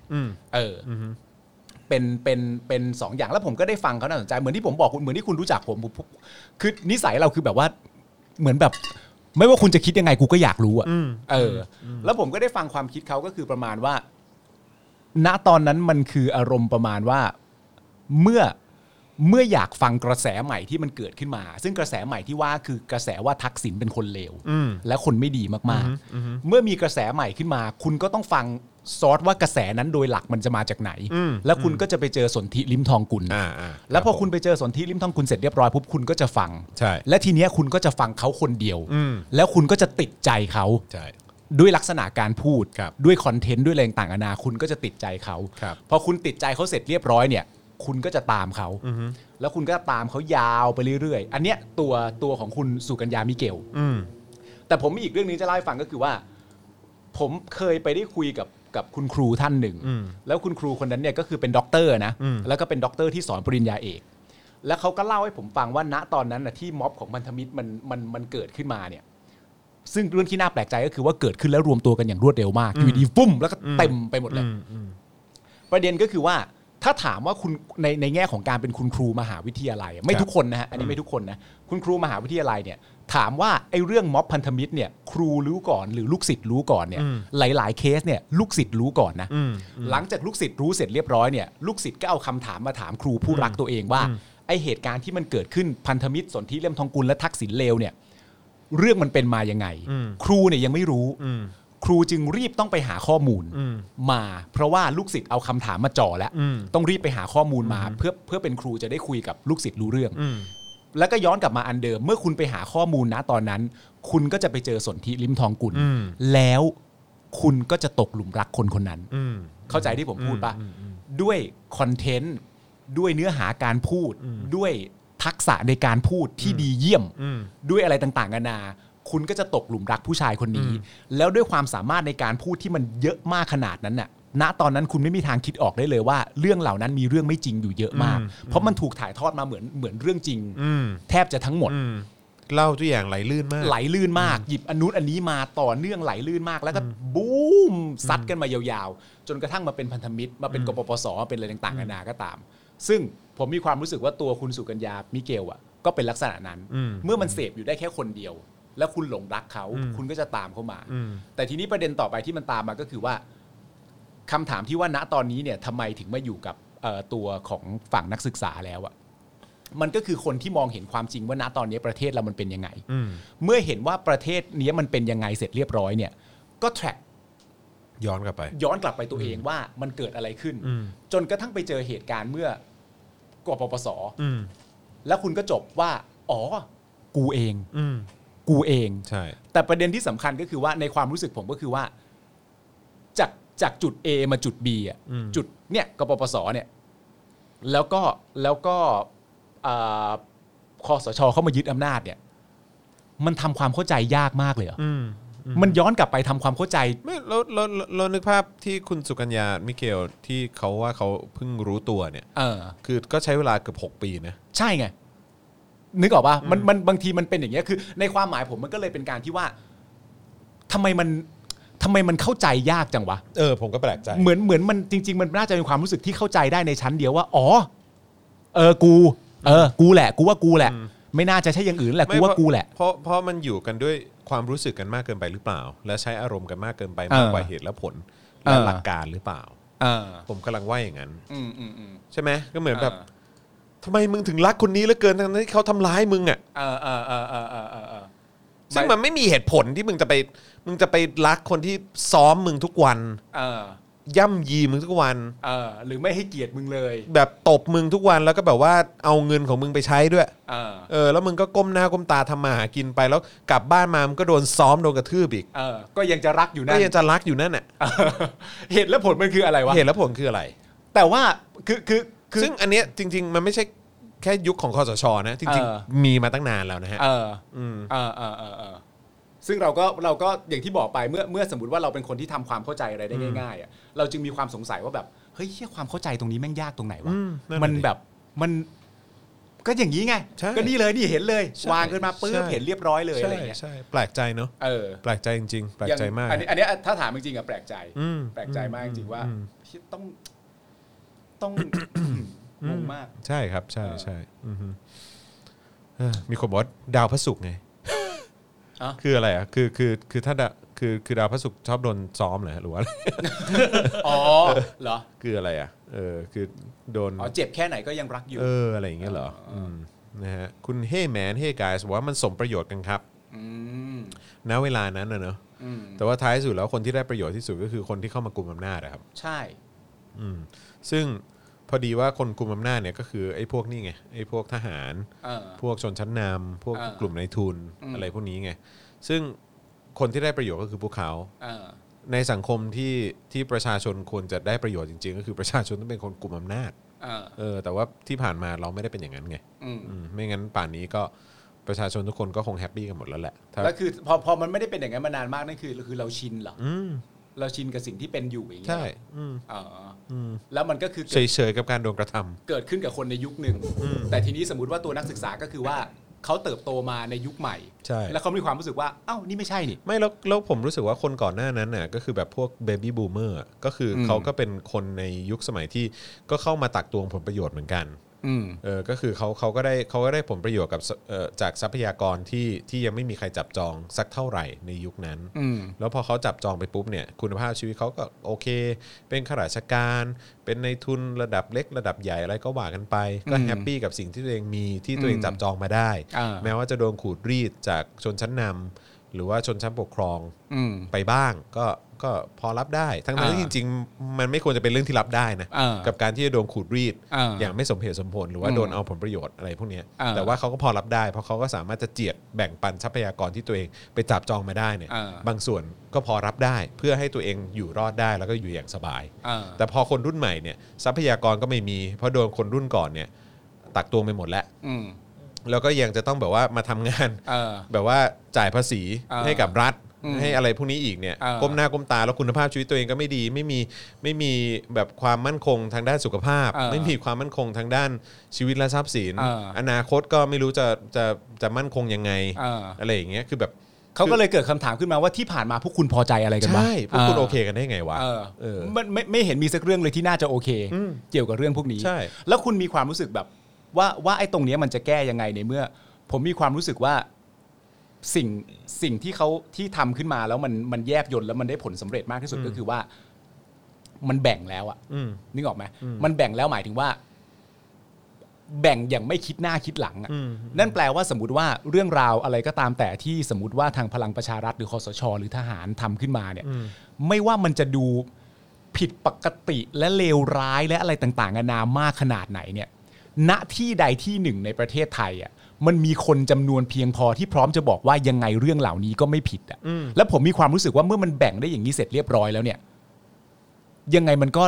เป็น2 อย่างแล้วผมก็ได้ฟังเขาน่าสนใจเหมือนที่ผมบอกเหมือนที่คุณรู้จักผมคือนิสัยเราคือแบบว่าเหมือนแบบไม่ว่าคุณจะคิดยังไงกูก็อยากรู้อ่ะแล้วผมก็ได้ฟังความคิดเขาก็คือประมาณว่าณตอนนั้นมันคืออารมณ์ประมาณว่าเมื่ออยากฟังกระแสใหม่ที่มันเกิดขึ้นมาซึ่งกระแสใหม่ที่ว่าคือกระแสว่าทักษิณเป็นคนเลวและคนไม่ดีมากๆเมื่อมีกระแสใหม่ขึ้นมาคุณก็ต้องฟังซอสว่ากระแสนั้นโดยหลักมันจะมาจากไหนแล้วคุณก็จะไปเจอสนธิลิ้มทองกุลแล้วพอคุณไปเจอสนธิลิ้มทองกุลเสร็จเรียบร้อยปุ๊บคุณก็จะฟังและทีเนี้ยคุณก็จะฟังเขาคนเดียวแล้วคุณก็จะติดใจเขาด้วยลักษณะการพูดด้วยคอนเทนต์ด้วยแรงต่างๆนานาคุณก็จะติดใจเขาพอคุณติดใจเขาเสร็จเรียบร้อยเนี่ยคุณก็จะตามเขาแล้วคุณก็ตามเขายาวไปเรื่อยๆอันเนี้ยตัวของคุณสุกัญญามิเกลแต่ผมมีอีกเรื่องนึงจะเล่าให้ฟังก็คือว่าผมเคยไปได้คุยกับคุณครูท่านหนึ่งแล้วคุณครูคนนั้นเนี่ยก็คือเป็นด็อกเตอร์นะแล้วก็เป็นด็อกเตอร์ที่สอนปริญญาเอกแล้วเขาก็เล่าให้ผมฟังว่าณตอนนั้นนะที่ม็อบของพันธมิตรมันเกิดขึ้นมาเนี่ยซึ่งเรื่องที่น่าแปลกใจก็คือว่าเกิดขึ้นแล้วรวมตัวกันอย่างรวดเร็วมากอยู่ดีฟุ่มแล้วก็เต็มไปหมดเลยประเด็นก็คือว่าถ้าถามว่าคุณในแง่ของการเป็นคุณครูมหาวิทยาลัยไม่ทุกคนนะฮะอันนี้ไม่ทุกคนนะคุณครูมหาวิทยาลัยเนี่ยถามว่าไอ้เรื่องม็อบพันธมิตรเนี่ยครูรู้ก่อนหรือลูกศิษย์รู้ก่อนเนี่ยหลายๆเคสเนี่ยลูกศิษย์รู้ก่อนนะหลังจากลูกศิษย์รู้เสร็จเรียบร้อยเนี่ยลูกศิษย์ก็เอาคำถามมาถามครูผู้รักตัวเองว่าไอ้เหตุการณ์ที่มันเกิดขึ้นพันธมิตรสนธิเลี่ยมทองกุลและทักษิณเลวเนี่ยเรื่องมันเป็นมายังไงครูเนี่ยยังไม่รู้ครูจึงรีบต้องไปหาข้อมูลมาเพราะว่าลูกศิษย์เอาคำถามมาจ่อแล้วต้องรีบไปหาข้อมูลมาเพื่อเป็นครูจะได้คุยกับลูกศิษย์รู้เรื่องแล้วก็ย้อนกลับมาอันเดิมเมื่อคุณไปหาข้อมูลนะตอนนั้นคุณก็จะไปเจอสนธิลิ้มทองกุลแล้วคุณก็จะตกหลุมรักคนคนนั้นเข้าใจที่ผมพูดปะด้วยคอนเทนต์ด้วยเนื้อหาการพูดด้วยทักษะในการพูดที่ดีเยี่ยมด้วยอะไรต่างๆนานาคุณก็จะตกหลุมรักผู้ชายคนนี้แล้วด้วยความสามารถในการพูดที่มันเยอะมากขนาดนั้นน่ะณตอนนั้นคุณไม่มีทางคิดออกได้เลยว่าเรื่องเหล่านั้นมีเรื่องไม่จริงอยู่เยอะมากเพราะมันถูกถ่ายทอดมาเหมือนเรื่องจริงแทบจะทั้งหมดเล่าตัวอย่างไหลลื่นมากหยิบอันนู้นอันนี้มาต่อเนื่องไหลลื่นมากแล้วก็บูมซัดกันมายาวๆจนกระทั่งมาเป็นพันธมิตรมาเป็นกปปสเป็นอะไรต่างๆนานาก็ตามซึ่งผมมีความรู้สึกว่าตัวคุณสุกัญญามิเกลอ่ะก็เป็นลักษณะนั้นเมื่อมันเสพอยู่ได้แค่คนเดียวแล้วคุณหลงรักเขาคุณก็จะตามเขามาแต่ทีนี้ประเด็นต่อไปที่มันตามมาก็คือว่าคำถามที่ว่าณตอนนี้เนี่ยทำไมถึงมาอยู่กับตัวของฝั่งนักศึกษาแล้วอะมันก็คือคนที่มองเห็นความจริงว่าณตอนนี้ประเทศเรามันเป็นยังไงเมื่อเห็นว่าประเทศนี้มันเป็นยังไงเสร็จเรียบร้อยเนี่ยก็แทร็กย้อนกลับไปตัวเองว่ามันเกิดอะไรขึ้นจนกระทั่งไปเจอเหตุการณ์เมื่อกปปสแล้วคุณก็จบว่าอ๋อกูเองใช่แต่ประเด็นที่สำคัญก็คือว่าในความรู้สึกผมก็คือว่าจากจุด A มาจุด B อ่ะจุดเนี่ยกปปสเนี่ยแล้วก็คสช.เข้ามายึดอำนาจเนี่ยมันทำความเข้าใจยากมากเลยเหรอมันย้อนกลับไปทำความเข้าใจไม่เรานึกภาพที่คุณสุกัญญามิเกลที่เขาว่าเขาเพิ่งรู้ตัวเนี่ยคือก็ใช้เวลาเกือบ6 ปีนะใช่ไงนึกออกป่ะมันบางทีมันเป็นอย่างเงี้ยคือในความหมายผมมันก็เลยเป็นการที่ว่าทำไมมันเข้าใจยากจังวะผมก็แปลกใจเหมือนมันจริงๆมันน่าจะเป็นความรู้สึกที่เข้าใจได้ในชั้นเดียวว่าอ๋อกูแหละกูว่ากูแหละไม่น่าจะใช่อย่างอื่นแหละกูว่ากูแหละเพราะมันอยู่กันด้วยความรู้สึกกันมากเกินไปหรือเปล่าและใช้อารมณ์กันมากเกินไปมากกว่าเหตุและผลและหลักการหรือเปล่าผมกำลังว่าอย่างนั้นใช่ไหมก็เหมือนแบบทำไมมึงถึงรักคนนี้เหลือเกินทั้งที่เขาทำร้ายมึงอ่ะซึ่งมันไม่มีเหตุผลที่มึงจะไปรักคนที่ซ้อมมึงทุกวันย่ำยีมึงทุกวันหรือไม่ให้เกียรติมึงเลยแบบตบมึงทุกวันแล้วก็แบบว่าเอาเงินของมึงไปใช้ด้วยแล้วมึงก็ก้มหน้าก้มตาทำมาหากินไปแล้วกลับบ้านมามึงก็โดนซ้อมโดนกระทืบอีกก็ยังจะรักอยู่นั่นก็ยังจะรักอยู่นั่นน่ะเหตุและผลมันคืออะไรวะเหตุและผลคืออะไรแต่ว่าคือซึ่งอันเนี้ยจริงๆมันไม่ใช่แค่ยุคของคสช.นะจริงๆมีมาตั้งนานแล้วนะฮะซึ่งเราก็อย่างที่บอกไปเมื่อสมมติว่าเราเป็นคนที่ทำความเข้าใจอะไรได้ง่ายๆอ่ะเราจึงมีความสงสัยว่าแบบเฮ้ยความเข้าใจตรงนี้แม่งยากตรงไหนวะมันแบบมันก็อย่างนี้ไงก็นี่เลยนี่เห็นเลยวางขึ้นมาปึ๊บเห็นเรียบร้อยเลยอะไรเงี้ยใช่แปลกใจเนาะแปลกใจจริงๆแปลกใจมากอันนี้ถ้าถามจริงๆอะแปลกใจมากจริงว่าต้องงงมากใช่ครับใช่มีคนบอกว่าดาวพระศุกร์ไงคืออะไรอ่ะคือถ้าคือดาวพระศุกร์ชอบโดนซ้อมเหรอหรือว่าอ๋อเหรอคืออะไรอ่ะคือโดนเจ็บแค่ไหนก็ยังรักอยู่อะไรอย่างเงี้ยเหรอนะฮะคุณเฮ้แมนเฮ้กายบอกว่ามันสมประโยชน์กันครับณเวลานั้นนะเนอะแต่ว่าท้ายสุดแล้วคนที่ได้ประโยชน์ที่สุดก็คือคนที่เข้ามากุมอำนาจครับใช่ซึ่งพอดีว่าคนกุมอำนาจเนี่ยก็คือไอ้พวกนี่ไงไอ้พวกทหารพวกชนชั้นนำพวกกลุ่มนายทุนอะไรพวกนี้ไงซึ่งคนที่ได้ประโยชน์ก็คือพวกเขาในสังคมที่ประชาชนควรจะได้ประโยชน์จริงๆก็คือประชาชนต้องเป็นคนกุมอำนาจแต่ว่าที่ผ่านมาเราไม่ได้เป็นอย่างนั้นไงไม่งั้นป่านนี้ก็ประชาชนทุกคนก็คงแฮปปี้กันหมดแล้วแหละแล้วคือพอมันไม่ได้เป็นอย่างนั้นมานานมากนั่นคือเราชินเหรอเราชินกับสิ่งที่เป็นอยู่อย่างเงี้ยใช่แล้วมันก็คือเฉยๆกับการโดนกระทำเกิดขึ้นกับคนในยุคหนึ่งแต่ทีนี้สมมติว่าตัวนักศึกษาก็คือว่าเขาเติบโตมาในยุคใหม่แล้วเขามีความรู้สึกว่าเอ้านี่ไม่ใช่นี่ไม่แล้วผมรู้สึกว่าคนก่อนหน้านั้นน่ะก็คือแบบพวกเบบี้บูมเมอร์ก็คือเขาก็เป็นคนในยุคสมัยที่ก็เข้ามาตักตวงผลประโยชน์เหมือนกันก็คือเขาก็ได้ผลประโยชน์กับจากทรัพยากรที่ยังไม่มีใครจับจองสักเท่าไหร่ในยุคนั้นแล้วพอเขาจับจองไปปุ๊บเนี่ยคุณภาพชีวิตเขาก็โอเคเป็นข้าราชการเป็นในทุนระดับเล็กระดับใหญ่อะไรก็ว่ากันไปก็แฮปปี้กับสิ่งที่ตัวเองมีที่ตัวเองจับจองมาได้แม้ว่าจะโดนขูดรีดจากชนชั้นนำหรือว่าชนชั้นปกครองไปบ้างก็พอรับได้ทั้งนั้นจริงๆมันไม่ควรจะเป็นเรื่องที่รับได้นะกับการที่จะโดนขูดรีดอย่างไม่สมเหตุสมผลหรือว่าโดนเอาผลประโยชน์อะไรพวกนี้แต่ว่าเขาก็พอรับได้เพราะเขาก็สามารถจะเจียดแบ่งปันทรัพยากรที่ตัวเองไปจับจองมาได้เนี่ยบางส่วนก็พอรับได้เพื่อให้ตัวเองอยู่รอดได้แล้วก็อยู่อย่างสบายแต่พอคนรุ่นใหม่เนี่ยทรัพยากรก็ไม่มีเพราะโดนคนรุ่นก่อนเนี่ยตักตวงไปหมดแล้วแล้วก็ยังจะต้องแบบว่ามาทำงานแบบว่าจ่ายภาษีให้กับรัฐให้อะไรพวกนี้อีกเนี่ยก้มหน้าก้มตาแล้วคุณภาพชีวิตตัวเองก็ไม่ดีไม่มีแบบความมั่นคงทางด้านสุขภาพไม่มีความมั่นคงทางด้านชีวิตและทรัพย์สินอนาคตก็ไม่รู้จะมั่นคงยังไงอะไรอย่างเงี้ยคือแบบเขาก็เลยเกิดคำถามขึ้นมาว่าที่ผ่านมาพวกคุณพอใจอะไรกันบ้างใช่พวกคุณโอเคกันได้ไงวะมันไม่เห็นมีสักเรื่องเลยที่น่าจะโอเคเกี่ยวกับเรื่องพวกนี้แล้วคุณมีความรู้สึกแบบว่าไอ้ตรงนี้มันจะแก้ยังไงในเมื่อผมมีความรู้สึกว่าสิ่งที่เขาที่ทำขึ้นมาแล้วมันแยบยลแล้วมันได้ผลสำเร็จมากที่สุดก็คือว่ามันแบ่งแล้วอ่ะนึกออกไหมมันแบ่งแล้วหมายถึงว่าแบ่งอย่างไม่คิดหน้าคิดหลังอ่ะนั่นแปลว่าสมมติว่าเรื่องราวอะไรก็ตามแต่ที่สมมติว่าทางพลังประชารัฐหรือคสช.หรือทหารทำขึ้นมาเนี่ยไม่ว่ามันจะดูผิดปกติและเลวร้ายและอะไรต่างๆนานามากขนาดไหนเนี่ยณที่ใดที่หนึ่งในประเทศไทยอ่ะมันมีคนจำนวนเพียงพอที่พร้อมจะบอกว่ายังไงเรื่องเหล่านี้ก็ไม่ผิดอ่ะแล้วผมมีความรู้สึกว่าเมื่อมันแบ่งได้อย่างนี้เสร็จเรียบร้อยแล้วเนี่ยยังไงมันก็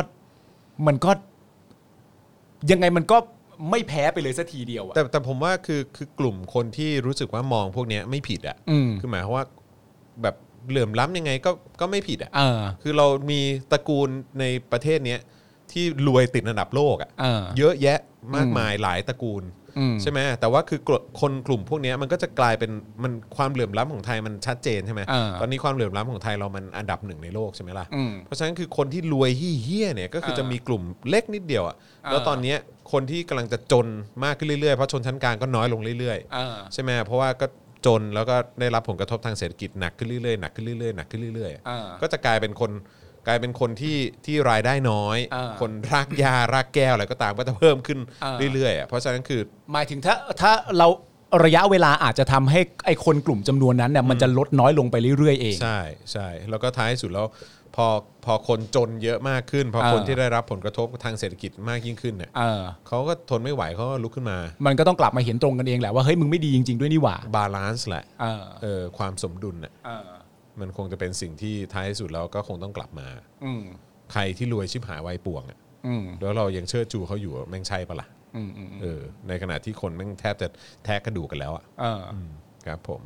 ยังไงมันก็ไม่แพ้ไปเลยสักทีเดียวอ่ะแต่ผมว่าคือกลุ่มคนที่รู้สึกว่ามองพวกนี้ไม่ผิดอ่ะคือหมายความว่าแบบเหลื่อมล้ำยังไงก็ไม่ผิดอ่ะคือเรามีตระกูลในประเทศนี้ที่รวยติดอันดับโลกอ่ะเยอะแยะมากมายหลายตระกูลใช่ไหมแต่ว่าคือคนกลุ่มพวกนี้มันก็จะกลายเป็นมันความเหลื่อมล้ำของไทยมันชัดเจนใช่ไหมตอนนี้ความเหลื่อมล้ำของไทยเรามันอันดับ1ในโลกใช่ไหมล่ะเพราะฉะนั้นคือคนที่รวยเหี้ยเนี่ยก็คือจะมีกลุ่มเล็กนิดเดียวอ่ะแล้วตอนนี้คนที่กำลังจะจนมากขึ้นเรื่อยๆเพราะชนชั้นกลางก็น้อยลงเรื่อยๆใช่ไหมเพราะว่าก็จนแล้วก็ได้รับผลกระทบทางเศรษฐกิจหนักขึ้นเรื่อยๆหนักขึ้นเรื่อยๆหนักขึ้นเรื่อยๆก็จะกลายเป็นคนที่รายได้น้อยคนรากหญ้ารากแก้วอะไรก็ตามก็จะเพิ่มขึ้นเรื่อยๆเพราะฉะนั้นคือหมายถึงถ้าเราระยะเวลาอาจจะทำให้ไอ้คนกลุ่มจำนวนนั้นเนี่ยมันจะลดน้อยลงไปเรื่อยๆเองใช่ใช่แล้วก็ท้ายสุดแล้วพอคนจนเยอะมากขึ้นพอคนที่ได้รับผลกระทบทางเศรษฐกิจมากยิ่งขึ้นเนี่ยเขาก็ทนไม่ไหวเขาก็ลุกขึ้นมามันก็ต้องกลับมาเห็นตรงกันเองแหละว่าเฮ้ยมึงไม่ดีจริงๆด้วยนี่หว่าบาลานซ์แหละความสมดุลเนี่ยมันคงจะเป็นสิ่งที่ท้ายสุดแล้วก็คงต้องกลับมาใครที่รวยชิบหายไวป่วงอ่ะแล้วเรายังเชิดชูเขาอยู่แม่งใช่ปะล่ะในขณะที่คนแม่งแทบจะแทะกระดูกกันแล้วอ่ะครับผม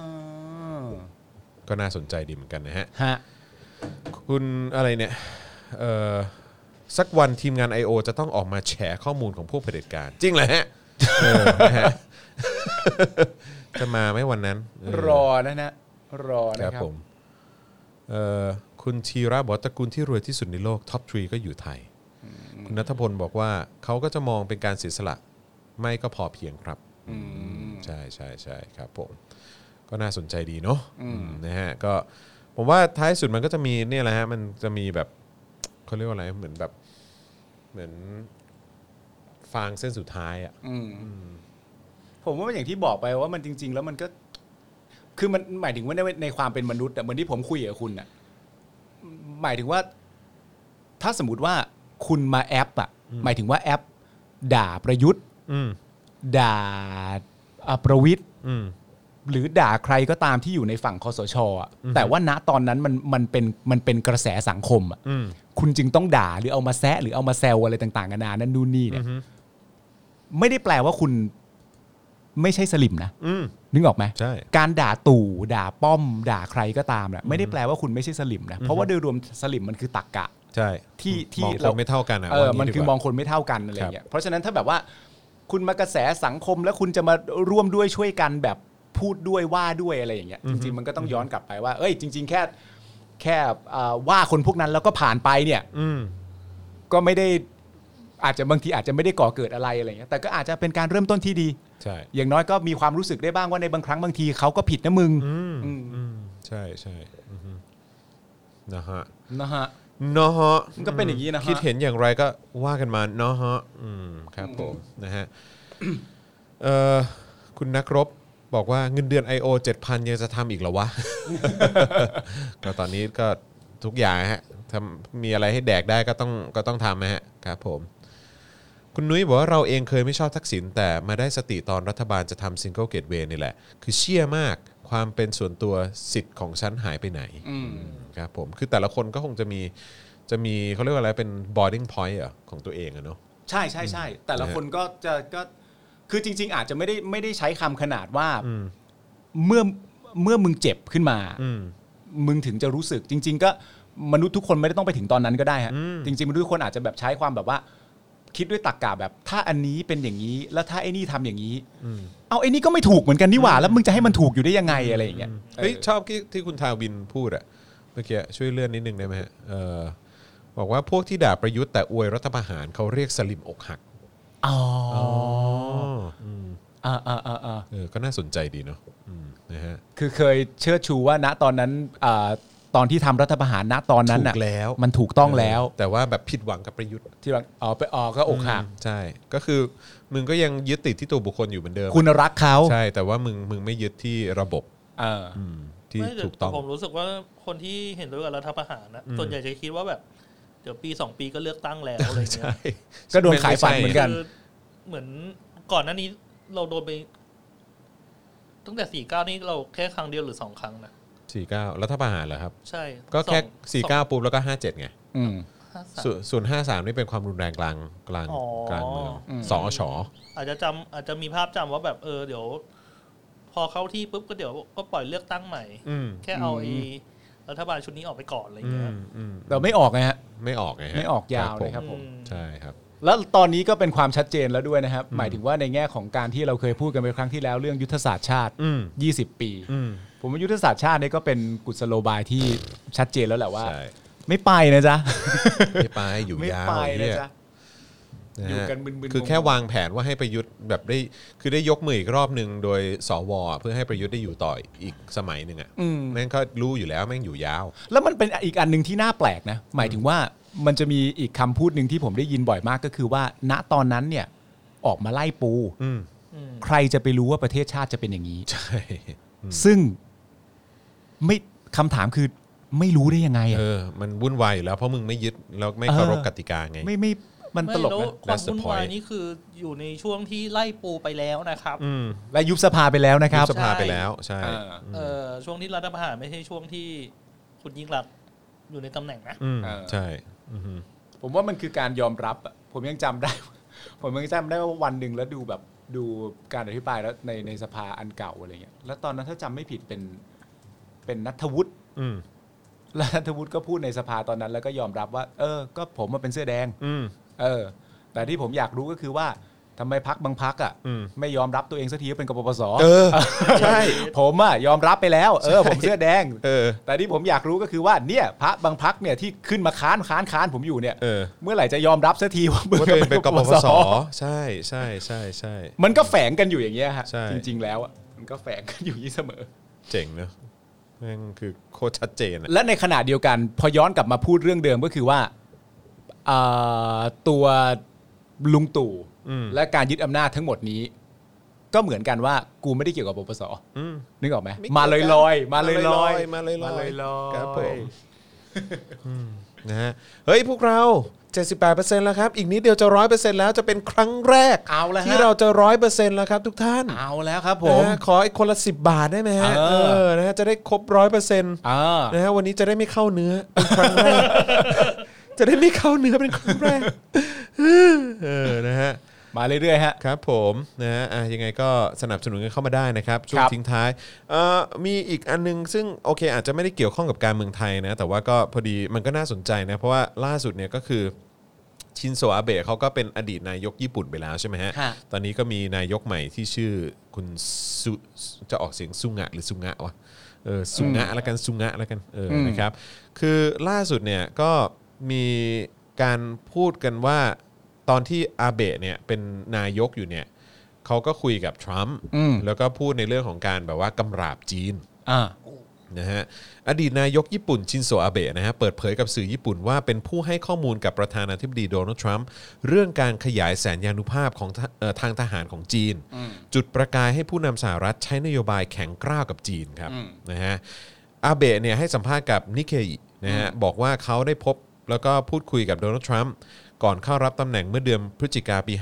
ก็น่าสนใจดีเหมือนกันนะฮะคุณอะไรเนี่ยสักวันทีมงาน I.O. จะต้องออกมาแฉข้อมูลของพวกเผด็จการจริงเหรอฮะจะมาไหมวันนั้นรอนะรอนะครับผมคุณธีระบอกตระกูลที่รวยที่สุดในโลกท็อป3ก็อยู่ไทยคุณณัฐพลบอกว่าเขาก็จะมองเป็นการเสียสละไม่ก็พอเพียงครับใช่ใช่ใช่ครับผมก็น่าสนใจดีเนาะนะฮะก็ผมว่าท้ายสุดมันก็จะมีเนี่ยแหละฮะมันจะมีแบบเขาเรียกว่าอะไรเหมือนฟางเส้นสุดท้ายอ่ะผมว่าอย่างที่บอกไปว่ามันจริงๆแล้วมันก็คือมันหมายถึงว่าในความเป็นมนุษย์เหมือนที่ผมคุยกับคุณน่ะหมายถึงว่าถ้าสมมติว่าคุณมาแอปอ่ะหมายถึงว่าแอปด่าประยุทธ์ด่าประวิตรหรือด่าใครก็ตามที่อยู่ในฝั่งคสช.แต่ว่าณตอนนั้นมันเป็นกระแสสังคมอ่ะคุณจึงต้องด่าหรือเอามาแซะหรือเอามาแซวอะไรต่างๆนานานั่นนู่นนี่เนี่ยไม่ได้แปลว่าคุณไม่ใช่สลิมนะนึกออกไหมการด่าตู่ด่าป้อมด่าใครก็ตามน่ะไม่ได้แปลว่าคุณไม่ใช่สลิมนะเพราะว่าโดยรวมสลิมมันคือตรรกะใช่ที่เราไม่เท่ากันอ่ะมันคือมองคนไม่เท่ากันอะไรอย่างเงี้ยเพราะฉะนั้นถ้าแบบว่าคุณมากระแสสังคมแล้วคุณจะมาร่วมด้วยช่วยกันแบบพูดด้วยว่าด้วยอะไรอย่างเงี้ยจริงๆมันก็ต้องย้อนกลับไปว่าเอ้ยจริงๆแค่ว่าคนพวกนั้นแล้วก็ผ่านไปเนี่ยก็ไม่ได้อาจจะบางทีอาจจะไม่ได้ก่อเกิดอะไรอะไรเงี้ยแต่ก็อาจจะเป็นการเริ่มต้นที่ดีใช่อย่างน้อยก็มีความรู้สึกได้บ้างว่าในบางครั้งบางทีเขาก็ผิดนะมึงใช่ใช่นะฮะนะฮะมันก็เป็นอย่างนี้นะฮะคิดเห็นอย่างไรก็ว่ากันมานะฮะครับผมนะฮะคุณนักรบบอกว่าเงินเดือน I.O. 7,000 ยังจะทำอีกเหรอวะ ก็ตอนนี้ก็ทุกอย่างฮะมีอะไรให้แดกได้ก็ต้องทำนะฮะครับผมคุณนุ้ยบอกว่าเราเองเคยไม่ชอบทักษิณแต่มาได้สติตอนรัฐบาลจะทำซิงเกิลเกตเวย์นี่แหละคือเชี่ยมากความเป็นส่วนตัวสิทธิ์ของฉันหายไปไหนครับผมคือแต่ละคนก็คงจะมีเขาเรียกว่าอะไรเป็น boarding point ของตัวเองอะเนาะใช่ใช่ใช่แต่ละคนก็คือจริงๆอาจจะไม่ได้ใช้คำขนาดว่าเมื่อมึงเจ็บขึ้นมามึงถึงจะรู้สึกจริงๆก็มนุษย์ทุกคนไม่ได้ต้องไปถึงตอนนั้นก็ได้ฮะจริงๆมนุษย์ทุกคนอาจจะแบบใช้ความแบบว่าคิดด้วยตรรกะแบบถ้าอันนี้เป็นอย่างนี้แล้วถ้าไอ้นี่ทำอย่างนี้เอาไอ้นี่ก็ไม่ถูกเหมือนกันนี่หว่าแล้วมึงจะให้มันถูกอยู่ได้ยังไงอะไรอย่างเงี้ยเฮ้ยชอบที่คุณทาวินพูดอะเมื่อกี้ช่วยเลื่อนนิดนึงได้ไหมฮะบอกว่าพวกที่ด่าประยุทธ์แต่อวยรัฐประหารเขาเรียกสลิมอกหักก็น่าสนใจดีเนาะนะฮะคือเคยเชิดชูว่าณตอนนั้นตอนที่ทำรัฐประหารณตอนนั้นน่ะมันถูกต้องแล้วแต่ว่าแบบผิดหวังกับประยุทธ์ที่ว่าก็อกหักใช่ก็คือมึงก็ยังยึดติดที่ตัวบุคคลอยู่เหมือนเดิมคุณรักเขาใช่แต่ว่ามึงไม่ยึดที่ระบบที่ถูกต้องผมรู้สึกว่าคนที่เห็นด้วยกับรัฐประหารนะส่วนใหญ่จะคิดว่าแบบเดี๋ยวปี2 ปีก็เลือกตั้งแล้วอะไรเงี้ยก็โดนขายฝันเหมือนกันเหมือนก่อนหน้านี้เราโดนไปตั้งแต่49นี่เราแค่ครั้งเดียวหรือ2 ครั้งนะ 49รัฐประหารเหรอครับใช่ก็แค่49ปุ๊บแล้วก็57ไงส่วน53นี่เป็นความรุนแรงกลางเมืองสอชอาจจะมีภาพจำว่าแบบเดี๋ยวพอเข้าที่ปุ๊บก็เดี๋ยวก็ปล่อยเลือกตั้งใหม่แค่เอารัฐบาลชุดนี้ออกไปก่อนอะไรเงี้ยแต่ไม่ออกไงฮะไม่ออกไงไม่ออกยาวเลยครับผมใช่ครับแล้วตอนนี้ก็เป็นความชัดเจนแล้วด้วยนะครับหมายถึงว่าในแง่ของการที่เราเคยพูดกันไปครั้งที่แล้วเรื่องยุทธศาสตร์ชาติ20 ปีผมว่ายุทธศาสตร์ชาตินี่ก็เป็นกุศโลบายที่ชัดเจนแล้วแหละว่าไม่ไปนะจ๊ะไม่ไปอยู่ยาวเนี่ยอยู่กันมึนๆคือแค่วางแผนว่าให้ประยุทธ์แบบได้คือได้ยกมืออีกรอบนึงโดยสวเพื่อให้ประยุทธ์ได้อยู่ต่ออีกสมัยนึงอ่ะแม่งก็รู้อยู่แล้วแม่งอยู่ยาวแล้วมันเป็นอีกอันนึงที่น่าแปลกนะหมายถึงว่ามันจะมีอีกคำพูดนึงที่ผมได้ยินบ่อยมากก็คือว่าณตอนนั้นเนี่ยออกมาไล่ปูใครจะไปรู้ว่าประเทศชาติจะเป็นอย่างนี้ใช่ซึ่งไม่คำถามคือไม่รู้ได้ยังไงมันวุ่นวายอยู่แล้วเพราะมึงไม่ยึดแล้วไม่เคารพกติกาไงไม่มันตลกนะความวุ่นวายนี่คืออยู่ในช่วงที่ไล่ปูไปแล้วนะครับและยุบสภาไปแล้วนะครับยุบสภาไปแล้วใช่ช่วงที่รัฐประหารไม่ใช่ช่วงที่คุณยิ่งรักษณ์อยู่ในตำแหน่งนะใช่ผมว่ามันคือการยอมรับผมยังจำได้ว่าวันหนึ่งแล้วดูการอภิปรายแล้วในสภาอันเก่าอะไรเงี้ยแล้วตอนนั้นถ้าจำไม่ผิดเป็นณัฐวุฒิแล้วณัฐวุฒิก็พูดในสภาตอนนั้นแล้วก็ยอมรับว่าก็ผมมาเป็นเสื้อแดงแต่ที่ผมอยากรู้ก็คือว่าทำไมพรรคบางพรรคไม่ยอมรับตัวเองสักทีว่าเป็นกปปสใช่ผมยอมรับไปแล้วผมเสื้อแดงแต่ที่ผมอยากรู้ก็คือว่าเนี่ยพรรคบางพรรคเนี่ยที่ขึ้นมาค้านผมอยู่เนี่ยเมื่อไหร่จะยอมรับสักทีว่าเป็นกปปสใช่ใช่ใช่ใช่มันก็แฝงกันอยู่อย่างเงี้ยฮะจริงๆแล้วมันก็แฝงกันอยู่เสมอเจ๋งเนอะนั่นคือโคตรชัดเจนและในขณะเดียวกันพอย้อนกลับมาพูดเรื่องเดิมก็คือว่าตัวลุงตู่และการยึดอำนาจทั้งหมดนี้ก็เหมือนกันว่ากูไม่ได้เกี่ยวกับปปสนึกออกไหมมาลอยครับผมนะฮะเฮ้ยพวกเรา 78% แล้วครับอีกนิดเดียวจะ 100% แล้วจะเป็นครั้งแรกที่เราจะ 100% แล้วครับทุกท่านเอาแล้วครับผมขออีกคนละ10 บาทได้ไหมฮะนะฮะจะได้ครบ 100% นะฮะวันนี้จะได้ไม่เข้าเนื้อเป็นครั้งแรกจะได้ไม่เข้าเนื้อเป็นครั้งแรกนะฮะมาเรื่อยๆฮะครับผมนะฮะยังไงก็สนับสนุนกันเข้ามาได้นะครับช่วงทิ้งท้ายมีอีกอันนึงซึ่งโอเคอาจจะไม่ได้เกี่ยวข้องกับการเมืองไทยนะแต่ว่าก็พอดีมันก็น่าสนใจนะเพราะว่าล่าสุดเนี่ยก็คือชินโซอาเบะเขาก็เป็นอดีตนายกญี่ปุ่นไปแล้วใช่ไหมฮะตอนนี้ก็มีนายกใหม่ที่ชื่อคุณจะออกเสียงซุงะหรือซุงะวะซุงะแล้วกันซุงะแล้วกันนะครับคือล่าสุดเนี่ยก็มีการพูดกันว่าตอนที่อาเบะเนี่ยเป็นนายกอยู่เนี่ยเขาก็คุยกับทรัมป์แล้วก็พูดในเรื่องของการแบบว่ากำราบจีนนะฮะอดีตนายกญี่ปุ่นชินโซอาเบะนะฮะเปิดเผยกับสื่อญี่ปุ่นว่าเป็นผู้ให้ข้อมูลกับประธานาธิบดีโดนัลด์ทรัมป์เรื่องการขยายแสนยานุภาพของทางทหารของจีนจุดประกายให้ผู้นำสหรัฐใช้นโยบายแข็งกร้าวกับจีนครับนะฮะอาเบะเนี่ยให้สัมภาษณ์กับนิเคอินะฮะบอกว่าเขาได้พบแล้วก็พูดคุยกับโดนัลด์ทรัมป์ก่อนเข้ารับตำแหน่งเมื่อเดือนพฤศจิกายนปี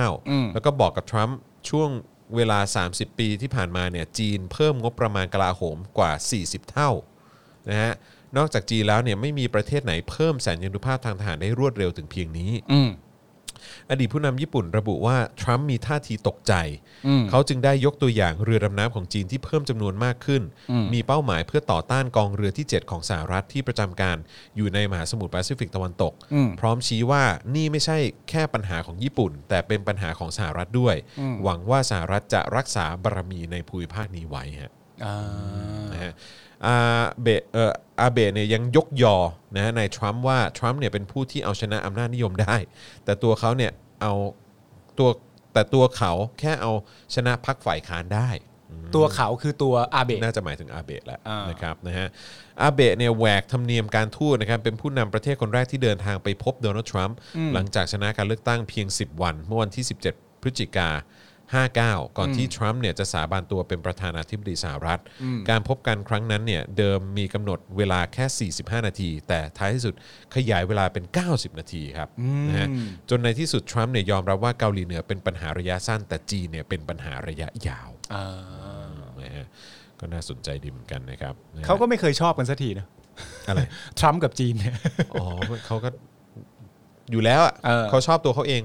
59แล้วก็บอกกับทรัมป์ช่วงเวลา30 ปีที่ผ่านมาเนี่ยจีนเพิ่มงบประมาณกลาโหมกว่า40 เท่านะฮะนอกจากจีนแล้วเนี่ยไม่มีประเทศไหนเพิ่มแสนยานุภาพทางทหารได้รวดเร็วถึงเพียงนี้อดีตผู้นำญี่ปุ่นระบุว่าทรัมป์มีท่าทีตกใจเขาจึงได้ยกตัวอย่างเรือดำน้ำของจีนที่เพิ่มจำนวนมากขึ้นมีเป้าหมายเพื่อต่อต้านกองเรือที่7ของสหรัฐที่ประจำการอยู่ในมหาสมุทรแปซิฟิกตะวันตกพร้อมชี้ว่านี่ไม่ใช่แค่ปัญหาของญี่ปุ่นแต่เป็นปัญหาของสหรัฐด้วยหวังว่าสหรัฐจะรักษาบารมีในภูมิภาคนี้ไว้ฮะนะฮะอาเบะเนี่ยยังยกยอนะในทรัมป์ว่าทรัมป์เนี่ยเป็นผู้ที่เอาชนะอำนาจนิยมได้แต่ตัวเขาเนี่ยตัวเขาแค่เอาชนะพรรคฝ่ายค้านได้ตัวเขาคือตัวอาเบะน่าจะหมายถึงอาเบะแหละนะครับนะฮะอาเบะเนี่ยแหวกธรรมเนียมการทูตนะครับเป็นผู้นำประเทศคนแรกที่เดินทางไปพบโดนัลด์ทรัมป์หลังจากชนะการเลือกตั้งเพียง10 วันเมื่อวันที่17 พฤศจิกา59 ก่อนที่ทรัมป์เนี่ยจะสาบานตัวเป็นประธานาธิบดีสหรัฐการพบกันครั้งนั้นเนี่ยเดิมมีกำหนดเวลาแค่45นาทีแต่ท้ายที่สุดขยายเวลาเป็น90นาทีครับนะฮะจนในที่สุดทรัมป์เนี่ยยอมรับว่าเกาหลีเหนือเป็นปัญหาระยะสั้นแต่จีนเนี่ยเป็นปัญหาระยะยาวนะฮะก็น่าสนใจดีเหมือนกันนะครับเขาก็ไม่เคยชอบกันสักทีนะอะไรทรัมป์กับจีนเนี่ยอ๋อเขาก็อยู่แล้วอ่ะเขาชอบตัวเขาเอง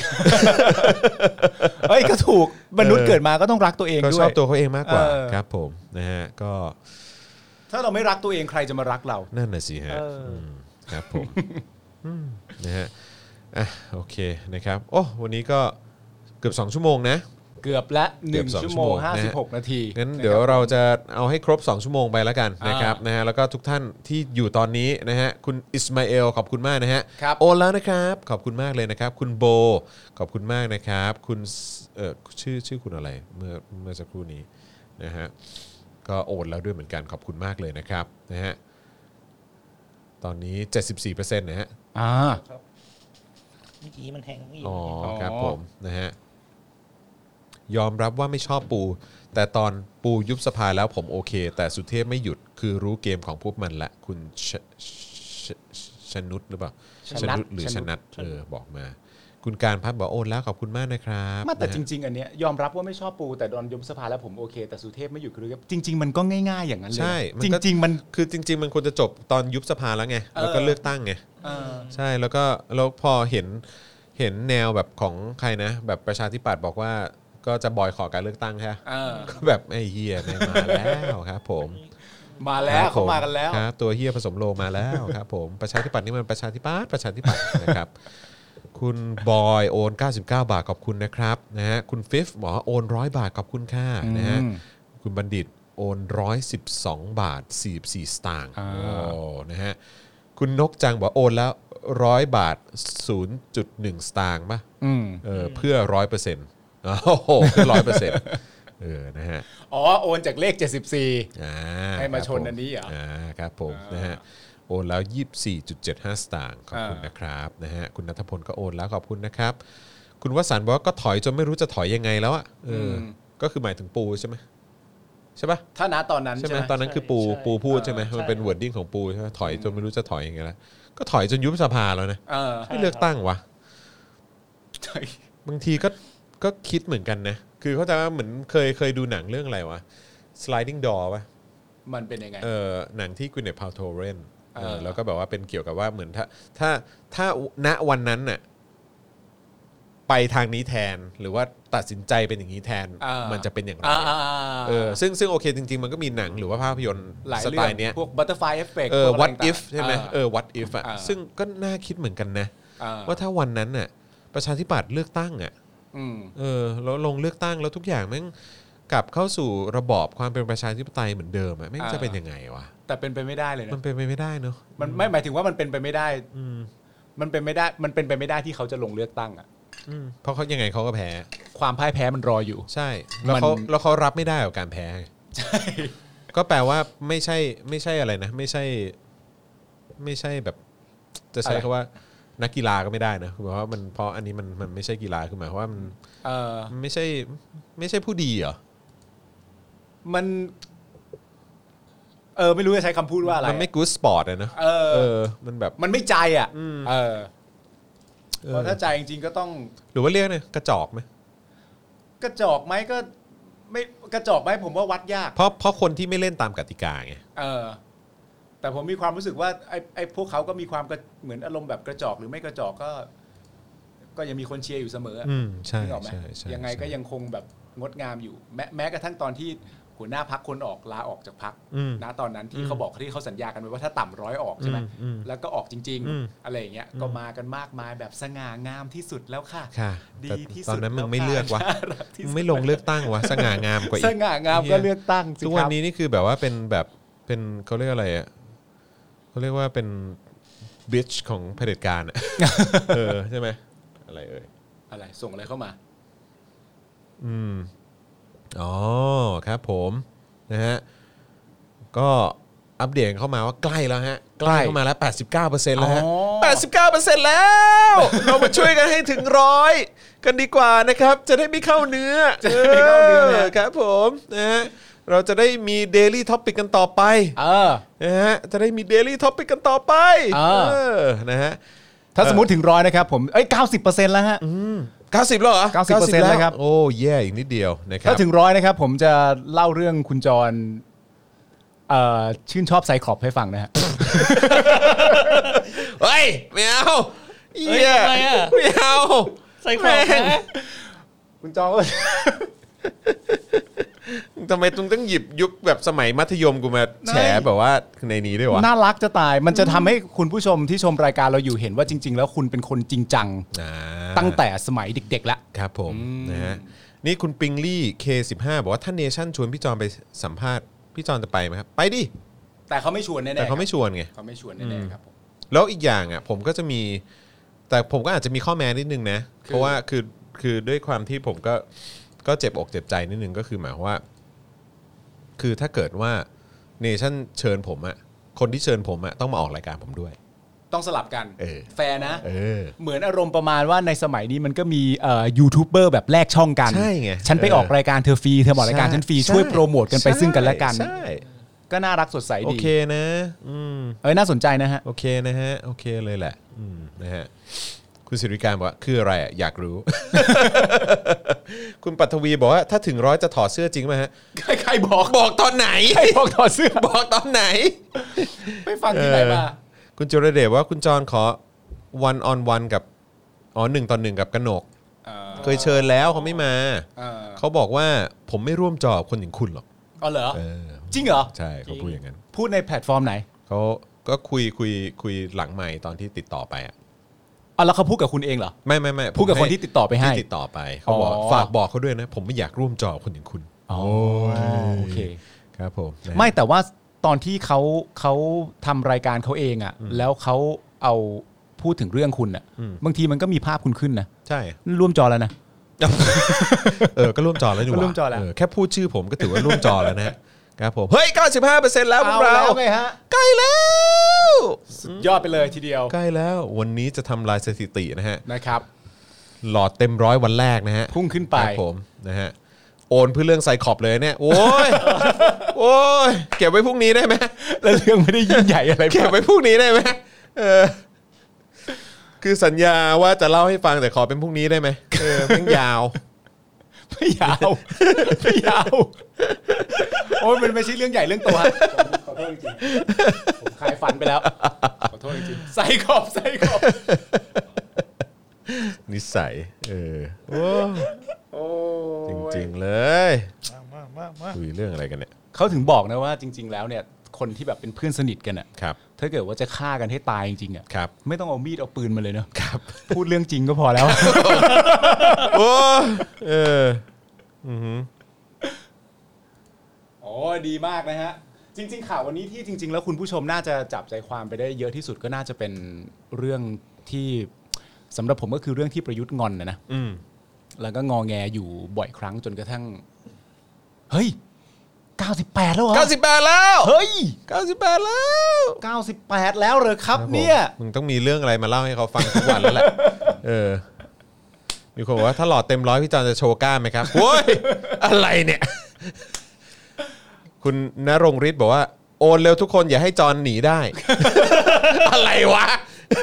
เอ้ยก็ถูกมนุษย์เกิดมาก็ต้องรักตัวเองด้วยเขาชอบตัวเขาเองมากกว่าครับผมนะฮะก็ถ้าเราไม่รักตัวเองใครจะมารักเรานั่นน่ะสิฮะครับผมนะฮะโอเคนะครับโอ้วันนี้ก็เกือบ2ชั่วโมงนะเกือบละ1ชั่วโมง56นาทีงั้นเดี๋ยวเราจะเอาให้ครบ2ชั่วโมงไปแล้วกันนะครับนะฮะแล้วก็ทุกท่านที่อยู่ตอนนี้นะฮะคุณอิสมาเอลขอบคุณมากนะฮะโอนแล้วนะครับขอบคุณมากเลยนะครับคุณโบขอบคุณมากนะครับคุณชื่อคุณอะไรเมื่อสักครู่นี้นะฮะก็โอนแล้วด้วยเหมือนกันขอบคุณมากเลยนะครับนะฮะตอนนี้ 74% นะฮะเมื่อกี้มันแห้งอีกอ๋อครับผมนะฮะยอมรับว่าไม่ชอบปูแต่ตอนปูยุบสภาแล้วผมโอเคแต่สุเทพไม่หยุดคือรู้เกมของพวกมันละคุณชนุชหรือเปล่าชนุชหรือชนัทบอกมาคุณการพัฒน์บอกโอนแล้วขอบคุณมากนะครับแต่จริงๆอันเนี้ยยอมรับว่าไม่ชอบปูแต่ตอนยุบสภาแล้วผมโอเคแต่สุเทพไม่หยุดคือจริงๆมันก็ง่ายๆอย่างนั้นเลยใช่จริงๆมันคือจริงๆมันควรจะจบตอนยุบสภาแล้วไงแล้วก็เลือกตั้งไงใช่แล้วพอเห็นแนวแบบของใครนะแบบประชาธิปัตย์บอกว่าก็จะบอยขอการเลือกตั้งใช่ไหมก็แบบไอ้เฮียมาแล้วครับผมมาแล้วเขามากันแล้วครับตัวเฮียผสมโลมาแล้วครับผมประชาธิปัตย์นี่มันประชาธิปัตย์นะครับคุณบอยโอน99 บาทขอบคุณนะครับนะฮะคุณฟิฟหมอโอน100 บาทขอบคุณค่ะนะฮะคุณบัณฑิตโอน112 บาท44 สตางค์นะฮะคุณนกจังบอกโอนแล้ว100 บาท 0.1 สตางค์ป่ะเพื่อ 100%โอ้โห100%นะฮะโอนจากเลข74ให้มาชนอันนี้เหรอครับผมนะฮะโอนแล้ว 24.75 สตางค์ขอบคุณนะครับนะฮะคุณณัฐพลก็โอนแล้วขอบคุณนะครับคุณวสันต์บอกว่าก็ถอยจนไม่รู้จะถอยยังไงแล้วอ่ะก็คือหมายถึงปูใช่ไหมใช่ป่ะถ้าณตอนนั้นใช่ไหมตอนนั้นคือปูพูดใช่ไหมมันเป็นวอร์ดดิ้งของปูใช่ไหมถอยจนไม่รู้จะถอยยังไงแล้วก็ถอยจนยุบสภาแล้วนะไม่เลือกตั้งวะบางทีก็คิดเหมือนกันนะคือเขาจะว่าเหมือนเคยดูหนังเรื่องอะไรวะ sliding door ป่ะมันเป็นยังไงหนังที่Gwyneth Paltrowเล่นแล้วก็แบบว่าเป็นเกี่ยวกับว่าเหมือนถ้าณวันนั้นน่ะไปทางนี้แทนหรือว่าตัดสินใจเป็นอย่างนี้แทนมันจะเป็นอย่างไรซึ่งโอเคจริงๆมันก็มีหนังหรือว่าภาพยนตร์สไตล์เนี้ยพวก butterfly effect what if ใช่ไหมwhat if อ่ะซึ่งก็น่าคิดเหมือนกันนะว่าถ้าวันนั้นน่ะประชาธิปัตย์เลือกตั้งอ่ะแล้วลงเลือกตั้งแล้วทุกอย่างแม่งกลับเข้าสู่ระบอบความเป็นประชาธิปไตยเหมือนเดิมอ่ะแม่งจะเป็นยังไงวะแต่เป็นไปไม่ได้เลยนะมันเป็นไปไม่ได้เนอะมันไม่หมายถึงว่ามันเป็นไปไม่ได้มันเป็นไม่ได้ที่เขาจะลงเลือกตั้งอ่ะเพราะเขายังไงเขาก็แพ้ความพ่ายแพ้มันรออยู่ใช่แล้วเขารับไม่ได้กับการแพ้ใช่ก็แปลว่าไม่ใช่อะไรนะไม่ใช่แบบจะใช้คำว่านักกีฬาก็ไม่ได้นะคือเพราะว่ามันเพราะอันนี้มันไม่ใช่กีฬาคือหมายความว่ามันไม่ใช่ผู้ดีเหรอมันไม่รู้จะใช้คำพูดว่าอะไรมันไม่กู๊ดสปอร์ตเลยนะมันแบบมันไม่ใจอ่ะเพราะถ้าใจจริงๆก็ต้องหรือว่าเรียกเนี่ยกระจอกไหมกระจอกไหมก็ไม่กระจอกไหมผมว่าวัดยากเพราะคนที่ไม่เล่นตามกติกาไงแต่ผมมีความรู้สึกว่าไอ้พวกเขาก็มีความเหมือนอารมณ์แบบกระจอกหรือไม่กระจอกก็ยังมีคนเชียร์อยู่เสมอใช่ยังไงก็ยังคงแบบงดงามอยู่แม้กระทั่งตอนที่หัวหน้าพรรคคนออกลาออกจากพรรคนะตอนนั้นที่เขาบอกที่เขาสัญญากันไว้ว่าถ้าต่ำ100ออกใช่ไหมแล้วก็ออกจริงๆอะไรอย่างเงี้ยก็มากันมากมายแบบสง่างามที่สุดแล้วค่ะดีที่สุดตอนนั้นมึงไม่เลือกวะมึงไม่ลงเลือกตั้งวะสง่างามกว่าอีกสง่างามก็เลือกตั้งทุกวันนี้นี่คือแบบว่าเป็นเขาเรียกอะไรอ่ะเขาเรียกว่าเป็นบิชของเผด็จการใช่ไหมอะไรอะไรส่งอะไรเข้ามาอ๋อครับผมนะฮะก็อัปเดตเข้ามาว่าใกล้แล้วฮะใกล้เข้ามาแล้ว 89% แล้วฮะ 89%แล้วเรามาช่วยกันให้ถึง100กันดีกว่านะครับจะได้ไม่เข้าเนื้อครับผมนะฮะเราจะได้มี Daily Topic กันต่อไปนะฮะจะได้มี Daily Topic กันต่อไปนะฮะถ้าสมมุติถึง100นะครับผม90%แล้วฮะ 90แล้วเหรอ 90% แล้วครับโอ้แย่อีกนิดเดียวนะครับถ้าถึง100นะครับผมจะเล่าเรื่องคุณจรชื่นชอบไซคลอปให้ฟังนะฮะเฮ้ยไม่เอาไม่เอาไซคลอปนะคุณจรทำไมต้องหยิบยุคแบบสมัยมัธยมกูมาแฉแบบว่าในนี้ด้วยวะน่ารักจะตายมันจะทำให้คุณผู้ชมที่ชมรายการเราอยู่เห็นว่าจริงๆแล้วคุณเป็นคนจริงจังตั้งแต่สมัยเด็กๆแล้วครับผมนะฮะนี่คุณปิงลี่ K15 บอกว่าถ้าเนชั่นชวนพี่จอนไปสัมภาษณ์พี่จอนจะไปไหมครับไปดิแต่เขาไม่ชวนแน่ๆแต่เขาไม่ชวนไงเขาไม่ชวนแน่ๆครับผมแล้วอีกอย่างอ่ะผมก็จะมีแต่ผมก็อาจจะมีข้อแม้นิดนึงนะเพราะว่าคือด้วยความที่ผมก็เจ็บอกเจ็บใจนิดนึงก็คือหมายว่าคือถ้าเกิดว่าเนชั่นเชิญผมอะคนที่เชิญผมอะต้องมาออกรายการผมด้วยต้องสลับกันแฟร์นะเหมือนอารมณ์ประมาณว่าในสมัยนี้มันก็มียูทูบเบอร์แบบแลกช่องกันใช่ไงฉันไปออกรายการเธอฟรีเธอออกรายการฉันฟรีช่วยโปรโมทกันไปซึ่งกันและกันก็น่ารักสดใสดีโอเคนะน่าสนใจนะฮะโอเคนะฮะโอเคเลยแหละนะฮะคุณสิริการบอกว่าคืออะไรอ่ะอยากรู้ คุณปัทวีบอกว่าถ้าถึง100จะถอดเสื้อจริงไหมฮะใครบอกตอนไหนใครบอกถอดเสื้อบอกตอนไหนไม่ฟังที่ไหนมาคุณจุรเดชว่าคุณจรขอ one on one กับ1 ต่อ 1กับกนกเคยเชิญแล้วเขาไม่มาเขาบอกว่าผมไม่ร่วมจอคนอย่างคุณหรอกเหรอจริงเหรอใช่เขาพูดอย่างนั้นพูดในแพลตฟอร์มไหนเขาก็คุยหลังไมค์ตอนที่ติดต่อไปแล้วเขาพูดกับคุณเองเหรอไม่พูดกับคนที่ติดต่อไปให้ติดต่อไปเขาบอกฝากบอกเขาด้วยนะผมไม่อยากร่วมจอคนอย่างคุณโอเคครับผมไม่แต่ว่าตอนที่เขาทำรายการเขาเองอ่ะแล้วเขาเอาพูดถึงเรื่องคุณอ่ะบางทีมันก็มีภาพคุณขึ้นนะใช่ร่วมจอแล้วนะก็ร่วมจอแล้วนี่หว่าร่วมจอแล้วแค่พูดชื่อผมก็ถือว่าร่วมจอแล้วนะครับผมเฮ้ย 95% แล้วพวกเราไงฮะใกล้แล้วสุดยอดไปเลยทีเดียวใกล้แล้ววันนี้จะทำลายสถิตินะครับหลอดเต็ม100วันแรกนะฮะพุ่งขึ้นไปผมนะฮะโอนเพื่อเรื่องไซคลอปเลยเนี่ยโอ้ยเก็บไว้พรุ่งนี้ได้ไหมแล้วเรื่องไม่ได้ยิ่งใหญ่อะไรเก็บไว้พรุ่งนี้ได้ไหมคือสัญญาว่าจะเล่าให้ฟังแต่ขอเป็นพรุ่งนี้ได้ไหมไม่ยาวไม่ยาวโอ้ยมันไม่ใช่เรื่องใหญ่เรื่องโตฮะขอโทษจริงผมคลายฝันไปแล้วขอโทษจริงไส้ขอบนิสัยโอ้จริงๆเลยมาคุยเรื่องอะไรกันเนี่ยเขาถึงบอกนะว่าจริงๆแล้วเนี่ยคนที่แบบเป็นเพื่อนสนิทกันอ่ะถ้าเกิดว่าจะฆ่ากันให้ตายจริงๆอ่ะไม่ต้องเอามีดเอาปืนมาเลยเนาะพูดเรื่องจริงก็พอแล้วโอ้ดีมากนะฮะจริงๆข่าววันนี้ที่จริงๆแล้วคุณผู้ชมน่าจะจับใจความไปได้เยอะที่สุดก็น่าจะเป็นเรื่องที่สำหรับผมก็คือเรื่องที่ประยุทธ์งอนนะแล้วก็งอแงอยู่บ่อยครั้งจนกระทั่งเฮ้ย98แล้วเหรอ 98แล้วเฮ้ย 98แล้ว 98แล้วเหรอครับเนี่ยมึงต้องมีเรื่องอะไรมาเล่าให้เขาฟังทุกวันแล้วแหละมีคนบอกว่าถ้าหลอดเต็ม100พี่จอนจะโชว์กล้ามไหมครับโว้ยอะไรเนี่ยคุณณรงฤทธิ์บอกว่าโอนเร็วทุกคนอย่าให้จอนหนีได้อะไรวะ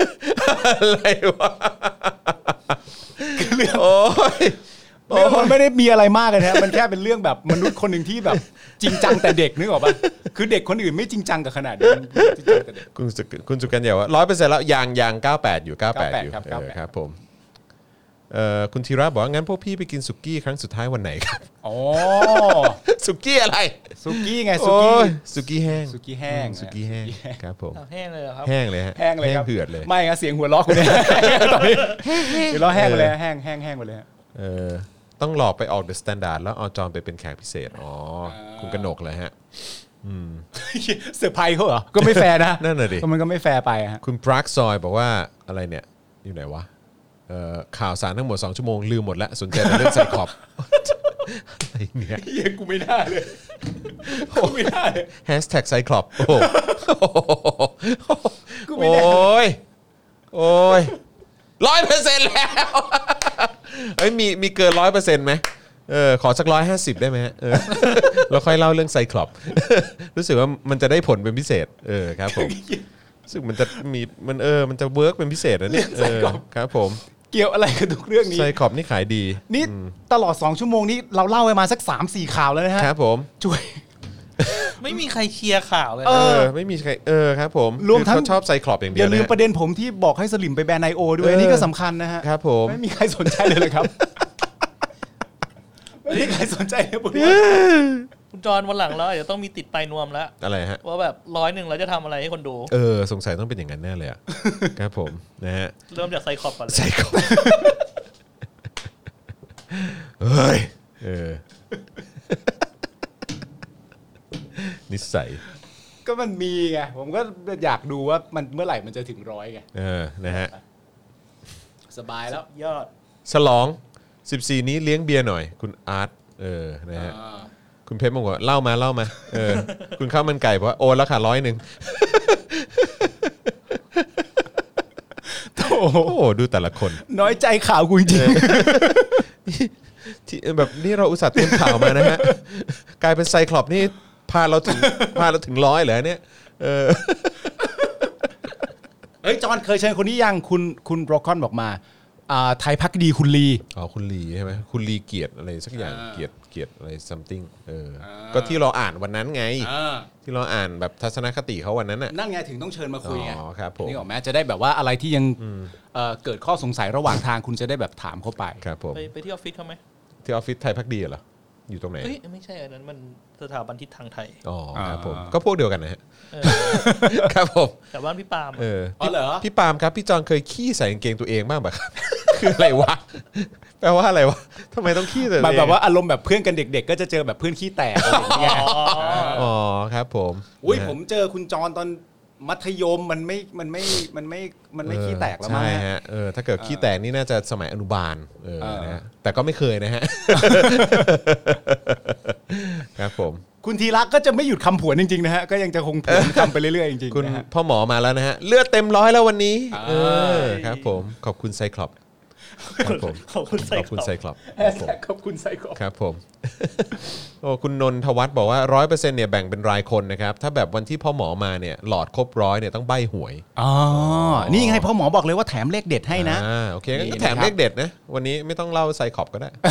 โอ้ยมันไม่ได้มีอะไรมากเลยนะมันแค่เป็นเรื่องแบบมนุษย์คนหนึ่งที่แบบจริงจังแต่เด็กนึกออกป่ะคือเด็กคนอื่นไม่จริงจังกับขนาดนี้คุณสุกันใหญ่ว่า 100% แล้วยัง98อยู่98อยู่ครับผมคุณธีระบอกว่างั้นพวกพี่ไปกินสุกี้ครั้งสุดท้ายวันไหนครับสุกี้อะไรสุกี้ไงสุกี้แห้งครับผมแห้งเลยครับแห้งเลยฮะแห้งเลยครับเหือดเลยไม่ครับเสียงหัวเราะคุณเนี่ยตอนนี้เดี๋ยวเราแห้งไปเลยแห้งไปเลยต้องหลอกไปออกเดอะสแตนดาร์ดแล้วเอาจอนไปเป็นแขกพิเศษคุณกนกเลยฮะเซอร์ไพรส์เขาเหรอก็ไม่แฟร์นะนั่นน่ะดิมันก็ไม่แฟร์ไปฮะคุณปรักซอยบอกว่าอะไรเนี่ยอยู่ไหนวะข่าวสารทั้งหมด2ชั่วโมงลืมหมดแล้วสนใจแต่เรื่องไซคลอปอะไรเนี่ยเหี้ยกูไม่ได้เลยไม่ได้ #ไซคลอปโอ้กูไม่ได้โอ้ยโอ้ย 100% แล้วเฮ้ยมีเกิน 100% ไหมขอสัก150ได้ไหมฮะแล้วค่อยเล่าเรื่องไซคลอปรู้สึกว่ามันจะได้ผลเป็นพิเศษครับผมรู้สึกมันจะมีมันจะเวิร์กเป็นพิเศษนะเนี่ยครับผมเกี่ยวอะไรกับทุกเรื่องนี้ไซคลอปนี่ขายดีนี่ตลอด2ชั่วโมงนี้เราเล่าไปมาสัก 3-4 ข่าวแล้วนะฮะครับผมช่วยไม่มีใครเคลียร์ข่าวเลยไม่มีใครครับผมรวมทั้งชอบไซคลอปอย่างเดียวอย่าลืมประเด็นผมที่บอกให้สลิมไปแบนไอโอด้วยนี่ก็สำคัญนะฮะครับผมไม่มีใครสนใจเลยครับไม่มีใครสนใจเลยปุ๊บคุณจอนวันหลังแล้วเดี๋ยวต้องมีติดปลายนวมแล้วอะไรฮะว่าแบบ100แล้วจะทำอะไรให้คนดูสงสัยต้องเป็นอย่างนั้นแน่เลยครับผมนะฮะเริ่มจากไซคลอปก่อนเลยไซคลอปเฮ้ยนิสัยก็มันมีไงผมก็อยากดูว่ามันเมื่อไหร่มันจะถึง100ไงนะฮะสบายแล้วยอดฉลอง14นี้เลี้ยงเบียร์หน่อยคุณอาร์ตนะฮะคุณเพชรบอกว่าเล่ามาคุณข้าวมันไก่เพราะโอนแล้วค่ะ100โอ้โหดูแต่ละคนน้อยใจข่าวกูจริงที่แบบนี่เราอุตส่าห์เตรียมข่าวมานะฮะกลายเป็นไซคลอปนี่พาเราถึง100เหรอเนี่ยเฮ้ยจอนเคยเชิญคนนี้ยังคุณบรอกคอนบอกมาไทยพักดีคุณลีคุณลีใช่ไหมคุณลีเกียรติอะไรสักอย่างเกียรติอะไร something ก็ที่เราอ่านวันนั้นไงที่เราอ่านแบบทัศนคติเขาวันนั้นน่ะนั่นไงถึงต้องเชิญมาคุยไงครับผมนี่ออกไหมจะได้แบบว่าอะไรที่ยังเกิดข้อสงสัยระหว่างทางคุณจะได้แบบถามเข้าไปครับผมไปที่ออฟฟิศเขาไหมที่ออฟฟิศไทยพักดีเหรออยู่ตรงไหนไม่ใช่อันนั้นมันสถาบันทิศทางไทยครับผมก็พวกเดียวกันนะฮะครับผมแต่บ้านพี่ปาล์มพี่ปาล์มครับพี่จอนเคยขี้ใส่กางเกงตัวเองบ้างป่ะครับคืออะไรวะแปลว่าอะไรวะทำไมต้องขี้เลยแบบว่าอารมณ์แบบเพื่อนกันเด็กๆก็จะเจอแบบเพื่อนขี้แตกอะไรอย่างเงี้ยครับผมผมเจอคุณจอนตอนมัธยมมันไม่ขี้แตกแล้วมั้งใช่ฮะถ้าเกิดขี้แตกนี่น่าจะสมัยอนุบาลนะแต่ก็ไม่เคยนะฮะครับผมคุณธีรักก็จะไม่หยุดคำผวนจริงๆนะฮะก็ยังจะคงผวนคำไปเรื่อยๆจริงๆคุณพ่อหมอมาแล้วนะฮะเลือดเต็ม100แล้ววันนี้ครับผมขอบคุณไซคลอปขอบคุณไซคลอปขอบคุณไซคลอปครับผมโอ้คุณนนทวัฒน์บอกว่า 100% เนี่ยแบ่งเป็นรายคนนะครับถ้าแบบวันที่พ่อหมอมาเนี่ยหลอดครบ100เนี่ยต้องใบ้หวยนี่ไงพ่อหมอบอกเลยว่าแถมเลขเด็ดให้นะโอเคก็แถมเลขเด็ดนะวันนี้ไม่ต้องเล่าไซคลอปก็ได้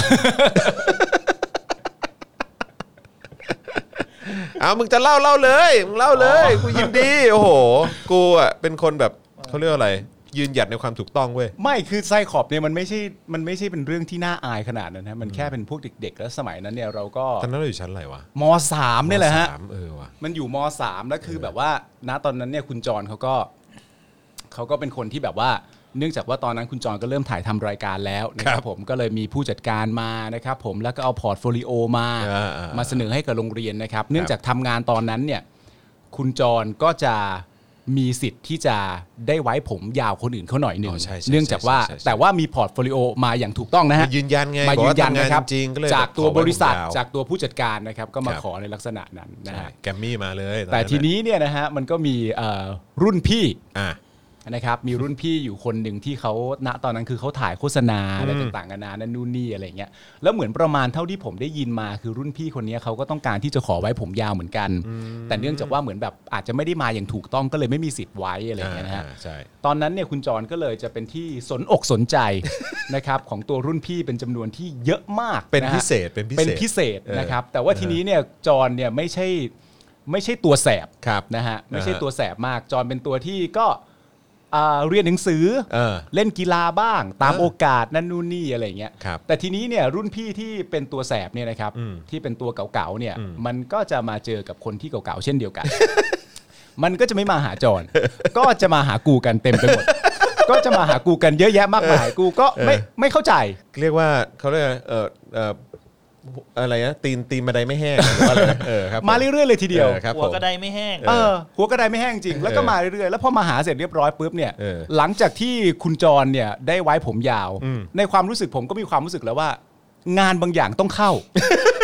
มึงจะเล่าเลยมึงเล่าเลยกูยินดีโอ้โหกูอ่ะเป็นคนแบบเขาเรียกอะไรยืนหยัดในความถูกต้องเว้ยไม่คือไซคลอปเนี่ยมันไม่ใช่เป็นเรื่องที่น่าอายขนาดนั้นนะมันแค่เป็นพวกเด็กๆแล้วสมัยนั้นเนี่ยเราก็ตอนนั้นเราอยู่ชั้นอะไรวะม.3 เนี่ยแหละฮะว่ะมันอยู่ม.3 แล้วคือแบบว่าณตอนนั้นเนี่ยคุณจรเขาก็เป็นคนที่แบบว่าเนื่องจากว่าตอนนั้นคุณจรก็เริ่มถ่ายทำรายการแล้วนะครับผมก็เลยมีผู้จัดการมานะครับผมแล้วก็เอาพอร์ตโฟลิโอมาเสนอให้กับโรงเรียนนะครับเนื่องจากทำงานตอนนั้นเนี่ยคุณจรก็จะมีสิทธิ์ที่จะได้ไว้ผมยาวคนอื่นเขาหน่อยหนึ่งเนื่องจากว่าแต่ว่ามีพอร์ตโฟลิโอมาอย่างถูกต้องนะฮะยืนยันไงมายืนยันนะครับจากตัวบริษัทจากตัวผู้จัดการนะครับก็มาขอในลักษณะนั้นนะฮะแกมมี่มาเลยแต่ทีนี้เนี่ยนะฮะมันก็มีรุ่นพี่นะครับมีรุ่นพี่อยู่คนหนึ่งที่เขาณตอนนั้นคือเขาถ่ายโฆษณาอะไรต่างๆนานานั่นนู่นนี่อะไรเงี้ยแล้วเหมือนประมาณเท่าที่ผมได้ยินมาคือรุ่นพี่คนนี้เขาก็ต้องการที่จะขอไว้ผมยาวเหมือนกันแต่เนื่องจากว่าเหมือนแบบอาจจะไม่ได้มาอย่างถูกต้องก็เลยไม่มีสิทธิ์ไว้อะไรเงี้ยนะฮะตอนนั้นเนี่ยคุณจรก็เลยจะเป็นที่สนอกสนใจนะครับของตัวรุ่นพี่เป็นจำนวนที่เยอะมากเป็นพิเศษนะครับแต่ว่าทีนี้เนี่ยจรเนี่ยไม่ใช่ตัวแสบนะฮะไม่ใช่ตัวแสบมากจรเป็นตัวที่ก็เรียนหนังสือเล่นกีฬาบ้างตามโอกาสนั่นนู่นนี่อะไรเงี้ยแต่ทีนี้เนี่ยรุ่นพี่ที่เป็นตัวแสบเนี่ยนะครับที่เป็นตัวเก่าๆเนี่ยมันก็จะมาเจอกับคนที่เก่าๆเช่นเดียวกันมันก็จะไม่มาหาจรก็จะมาหากูกันเต็มไปหมดก็จะมาหากูกันเยอะแยะมากมายกูก็ไม่เข้าใจเรียกว่าเขาเรียกอะไรนะตีนบันไดไม่แห้งหรือว่าอะไรครับมาเรื่อยๆเลยทีเดียวหัวกระไดไม่แห้งหัวกระไดไม่แห้งจริงแล้วก็มาเรื่อยๆแล้วพอมาหาเสร็จเรียบร้อยปุ๊บเนี่ยหลังจากที่คุณจรเนี่ยได้ไว้ผมยาวในความรู้สึกผมก็มีความรู้สึกแล้วว่างานบางอย่างต้องเข้า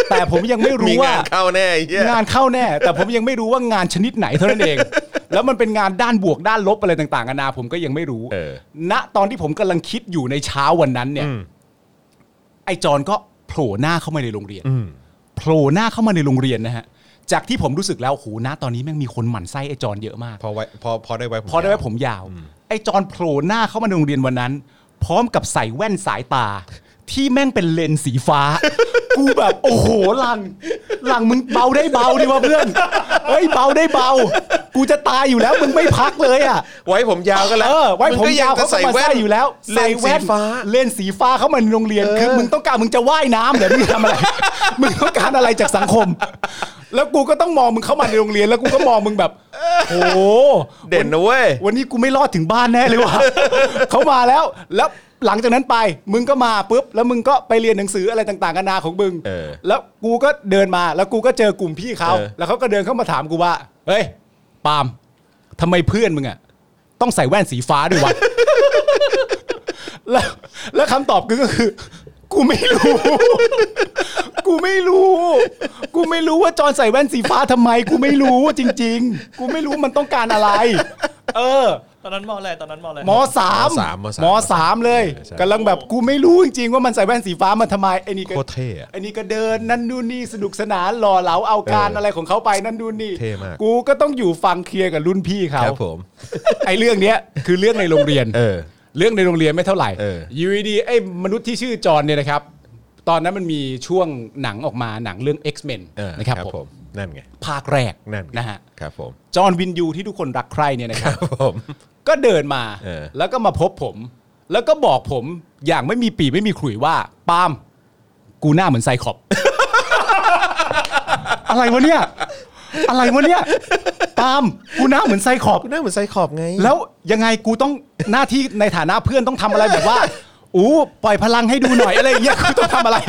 แต่ผมยังไม่รู้ว่างานเข้าแน่งานเข้าแน่แต่ผมยังไม่รู้ว่างานชนิดไหนเท่านั้นเองแล้วมันเป็นงานด้านบวกด้านลบอะไรต่างๆนานาผมก็ยังไม่รู้ณตอนที่ผมกำลังคิดอยู่ในเช้าวันนั้นเนี่ยไอ้จอนก็โผล่หน้าเข้ามาในโรงเรียนโผล่หน้าเข้ามาในโรงเรียนนะฮะจากที่ผมรู้สึกแล้วโหณตอนนี้แม่งมีคนหมั่นไส้ไอ้จอนเยอะมากพอได้ไว้ผมยาวไอ้จอนโผล่หน้าเข้ามาในโรงเรียนวันนั้นพร้อมกับใส่แว่นสายตาที่แม่งเป็นเลนส์สีฟ้ากูแบบโอ้โหหลังมึงเบาได้เบาดิวะเพื่อนเฮ้ยเบาได้เบากูจะตายอยู่แล้วมึงไม่พักเลยอ่ะไว้ผมยาวก็แล้วไว้ผมยาวเขาใส่แว่นอยู่แล้วใส่แว่นเลนส์สีฟ้าเข้ามาในโรงเรียนคือมึงต้องการมึงจะว่ายน้ำหรือมึงทำอะไรมึงต้องการอะไรจากสังคมแล้วกูก็ต้องมองมึงเข้ามาในโรงเรียนแล้วกูก็มองมึงแบบโอ้เด่นนะเว้ยวันนี้กูไม่รอดถึงบ้านแน่เลยว่ะเขามาแล้วหลังจากนั้นไปมึงก็มาปุ๊บแล้วมึงก็ไปเรียนหนังสืออะไรต่างๆกันานาของมึงแล้วกูก็เดินมาแล้วกูก็เจอกลุ่มพี่เขาแล้วเขาก็เดินเข้ามาถามกูว่าเฮ้ยปาล์มทำไมเพื่อนมึงอ่ะต้องใส่แว่นสีฟ้าด้วยวะ แล้วคำตอบก็คือกูไม่รู้ว่าจอนใส่แว่นสีฟ้าทำไมกูไม่รู้จริงๆกูไม่รู้มันต้องการอะไรตอนนั้นมออะไรม.3 เลยกำลังแบบกูไม่รู้จริงๆว่ามันใส่แว่นสีฟ้ามันทำไมไอ้นี่ก็โคตรเท่ไอ้นี่ก็เดินนั่นนู่นนี่สนุกสนานหล่อเหลาเอาการอะไรของเขาไปนั่นนู่นนี่เท่มากกูก็ต้องอยู่ฟังเคลียร์กับรุ่นพี่เขาครับผมไอ้เรื่องเนี้ยคือเรื่องในโรงเรียนเรื่องในโรงเรียนไม่เท่าไหร่อยู่ดีไอ้มนุษย์ที่ชื่อจอนเนี่ยนะครับตอนนั้นมันมีช่วงหนังออกมาหนังเรื่อง X-Men นะครับผมนั่นไงภาคแรกนะฮะครับผมจอห์นวินยูที่ทุกคนรักใคร่เนี่ยนะครับผมก็เดินมาแล้วก็มาพบผมแล้วก็บอกผมอย่างไม่มีปีไม่มีขลุ่ยว่าปาล์มกูหน้าเหมือนไซคลอป อะไรวะเนี่ยปาล์มกูหน้าเหมือนไซคลอปไงแล้วยังไงกูต้องหน้าที่ในฐานะเพื่อนต้องทำอะไรแบบว่าปล่อยพลังให้ดูหน่อยอะไรอย่างเงี้ยกูต้องทำอะไร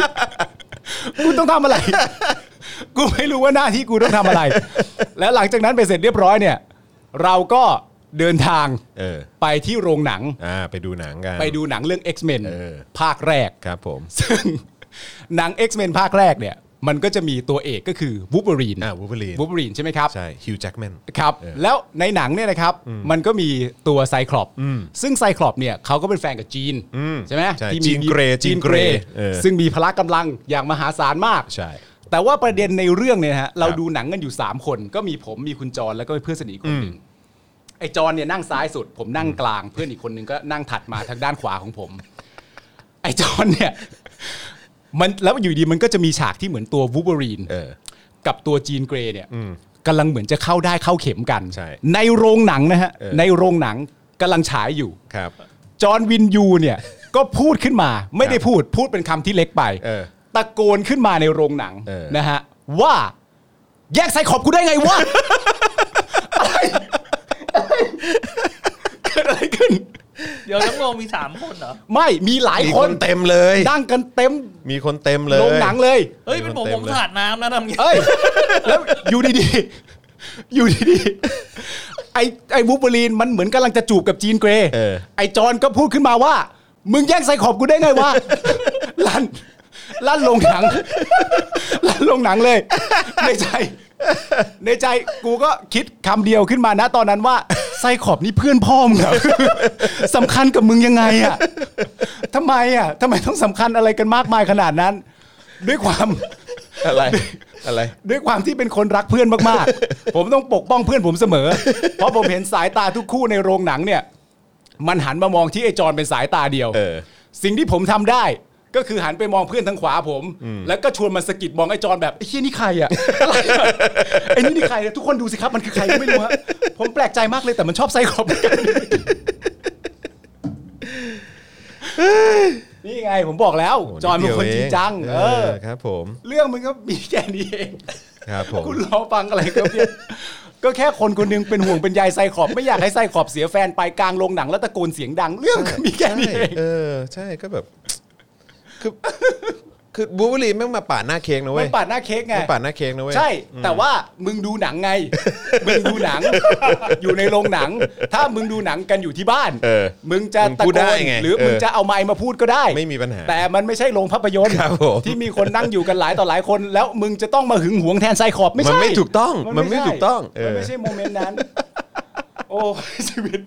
กูไม่รู้ว่าหน้าที่กูต้องทำอะไรแล้วหลังจากนั้นไปเสร็จเรียบร้อยเนี่ยเราก็เดินทางไปที่โรงหนังไปดูหนังกันไปดูหนังเรื่อง X-Men ภาคแรกครับผมซึ่งหนัง X-Men ภาคแรกเนี่ยมันก็จะมีตัวเอกก็คือวูล์ฟเวอรีนใช่ไหมครับใช่ฮิวจ์แจ็คแมนครับแล้วในหนังเนี่ยนะครับมันก็มีตัวไซคลอปซึ่งไซคลอปเนี่ยเขาก็เป็นแฟนกับจีนใช่ไหมที่มีจีนเกรย์ซึ่งมีพละกำลังอย่างมหาศาลมากใช่แต่ว่าประเด็นในเรื่องเนี่ยฮะเราดูหนังกันอยู่3คนก็มีผมมีคุณจรแล้วก็เพื่อนสนิทคนนึงไอ้จรเนี่ยนั่งซ้ายสุดผมนั่งกลางเพื่อนอีกคนนึงก็นั่งถัดมาทางด้านขวาของผมไอ้จรเนี่ยมันแล้วอยู่ดีมันก็จะมีฉากที่เหมือนตัววูล์ฟเวอรีนกับตัวจีนเกรย์เนี่ยกำลังเหมือนจะเข้าได้เข้าเข็มกันในโรงหนังนะฮะในโรงหนังกำลังฉายอยู่จอห์นวินยูเนี่ยก็พูดขึ้นมาไม่ได้พูดเป็นคำที่เล็กไปตะโกนขึ้นมาในโรงหนังนะฮะว่าแยกไซคลอปกูได้ไงวะเกิดอะไรขึ้นเดี๋ยวทั้งโรงมี3คนเหรอไม่มีหลายคนเต็มเลยนั่งกันเต็มมีคนเต็มเลยโรงหนังเลยเฮ้ยเป็นผมสาดน้ำนะทำไงแล้วอยู่ดีไอ้วูล์ฟเวอรีนมันเหมือนกำลังจะจูบกับจีนเกรย์ไอ้จอนก็พูดขึ้นมาว่ามึงแย่งไซคลอปกูได้ไงวะลั่นโรงหนังเลยในใจกูก็คิดคำเดียวขึ้นมานะตอนนั้นว่าไซคลอปนี่เพื่อนพ่อมึงเหรอสำคัญกับมึงยังไงอ่ะทำไมต้องสำคัญอะไรกันมากมายขนาดนั้นด้วยความอะไรด้วยความที่เป็นคนรักเพื่อนมากๆผมต้องปกป้องเพื่อนผมเสมอเพราะผมเห็นสายตาทุกคู่ในโรงหนังเนี่ยมันหันมามองที่ไอ้จอนเป็นสายตาเดียวสิ่งที่ผมทำได้ก็คือหันไปมองเพื่อนทางขวาผมแล้วก็ชวนมันสะกิดมองไอ้จอนแบบไอ้เหี้ยนี่ใครอ่ะไอ้นี่ใครทุกคนดูสิครับมันคือใครก็ไม่รู้ฮะผมแปลกใจมากเลยแต่มันชอบไซคลอปนี่ไงผมบอกแล้วจอนเป็นคนจริงจังครับผมเรื่องมันก็มีแค่นี้เองครับผมคุณรอฟังอะไรครับเนี่ยก็แค่คนคนนึงเป็นห่วงเป็นใยไซคลอปไม่อยากให้ไซคลอปเสียแฟนไปกลางโรงหนังแล้วตะโกนเสียงดังเรื่องก็มีแค่นี้เองใช่ก็แบบคือบูเบอรีแม่งมาปาดหน้าเค้กนะเว้มัยนปาดหน้าเค้กไงมันปาดหน้าเค้กนะเว้ยใช่แต่ว่ามึงดูหนังไง มึงดูหนัง อยู่ในโรงหนัง ถ้ามึงดูหนังกันอยู่ที่บ้านมึงจะตะพูดโกได้นไงหรือมึงจะเอาไมค์มาพูดก็ได้ไม่มีปัญหาแต่มันไม่ใช่โรงภาพยนตร์ครับผมที่มีคนนั่งอยู่กันหลายต่อหลายคน แล้วมึงจะต้องมาหึงหวงแทนไซคอบไม่มันใช่ไม่ถูกต้องมันไม่ถูกต้องมันไม่ใช่โมเมนต์นั้น โอ้ชีวิต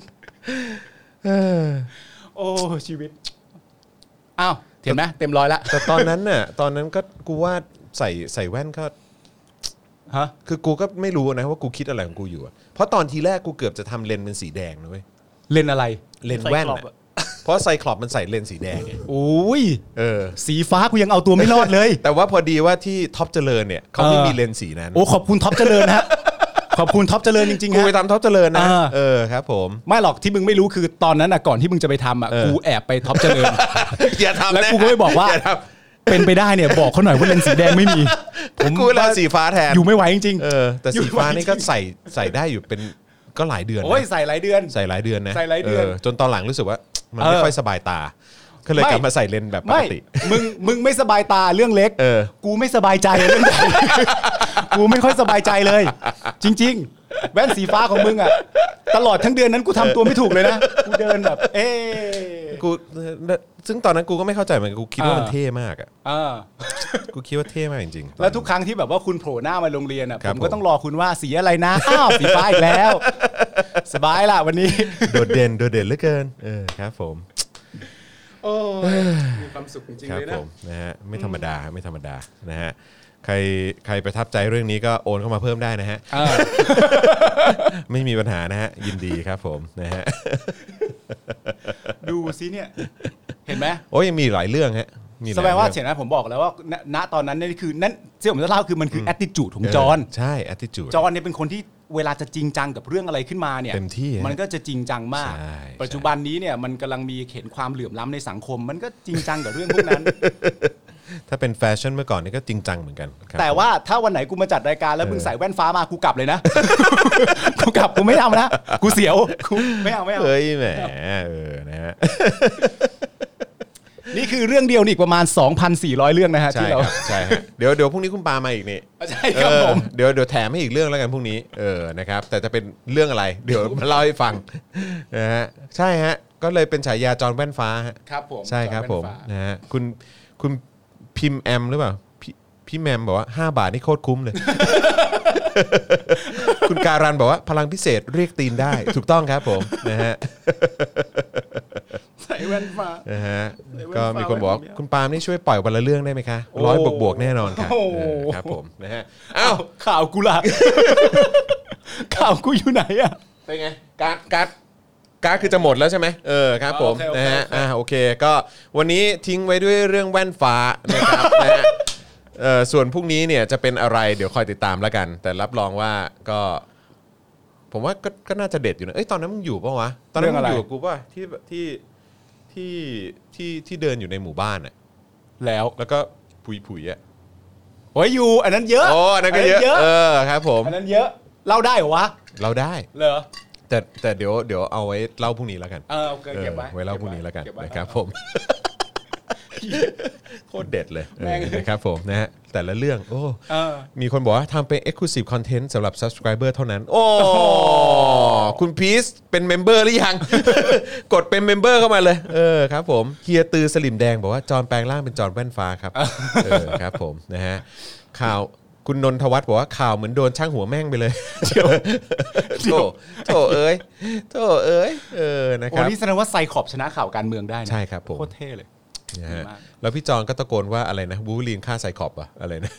โอ้ชีวิตอ้าวเห็นไหมเต็มร้อยละแต่ตอนนั้นน่ะตอนนั้นก็กูว่าใส่แว่นก็ฮะคือกูก็ไม่รู้นะว่ากูคิดอะไรของกูอยู่อะเพราะตอนทีแรกกูเกือบจะทำเลนส์เป็นสีแดงนะเว้ยเล่นอะไรเลนส์แว่นอะเพราะไซคลอปมันใส่เลนส์สีแดงไงโอ้ยอสีฟ้ากูยังเอาตัวไม่รอดเลยแต่ว่าพอดีว่าที่ท็อปเจริญเนี่ยเขาไม่มีเลนส์สีนั้นโอ้ขอบคุณท็อปเจริญฮะ ขอบคุณท็อปเจริญจริงๆกูฮะไปทำท็อปเจริญนะครับผมไม่หรอกที่มึงไม่รู้คือตอนนั้นอ่ะก่อนที่มึงจะไปทำอ่ะกูแอบไปท็อปเจริญอย่าทำแล้วกูก็ไม่บอกว่าเป็นไปได้เนี่ยบอกเขาหน่อยว่าเลนส์สีแดงไม่มีผมกูเลยสีฟ้าแทนอยู่ไม่ไหวจริงแต่สีฟ้านี่ก็ใส่ได้อยู่เป็นก็หลายเดือนๆโอ้ยใส่หลายเดือนใส่หลายเดือนนะใส่หลายเดือนจนตอนหลังรู้สึกว่ามันไม่ค่อยสบายตาก็เลยกลับมาใส่เลนส์แบบปไม่กติมึงไม่สบายตาเรื่องเล็กกูไม่สบายใจเรื่องใหญ่ กูไม่ค่อยสบายใจเลย จริงๆแว่นสีฟ้าของมึงอ่ะตลอดทั้งเดือนนั้นกูทำตัวไม่ถูกเลยนะกูเดินแบบกูซึ่งตอนนั้นกูก็ไม่เข้าใจเหมือนกันกูคิดว่ามันเท่มากอ่ะกูคิดว่าเท่มากจริงๆแล้วทุกครั้งที่แบบว่าคุณโผล่หน้ามาโรงเรียนอ่ะครัผบมก็ต้องรอคุณว่าสีอะไรนะอ้าวสีฟ้าอีกแล้ว สบายละวันนี้โดดเด่นเหลือเกินครับผมโอ้มีความสุขจริงๆเลยครันะบผมนะฮะไม่ธรรมดานะฮะใครประทับใจเรื่องนี้ก็โอนเข้ามาเพิ่มได้นะฮะไม่มีปัญหานะฮะยินดีครับผมนะฮะดูซิเนี่ยเห็นไหมโอ้ยยังมีหลายเรื่องฮะแสดงว่าเห็นไหมผมบอกแล้วว่าณตอนนั้นนี่คือนั่นที่ผมจะเล่าคือมันคือ attitude ของจอห์นใช่ attitude จอห์นเนี่ยเป็นคนที่เวลาจะจริงจังกับเรื่องอะไรขึ้นมาเนี่ยเต็มที่มันก็จะจริงจังมากปัจจุบันนี้เนี่ยมันกำลังมีเห็นความเหลื่อมล้ำในสังคม มันก็จริงจังกับเรื่องพวกนั้นถ้าเป็นแฟชั่นเมื่อก่อนนี่ก็จริงจังเหมือนกันแต่ว่าถ้าวันไหนกูมาจัดรายการแล้วมึงใส่แว่นฟ้ามากูกลับเลยนะ กูกลับกูไม่เอานะกูเสียวกูไม่เอาเฮ้ยแหมนะฮะนี่คือเรื่องเดียวนี่ประมาณ 2,400 เรื่องนะฮะที่เราใช่ฮะเดี๋ยวพรุ่งนี้คุณปามาอีกนี่ใช่ครับผมเดี๋ยวแถมให้อีกเรื่องแล้วกันพรุ่งนี้นะครับแต่จะเป็นเรื่องอะไรเดี๋ยวมาเล่าให้ฟังนะฮะใช่ฮะก็เลยเป็นฉายาจอห์นแว่นฟ้าฮะครับผมใช่ครับผมนะฮะคุณพิมพ์แอมหรือเปล่าพี่แมมบอกว่า5 บาทนี่โคตรคุ้มเลย คุณการันบอกว่าพลังพิเศษเรียกตีนได้ถูกต้องครับผมนะฮะใส่แว่นฟ้านะฮะก็มีคนบอกคุณปาล์มนี่ช่วยปล่อยวันละเรื่องได้ไหมคะ100 บวกแน่นอนครับครับผมนะฮะอ้าวข่าวกูล่ะ ข่าวกูอยู่ไหนอะเป็นไงการคือจะหมดแล้วใช่ไหมครับผมนะฮะโอเคก็วันนี้ทิ้งไว้ด้วยเรื่องแว่นฟ้านะครับนะฮะส่วนพรุ่งนี้เนี่ยจะเป็นอะไรเดี๋ยวคอยติดตามแล้วกันแต่รับรองว่าก็ผมว่าก็น่าจะเด็ดอยู่นะตอนนั้นมึงอยู่ป่ะวะตอนนั้นมึงอยู่กับกูป่ะที่เดินอยู่ในหมู่บ้านอ่ะแล้วก็ผุยอ่ะโอ้ยอยู่อันนั้นเยอะอันนั้นก็เยอะครับผมอันนั้นเยอะเล่าได้เหรอวะเราได้เหรอแต่เดี๋ยวเอาไว้เล่าพรุ่งนี้แล้วกันเก็บไว้เล่าพรุ่งนี้แล้วกันนะครับผมโคตรเด็ดเลยนะครับผมนะฮะแต่ละเรื่องมีคนบอกว่าทำเป็น Exclusive Content สำหรับ Subscriber เท่านั้นคุณพีซเป็นเมมเบอร์หรือยัง กดเป็นเมมเบอร์เข้ามาเลยครับผมเฮียตือสลิมแดงบอกว่าจอนแปลงร่างเป็นจอนแว่นฟ้าครับครับผมนะฮะข่าวคุณนนทวัฒน์บอกว่าข่าวเหมือนโดนช่างหัวแม่งไปเลยโถเอ้ยนะครับนี่แสดงว่าไซคอบชนะข่าวการเมืองได้นะใช่ครับผมโคตรเท่เลยนะฮะแล้วพี่จอนก็ตะโกนว่าอะไรนะบูลีนฆ่าไซคอบอะอะไรนะ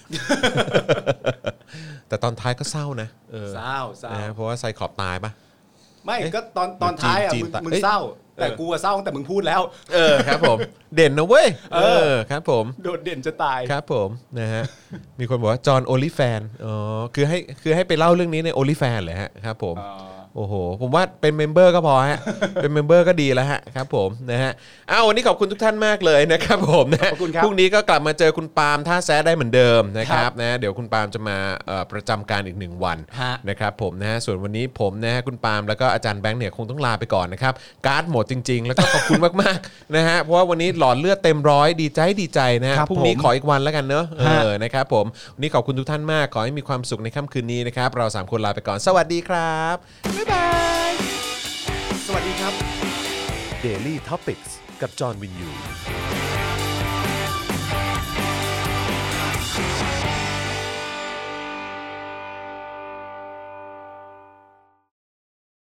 แต่ตอนท้ายก็เศร้านะเศร้านะเพราะว่าไซคอบตายปะไม่ก็ตอนท้ายอะมึงเศร้าแต่กูเศร้าตั้งแต่มึงพูดแล้วครับผมเด่นนะเว้ยครับผมโดดเด่นจะตายครับผมนะฮะมีคนบอกว่าจอนโอลิแฟนคือให้ไปเล่าเรื่องนี้ในโอลิแฟนเลยฮะครับผมโอ้โหผมว่าเป็นเมมเบอร์ก็พอฮะ เป็นเมมเบอร์ก็ดีแล้วฮะครับผมนะฮะวันนี้ขอบคุณทุกท่านมากเลยนะครับผมนะพรุ่งนี้ก็กลับมาเจอคุณปาล์มท่าแซะได้เหมือนเดิมนะครับนะเดี๋ยวคุณปาล์มจะมาประจำการอีก1วันนะครับผมนะฮะส่วนวันนี้ผมนะฮะคุณปาล์มแล้วก็อาจารย์แบงค์เนี่ยคงต้องลาไปก่อนนะครับการ์ดหมดจริงๆแล้วก็ขอบคุณมากๆนะฮะเพราะว่าวันนี้หลอดเลือดเต็มร้อยดีใจนะฮะพรุ่งนี้ขออีกวันแล้วกันเนอะนะครับผมวันนี้ขอบคุณทุกท่านมากขอให้มีความสุขในค่ำคืนนี้นะครับเรา3คนลาไปก่อนสวัสดีครับบ๊ายบายสวัสดีครับ Daily Topics กับจอห์นวินยู